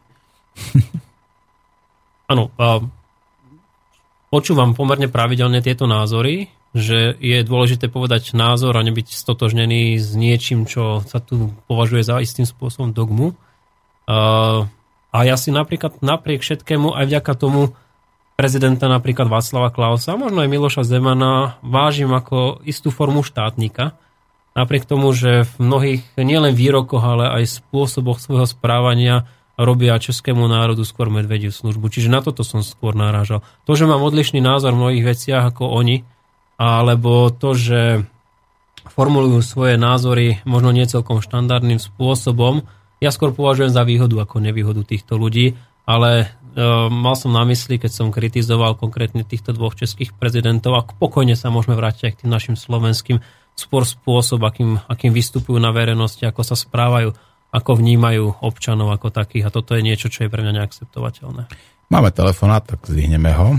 Áno, počúvam pomerne pravidelne tieto názory, že je dôležité povedať názor a nebyť stotožnený s niečím, čo sa tu považuje za istým spôsobom dogmu. A ja si napríklad napriek všetkému aj vďaka tomu prezidenta napríklad Václava Klausa, možno aj Miloša Zemana vážim ako istú formu štátnika. Napriek tomu, že v mnohých nielen výrokoch, ale aj spôsoboch svojho správania robia českému národu skôr medvediu službu. Čiže na toto som skôr narážal. To, že mám odlišný názor v mnohých veciach ako oni, alebo to, že formulujú svoje názory možno nie celkom štandardným spôsobom, ja skôr považujem za výhodu ako nevýhodu týchto ľudí, ale e, mal som na mysli, keď som kritizoval konkrétne týchto dvoch českých prezidentov, a pokojne sa môžeme vrátiť aj k tým našim slovenským, spôr spôsob, akým, akým vystupujú na verejnosti, ako sa správajú, ako vnímajú občanov ako takých, a toto je niečo, čo je pre mňa neakceptovateľné. Máme telefonát, tak zvihneme ho.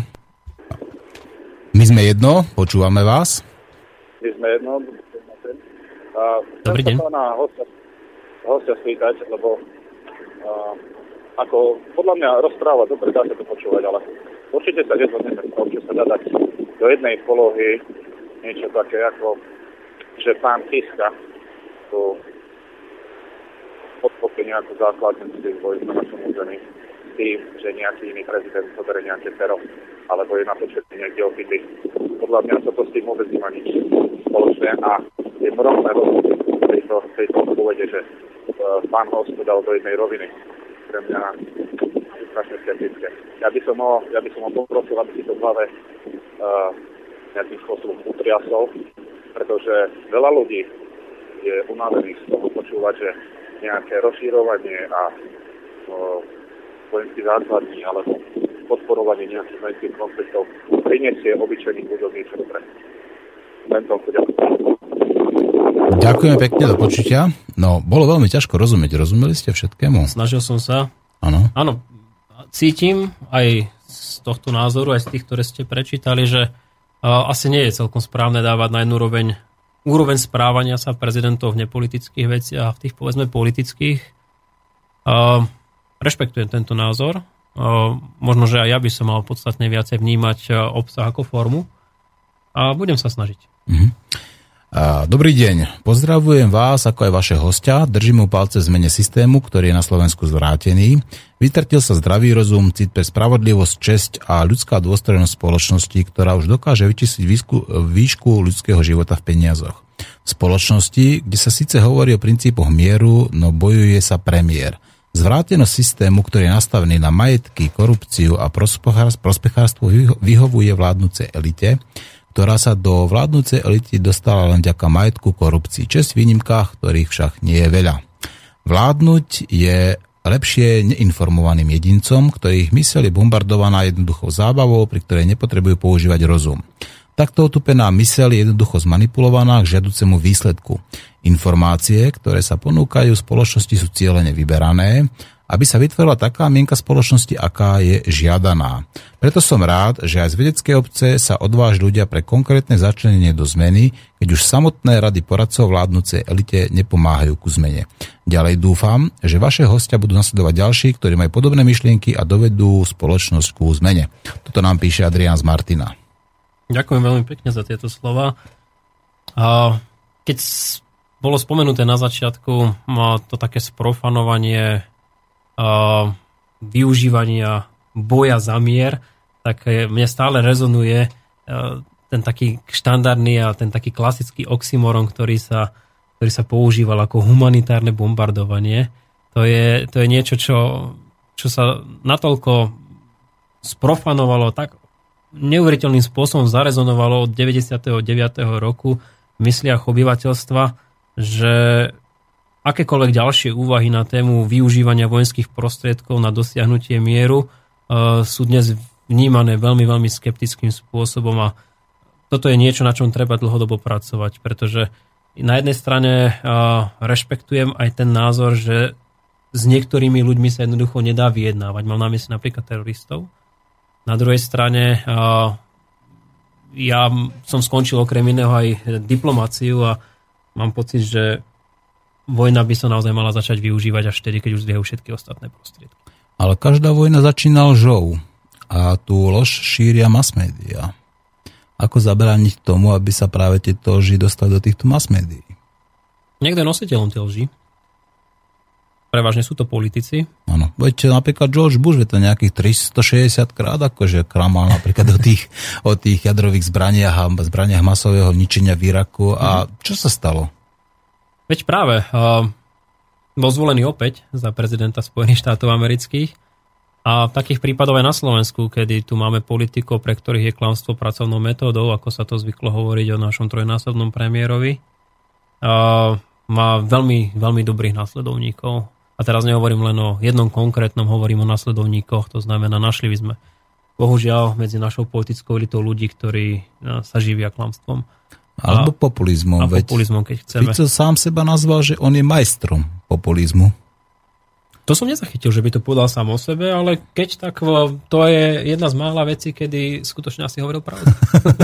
My sme jedno, počúvame vás.
My sme jedno. A
Dobrý deň.
Chcem sa na hostia, hostia spýtať, lebo a, ako podľa mňa rozpráva, dobre, dá sa to počúvať, ale určite sa nezhodneme v tom, že sa dá dať do jednej polohy niečo také ako, že pán Kiska tu podpokne nejakú základnú tých vojsk na našom území s tým, že nejaký iný prezident zoberie nejaké pero, alebo je na to všetky niekde opity. Podľa mňa toto s tým vôbec nemá nič spoločné a je morálne rozhodnutie tejto, tejto povede, že uh, pán host to dal do jednej roviny. Pre mňa strašne skeptické. Ja by som ho, ja by som ho poprosil, aby si to v hlave uh, nejakým spôsobom utriasol, pretože veľa ľudí je unavených z toho počúvať, že nejaké rozšírovanie a uh, vojenský základní alebo podporovanie nejakých vojenských konfliktov prinesie obyčajným ľuďom niečo dobré. Len toľko ďakujem.
Ďakujeme pekne, do počutia. No, bolo veľmi ťažko rozumieť. Rozumeli ste všetkému?
Snažil som sa.
Áno.
Áno, cítim aj z tohto názoru, aj z tých, ktoré ste prečítali, že uh, asi nie je celkom správne dávať na jednu úroveň, úroveň správania sa prezidentov v nepolitických veciach a v tých, povedzme, politických. Uh, rešpektujem tento názor. Uh, možno, že aj ja by som mal podstatne viacej vnímať uh, obsah ako formu. A budem sa snažiť.
Mhm. Dobrý deň, pozdravujem vás ako aj vaše hostia, držím mu palce v zmene systému, ktorý je na Slovensku zvrátený. Vytratil sa zdravý rozum, cit pre spravodlivosť, česť a ľudská dôstojnosť spoločnosti, ktorá už dokáže vyčísliť výšku, výšku ľudského života v peniazoch. V spoločnosti, kde sa síce hovorí o princípoch mieru, no bojuje sa premiér. Zvrátenosť systému, ktorý je nastavený na majetky, korupciu a prospechárstvo, vyhovuje vládnucej elite, ktorá sa do vládnúcej elity dostala len vďaka majetku, korupcii. Česť v výnimkách, ktorých však nie je veľa. Vládnuť je lepšie neinformovaným jedincom, ktorých myseľ je bombardovaná jednoduchou zábavou, pri ktorej nepotrebujú používať rozum. Takto otupená myseľ je jednoducho zmanipulovaná k žiaducemu výsledku. Informácie, ktoré sa ponúkajú v spoločnosti, sú cielene vyberané, aby sa vytvorila taká mienka spoločnosti, aká je žiadaná. Preto som rád, že aj z vedeckej obce sa odváži ľudia pre konkrétne začlenenie do zmeny, keď už samotné rady poradcov vládnucej elite nepomáhajú ku zmene. Ďalej dúfam, že vaše hostia budú nasledovať ďalší, ktorí majú podobné myšlienky a dovedú spoločnosť ku zmene. Toto nám píše Adrián z Martina.
Ďakujem veľmi pekne za tieto slova. A keď bolo spomenuté na začiatku to také sprofanovanie využívania boja za mier, tak mne stále rezonuje ten taký štandardný a ten taký klasický oxymoron, ktorý sa, ktorý sa používal ako humanitárne bombardovanie. To je, to je niečo, čo, čo sa natoľko sprofanovalo, tak neuveriteľným spôsobom zarezonovalo od deväťdesiateho deviateho roku v mysliach obyvateľstva, že akékoľvek ďalšie úvahy na tému využívania vojenských prostriedkov na dosiahnutie mieru uh, sú dnes vnímané veľmi, veľmi skeptickým spôsobom a toto je niečo, na čom treba dlhodobo pracovať, pretože na jednej strane uh, rešpektujem aj ten názor, že s niektorými ľuďmi sa jednoducho nedá vyjednávať. Mám na mysli napríklad teroristov. Na druhej strane uh, ja som skončil okrem iného aj diplomáciu a mám pocit, že vojna by sa naozaj mala začať využívať až vtedy, keď už zliehajú všetky ostatné prostriedky.
Ale každá vojna začína lžou a tú lož šíria mass media. Ako zabrániť tomu, aby sa práve tieto lži dostali do týchto mass médií?
Niekto je nositeľom tie lži. prevažne sú to politici.
Áno, veď napríklad George Bush, je to nejakých tristošesťdesiat krát, akože kramal napríklad o tých, o tých jadrových zbraniach a zbraniach masového ničenia v Iraku. A čo sa stalo?
Veď práve, uh, bol zvolený opäť za prezidenta Spojených štátov amerických a takých prípadov aj na Slovensku, kedy tu máme politikov, pre ktorých je klamstvo pracovnou metódou, ako sa to zvyklo hovoriť o našom trojnásobnom premiérovi. Uh, má veľmi, veľmi dobrých následovníkov. A teraz nehovorím len o jednom konkrétnom, hovorím o následovníkoch, to znamená, našli by sme bohužiaľ medzi našou politickou elitou ľudí, ktorí sa živia klamstvom.
Alebo a, populizmom.
A populizmom, keď chceme.
Fico sám seba nazval, že on je majstrom populizmu.
To som nezachytil, že by to povedal sám o sebe, ale keď tak, to je jedna z mála vecí, kedy skutočne asi hovoril pravdu.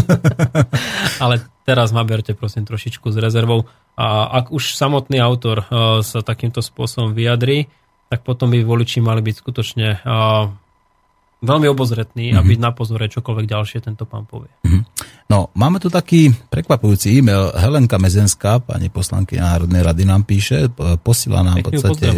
Ale teraz ma berte, prosím, trošičku s rezervou. A ak už samotný autor uh, sa takýmto spôsobom vyjadrí, tak potom by voliči mali byť skutočne uh, veľmi obozretní mm-hmm. a byť na pozore, čokoľvek ďalšie tento pán povie.
Mm-hmm. No, máme tu taký prekvapujúci e-mail. Helenka Mezenská, pani poslankyňa Národnej rady, nám píše, posiela nám v podstate,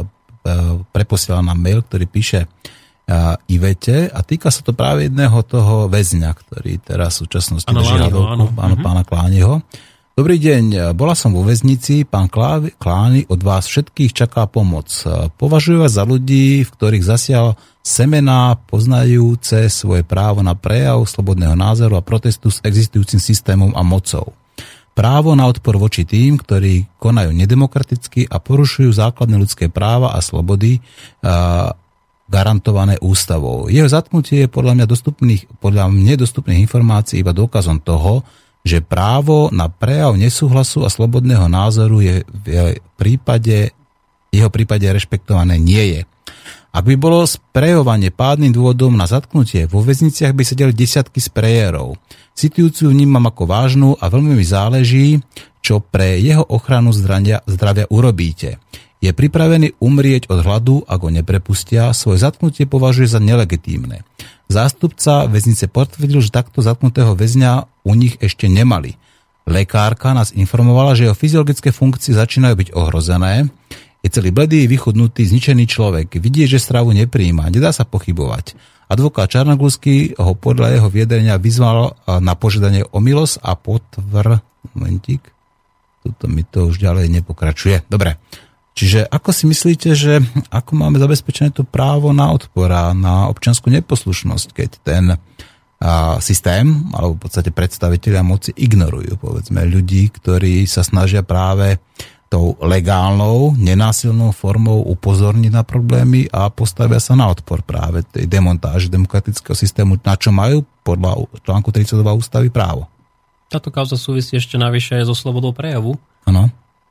preposiela nám mail, ktorý píše uh, Ivete a týka sa to práve jedného toho väzňa, ktorý teraz v súčasnosti drží hľadovku, pána, pána Klániho. Dobrý deň, bola som vo väznici, pán Klány, od vás všetkých čaká pomoc. Považujem vás za ľudí, v ktorých zasial semená poznajúce svoje právo na prejav slobodného názoru a protestu s existujúcim systémom a mocou. Právo na odpor voči tým, ktorí konajú nedemokraticky a porušujú základné ľudské práva a slobody a, garantované ústavou. Jeho zatknutie je podľa mňa dostupných, podľa mne dostupných informácií iba dôkazom toho, že právo na prejav nesúhlasu a slobodného názoru je v prípade, jeho prípade rešpektované nie je. Ak by bolo sprejovanie pádnym dôvodom na zatknutie, vo väzniciach by sedeli desiatky sprejérov. Situáciu vnímam ako vážnu a veľmi mi záleží, čo pre jeho ochranu zdravia, zdravia urobíte. Je pripravený umrieť od hladu, ak ho neprepustia, svoje zatknutie považuje za nelegitímne. Zástupca väznice potvrdil, že takto zatknutého väzňa u nich ešte nemali. Lekárka nás informovala, že jeho fyziologické funkcie začínajú byť ohrozené. Je celý bledý, vychudnutý, zničený človek. Vidie, že stravu nepríjma. Nedá sa pochybovať. Advokát Čarnogórsky ho podľa jeho vyjadrenia vyzval na požiadanie o milosť a potvr... Momentík. Tuto mi to už ďalej nepokračuje. Dobre. Čiže ako si myslíte, že ako máme zabezpečené to právo na odpor a na občiansku neposlušnosť, keď ten a, systém, alebo v podstate predstavitelia moci ignorujú, povedzme, ľudí, ktorí sa snažia práve tou legálnou, nenásilnou formou upozorniť na problémy a postavia sa na odpor práve tej demontáži demokratického systému, na čo majú podľa článku tridsaťdva ústavy právo.
Táto kauza súvisí ešte navyše aj so slobodou prejavu.
Áno.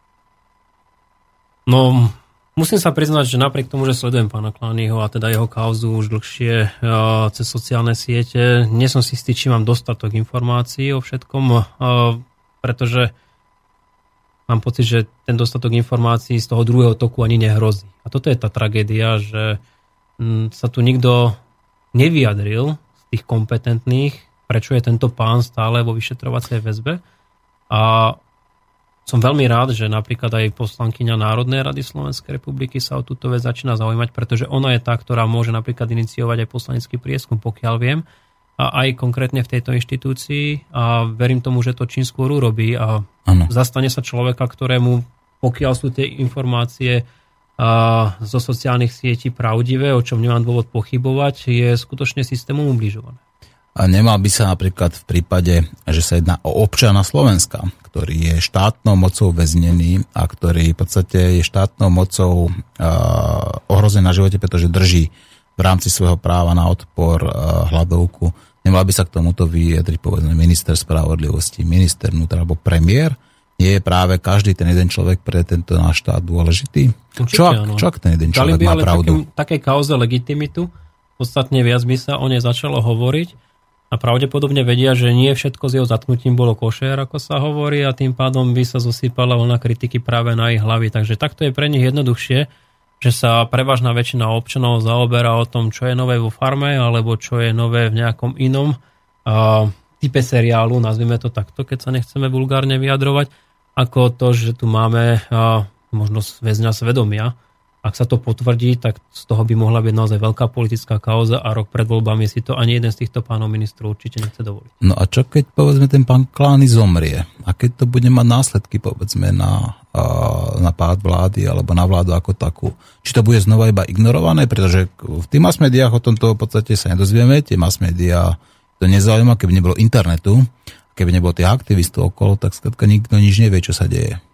No, musím sa priznať, že napriek tomu, že sledujem pána Klányho a teda jeho kauzu už dlhšie uh, cez sociálne siete, nie som si istý, či mám dostatok informácií o všetkom, uh, pretože mám pocit, že ten dostatok informácií z toho druhého toku ani nehrozí. A toto je tá tragédia, že um, sa tu nikto nevyjadril z tých kompetentných, prečo je tento pán stále vo vyšetrovacej väzbe. A som veľmi rád, že napríklad aj poslankyňa Národnej rady Slovenskej republiky sa o túto vec začína zaujímať, pretože ona je tá, ktorá môže napríklad iniciovať aj poslanecký prieskum, pokiaľ viem, a aj konkrétne v tejto inštitúcii a verím tomu, že to čím skôr urobí a ano. Zastane sa človeka, ktorému, pokiaľ sú tie informácie a, zo sociálnych sietí pravdivé, o čom nemám dôvod pochybovať, je skutočne systémom ubližované.
A nemal by sa napríklad v prípade, že sa jedná o občana Slovenska, ktorý je štátnou mocou väznený a ktorý v podstate je štátnou mocou uh, ohrozený na živote, pretože drží v rámci svojho práva na odpor uh, hladovku. Nemal by sa k tomuto vyjadriť, povedzme, minister spravodlivosti, minister vnútra alebo premiér. Nie je práve každý ten jeden človek pre tento náš štát dôležitý?
Určite,
čo, ak, čo ak ten jeden človek má pravdu?
Také kauze legitimitu, podstatne viac by sa o nej začalo hovoriť. A pravdepodobne vedia, že nie všetko s jeho zatknutím bolo košer, ako sa hovorí, a tým pádom by sa zosypala vlna kritiky práve na ich hlavy. Takže takto je pre nich jednoduchšie, že sa prevažná väčšina občanov zaoberá o tom, čo je nové vo farme, alebo čo je nové v nejakom inom uh, type seriálu, nazvime to takto, keď sa nechceme vulgárne vyjadrovať, ako to, že tu máme uh, možnosť väzňa svedomia, Ak sa to potvrdí, tak z toho by mohla byť naozaj veľká politická kauza a rok pred voľbami si to ani jeden z týchto pánov ministrov určite nechce dovoliť.
No a čo keď, povedzme, ten pán Klány zomrie? A keď to bude mať následky, povedzme, na, na pád vlády alebo na vládu ako takú? Či to bude znova iba ignorované? Pretože v tých mass médiách o tomto v podstate sa nedozvieme. Tie mass médiá to nezaujíma, keby nebolo internetu, keby nebolo tých aktivistov okolo, tak skrátka nikto nič nevie, čo sa deje.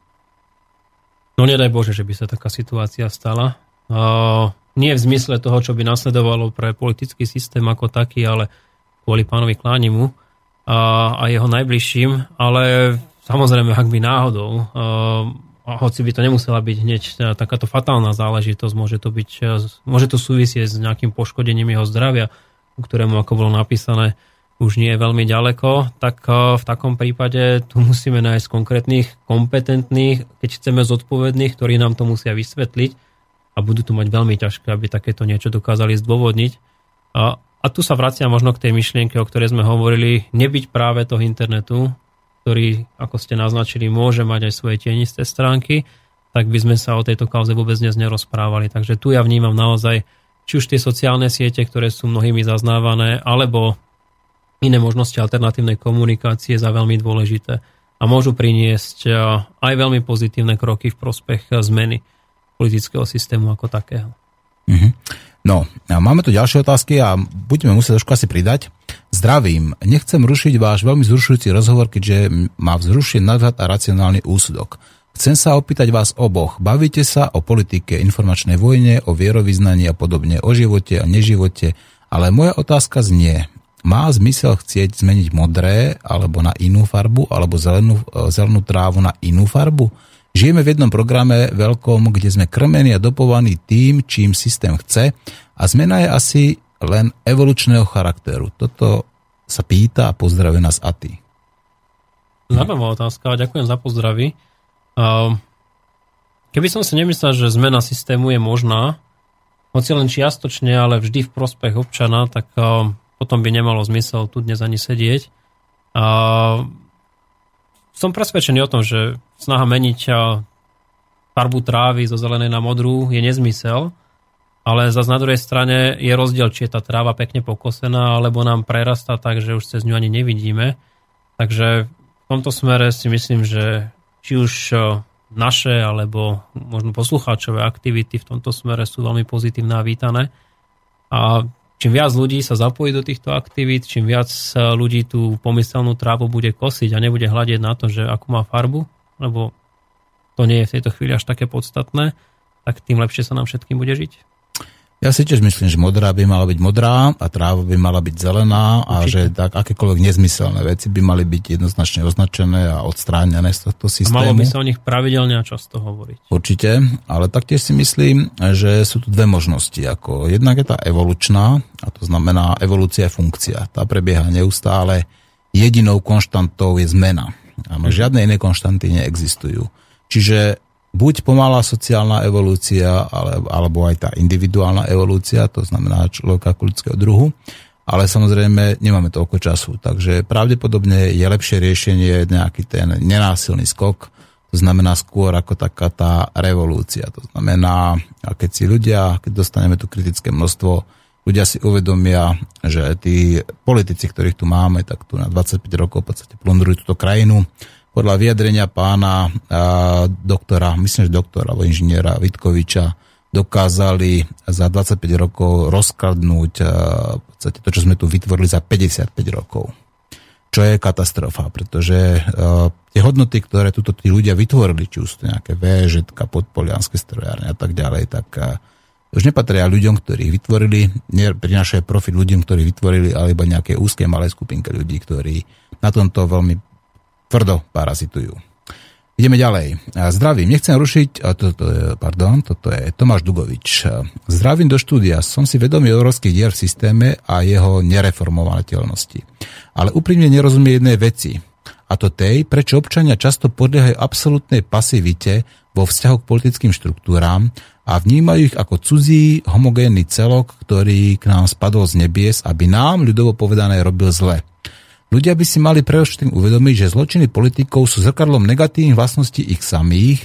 No nedaj Bože, že by sa taká situácia stala. Uh, nie v zmysle toho, čo by nasledovalo pre politický systém ako taký, ale kvôli pánovi Klánimu a, a jeho najbližším. Ale samozrejme, ak by náhodou, uh, hoci by to nemusela byť hneď takáto fatálna záležitosť, môže to, byť, môže to súvisieť s nejakým poškodením jeho zdravia, ku ktorému, ako bolo napísané, už nie je veľmi ďaleko, tak v takom prípade tu musíme nájsť konkrétnych, kompetentných, keď chceme zodpovedných, ktorí nám to musia vysvetliť a budú tu mať veľmi ťažké, aby takéto niečo dokázali zdôvodniť. A, a tu sa vracia možno k tej myšlienke, o ktorej sme hovorili, nebyť práve toho internetu, ktorý, ako ste naznačili, môže mať aj svoje tienisté stránky, tak by sme sa o tejto kauze vôbec dnes nerozprávali. Takže tu ja vnímam naozaj, či už tie sociálne siete, ktoré sú mnohými zaznávané, alebo iné možnosti alternatívnej komunikácie za veľmi dôležité a môžu priniesť aj veľmi pozitívne kroky v prospech zmeny politického systému ako takého.
Mm-hmm. No, máme tu ďalšie otázky a budeme musieť trošku asi pridať. Zdravím, nechcem rušiť váš veľmi vzrušujúci rozhovor, keďže má vzrušiť nadhľad a racionálny úsudok. Chcem sa opýtať vás oboch. Bavíte sa o politike, informačnej vojne, o vierovyznaní a podobne, o živote a neživote, ale moja otázka znie: má zmysel chcieť zmeniť modré alebo na inú farbu, alebo zelenú, zelenú trávu na inú farbu? Žijeme v jednom programe veľkom, kde sme krmení a dopovaní tým, čím systém chce, a zmena je asi len evolučného charakteru. Toto sa pýta a pozdravuje nás Ati.
Zaujímavá otázka, ďakujem za pozdravy. Keby som si nemyslel, že zmena systému je možná, hoci len čiastočne, ale vždy v prospech občana, tak potom by nemalo zmysel tu dnes ani sedieť. A som presvedčený o tom, že snaha meniť farbu trávy zo zelenej na modrú je nezmysel, ale zase na druhej strane je rozdiel, či je tá tráva pekne pokosená, alebo nám prerastá tak, že už cez ňu ani nevidíme. Takže v tomto smere si myslím, že či už naše, alebo možno poslucháčové aktivity v tomto smere sú veľmi pozitívne a vítané. A čím viac ľudí sa zapojí do týchto aktivít, čím viac ľudí tú pomyselnú trávu bude kosiť a nebude hľadiť na to, že akú má farbu, lebo to nie je v tejto chvíli až také podstatné, tak tým lepšie sa nám všetkým bude žiť.
Ja si tiež myslím, že modrá by mala byť modrá a tráva by mala byť zelená a Určite. Že tak akékoľvek nezmyselné veci by mali byť jednoznačne označené a odstránené z tohto systému.
A malo by sa o nich pravidelne a často hovoriť. Určite,
ale taktiež si myslím, že sú tu dve možnosti. Ako jednak je tá evolučná, a to znamená evolúcia je funkcia. Tá prebieha neustále. Jedinou konštantou je zmena. A žiadne iné konštanty neexistujú. Čiže buď pomalá sociálna evolúcia, alebo aj tá individuálna evolúcia, to znamená človeka ako ľudského druhu, ale samozrejme nemáme toľko času, takže pravdepodobne je lepšie riešenie nejaký ten nenásilný skok, to znamená skôr ako taká tá revolúcia, to znamená, keď si ľudia, keď dostaneme tu kritické množstvo, ľudia si uvedomia, že tí politici, ktorých tu máme, tak tu na dvadsaťpäť rokov v podstate plundrujú túto krajinu. Podľa vyjadrenia pána a, doktora, myslím, že doktora alebo inžiniera Vitkoviča, dokázali za dvadsaťpäť rokov rozkladnúť a, v podstate to, čo sme tu vytvorili za päťdesiatpäť rokov. Čo je katastrofa, pretože a, tie hodnoty, ktoré tuto tí ľudia vytvorili, či už sú to nejaké véžetka, podpolianské strojárne a tak ďalej, tak a, už nepatria ľuďom, ktorí ich vytvorili, neprinášajú profit ľuďom, ktorí vytvorili, alebo nejaké úzké malé skupinky ľudí, ktorí na tomto veľmi tvrdo parazitujú. Ideme ďalej. Zdravím, nechcem rušiť, toto je, pardon, toto je Tomáš Dugovič. Zdravím do štúdia, som si vedomý európskych dier v systéme a jeho nereformovateľnosti. Ale úprimne nerozumie jednej veci. A to tej, prečo občania často podliehajú absolútnej pasivite vo vzťahu k politickým štruktúram a vnímajú ich ako cudzí, homogénny celok, ktorý k nám spadol z nebies, aby nám, ľudovo povedané, robil zle. Ľudia by si mali predovšetkým uvedomiť, že zločiny politikov sú zrkadlom negatívnych vlastností ich samých,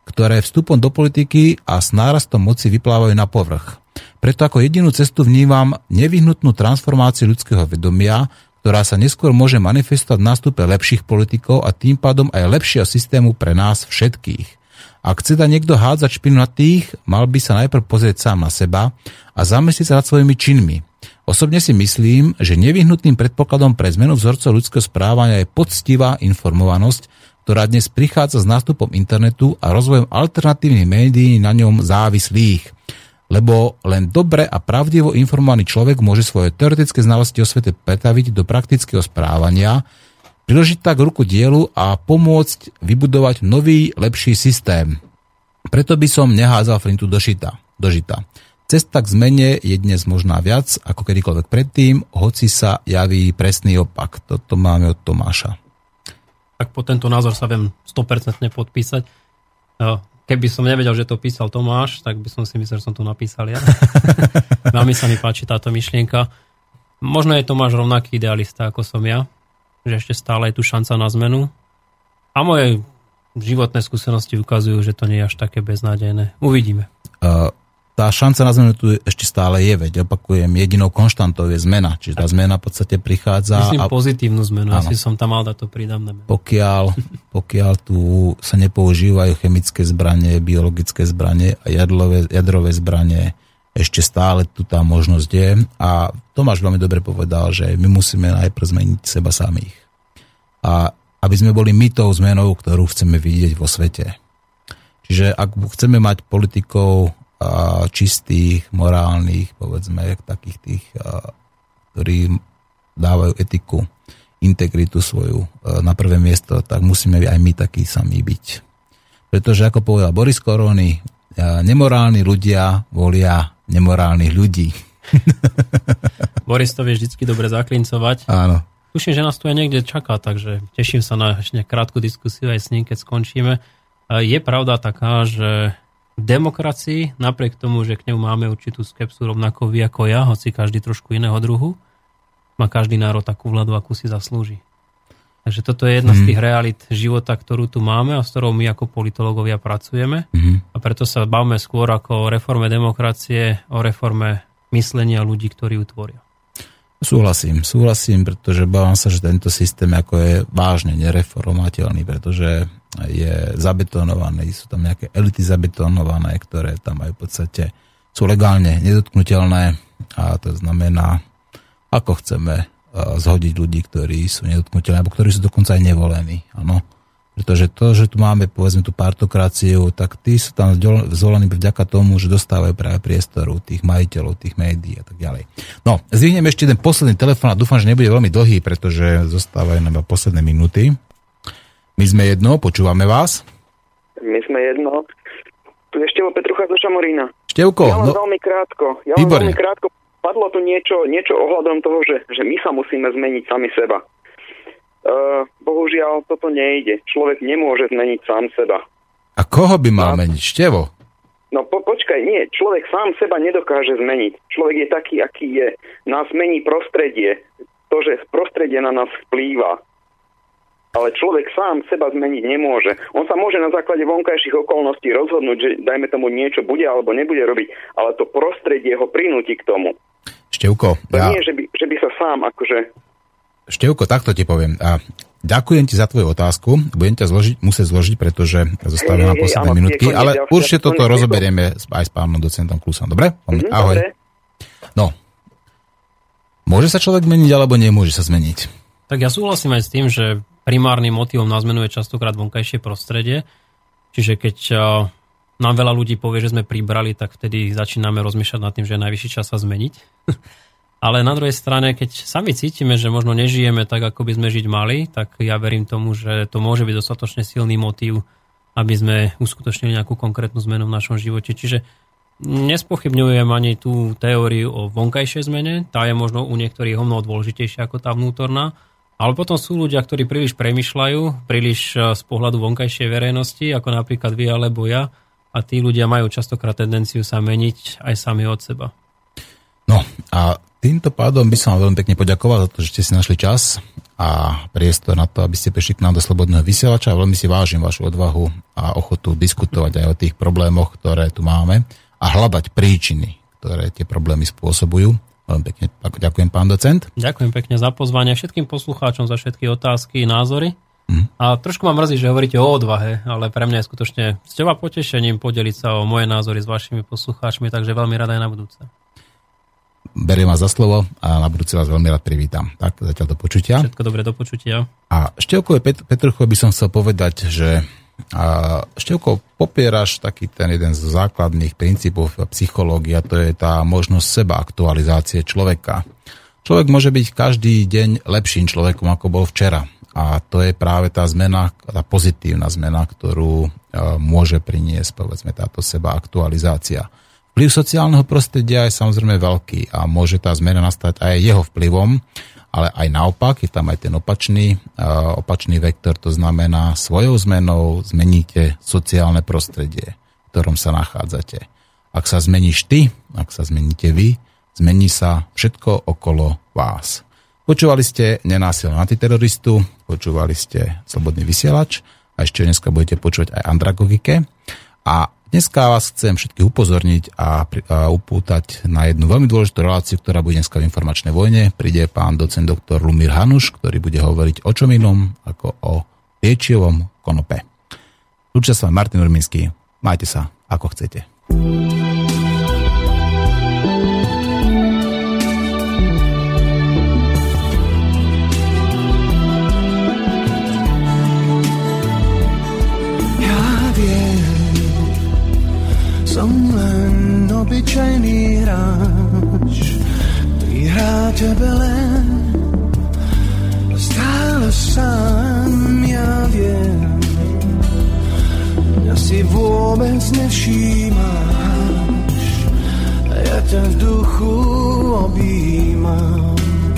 ktoré vstupom do politiky a s nárastom moci vyplávajú na povrch. Preto ako jedinú cestu vnímam nevyhnutnú transformáciu ľudského vedomia, ktorá sa neskôr môže manifestovať v nástupe lepších politikov a tým pádom aj lepšieho systému pre nás všetkých. Ak chce dať niekto hádzať špinu na tých, mal by sa najprv pozrieť sám na seba a zamyslieť sa nad svojimi činmi. Osobne si myslím, že nevyhnutným predpokladom pre zmenu vzorcov ľudského správania je poctivá informovanosť, ktorá dnes prichádza s nástupom internetu a rozvojom alternatívnych médií na ňom závislých. Lebo len dobre a pravdivo informovaný človek môže svoje teoretické znalosti o svete pretaviť do praktického správania, priložiť tak ruku dielu a pomôcť vybudovať nový, lepší systém. Preto by som nehádzal flintu do šita, do žita. Cesta k zmene je dnes možná viac ako kedykoľvek predtým, hoci sa javí presný opak. Toto máme od Tomáša.
Tak po tento názor sa viem sto percent podpísať. Keby som nevedel, že to písal Tomáš, tak by som si myslel, že som to napísal ja. Veľmi sa mi páči táto myšlienka. Možno je Tomáš rovnaký idealista ako som ja, že ešte stále je tu šanca na zmenu. A moje životné skúsenosti ukazujú, že to nie je až také beznádejné. Uvidíme. Uh, tá šanca na zmenu tu ešte stále je, veď opakujem, jedinou konštantou je zmena. Čiže tá zmena v podstate prichádza... Myslím
a...
pozitívnu zmenu, áno. Asi som tam mal dať to prídavné meno. Pokiaľ,
pokiaľ tu sa nepoužívajú chemické zbranie, biologické zbranie a jadrové, jadrové zbranie, ešte stále tu tá možnosť je a Tomáš veľmi dobre povedal, že my musíme najprv zmeniť seba samých. A aby sme boli my tou zmenou, ktorú chceme vidieť vo svete. Čiže ak chceme mať politikov a, čistých, morálnych, povedzme, takých tých, a, ktorí dávajú etiku, integritu svoju a, na prvé miesto, tak musíme aj my takí sami byť. Pretože, ako povedal Boris Korony, nemorálni ľudia volia nemorálnych ľudí.
Boris to vie vždycky dobre zaklincovať.
Áno.
Tuším, že nás tu aj niekde čaká, takže teším sa na ešte krátku diskusiu aj s ním, keď skončíme. Je pravda taká, že v demokracii, napriek tomu, že k ňu máme určitú skepsu rovnako vy ako ja, hoci každý trošku iného druhu, má každý národ takú vládu, akú si zaslúži. Takže toto je jedna mm. z tých realít života, ktorú tu máme a s ktorou my ako politológovia pracujeme. Mm. A preto sa bavíme skôr ako o reforme demokracie, o reforme myslenia ľudí, ktorí ju tvoria.
Súhlasím, súhlasím, pretože bávam sa, že tento systém ako je vážne nereformovateľný, pretože je zabetonovaný, sú tam nejaké elity zabetonované, ktoré tam aj v podstate sú legálne nedotknuteľné a to znamená, ako chceme zhodiť ľudí, ktorí sú nedotknuteľní, alebo ktorí sú dokonca aj nevolení. Áno. Pretože to, že tu máme, povedzme, tú partokraciu, tak tí sú tam zvolení vďaka tomu, že dostávajú práve priestoru tých majiteľov, tých médií a tak ďalej. No, zvihnem ešte jeden posledný telefón a dúfam, že nebude veľmi dlhý, pretože zostávajú nám posledné minúty. My sme jedno, počúvame vás.
My sme jedno. Tu je Števo Petrucha zo Šamorína.
Števko.
Ja len
no,
veľmi krátko. Ja len veľmi krátko. Padlo tu niečo, niečo ohľadom toho, že, že my sa musíme zmeniť sami seba. Uh, bohužiaľ, toto nejde. Človek nemôže zmeniť sám seba.
A koho by mal no, meniť? Števo?
No po, počkaj, nie. Človek sám seba nedokáže zmeniť. Človek je taký, aký je. Nás mení prostredie. To, že prostredie na nás vplýva. Ale človek sám seba zmeniť nemôže. On sa môže na základe vonkajších okolností rozhodnúť, že dajme tomu niečo bude alebo nebude robiť, ale to prostredie ho prinúti k tomu.
Števko,
to ja... nie, že by, že by sa sám akože...
Števko, takto ti poviem. A ďakujem ti za tvoju otázku. Budem ťa zložiť, musieť zložiť, pretože zostávajú nám posledné minútky, ale ďalšia, určite toto rozoberieme aj s pánom docentom Klusom. Dobre? Mm-hmm, ahoj. Dobre. No. Môže sa človek zmeniť, alebo nemôže sa zmeniť?
Tak ja súhlasím aj s tým, že primárnym motivom nás zmenu je častokrát vonkajšie prostredie. Čiže keď nám veľa ľudí povie, že sme pribrali, tak vtedy začíname rozmýšľať nad tým, že je najvyšší čas sa zmeniť. Ale na druhej strane, keď sami cítime, že možno nežijeme tak, ako by sme žiť mali, tak ja verím tomu, že to môže byť dostatočne silný motív, aby sme uskutočnili nejakú konkrétnu zmenu v našom živote. Čiže nespochybňujem ani tú teóriu o vonkajšej zmene, tá je možno u niektorých o mnoho dôležitejšia ako tá vnútorná, ale potom sú ľudia, ktorí príliš premýšľajú, príliš z pohľadu vonkajšej verejnosti, ako napríklad vy alebo ja, a tí ľudia majú častokrát tendenciu sa meniť aj sami od seba.
No a týmto pádom by som vám veľmi pekne poďakoval za to, že ste si našli čas a priestor na to, aby ste prišli k nám do Slobodného vysielača. Veľmi si vážim vašu odvahu a ochotu diskutovať aj o tých problémoch, ktoré tu máme a hľadať príčiny, ktoré tie problémy spôsobujú. Veľmi pekne ďakujem, pán docent.
Ďakujem pekne za pozvanie všetkým poslucháčom za všetky otázky, názory. Mm. A trošku ma mrzí, že hovoríte o odvahe, ale pre mňa je skutočne s teba potešením podeliť sa o moje názory s vašimi poslucháčmi, takže veľmi rada aj na budúce. Beriem vás za slovo a na budúce vás veľmi rád privítam. Tak, zatiaľ do počutia. Všetko dobré, do počutia.
A Števkovi Pet- Petruchovi by som chcel povedať, že a Števko, popieraš taký ten jeden z základných princípov psychológie, to je tá možnosť seba aktualizácie človeka. Človek môže byť každý deň lepším človekom, ako bol včera. A to je práve tá zmena, tá pozitívna zmena, ktorú môže priniesť, povedzme, táto seba aktualizácia. Vplyv sociálneho prostredia je samozrejme veľký a môže tá zmena nastať aj jeho vplyvom, ale aj naopak, je tam aj ten opačný, opačný vektor, to znamená svojou zmenou zmeníte sociálne prostredie, v ktorom sa nachádzate. Ak sa zmeníš ty, ak sa zmeníte vy, zmení sa všetko okolo vás. Počúvali ste Nenásilného antiteroristu, počúvali ste Slobodný vysielač a ešte dneska budete počuť aj Andragogike. A dneska vás chcem všetkých upozorniť a, a upútať na jednu veľmi dôležitú reláciu, ktorá bude dneska v informačnej vojne. Príde pán docent doktor Lumír Hanuš, ktorý bude hovoriť o čom inom ako o liečivom konope. Lúčia sa vám Martin Urminský. Majte sa ako chcete.
Som len obyčajný hráč, ktorý hrá tebe len stále sám, ja viem. Mňa si vôbec nevšímaš, ja ťa v duchu objímam.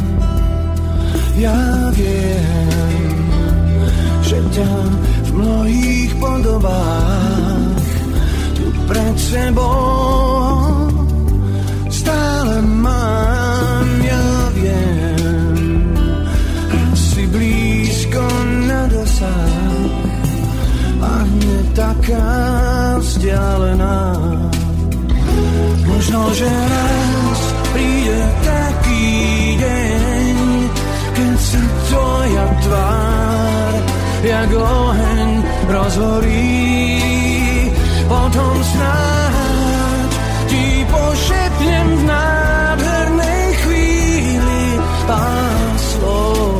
Ja viem, že ťa v mnohých podobách pred sebou stále mám, ja viem, si blízko na dosah a nie taká vzdialená. Možno, že raz príde taký deň, keď sa tvoja tvár jak oheň rozhorí. Potom snáď ti pošepnem v nádhernej chvíli pár slov.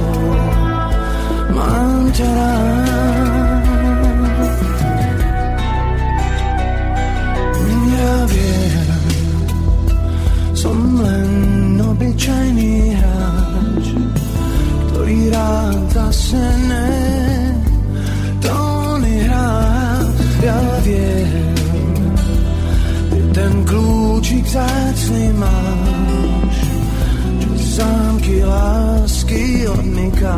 Mám ťa rád. Ja viem, som len obyčajný hráč, ktorý rád zase ne tóny hrá. Ja viem, ty ten kľúčik vzácny máš, čo zámky lásky odmyká.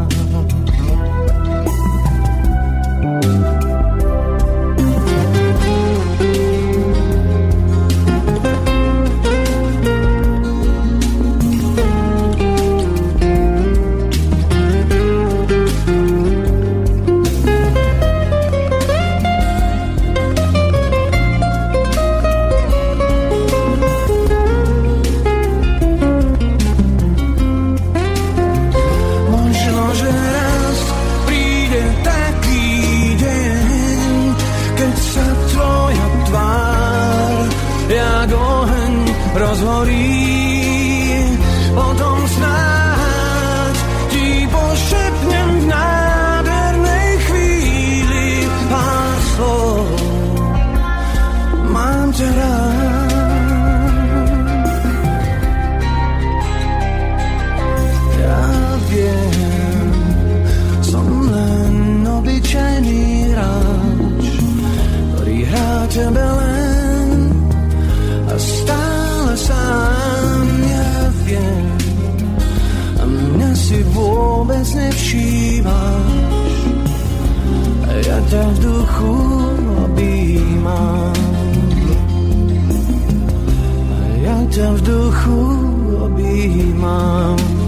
Rozhorí, potom snáď ti pošepnem v nádhernej chvíli pár slov. Mám ťa rád. Ja viem, som len obyčajný hráč, ktorý hrá tebe len a stále sám, ja viem, a mňa si vôbec nevšímaš, a ja ťa v duchu objímam, a ja ťa v duchu objímam.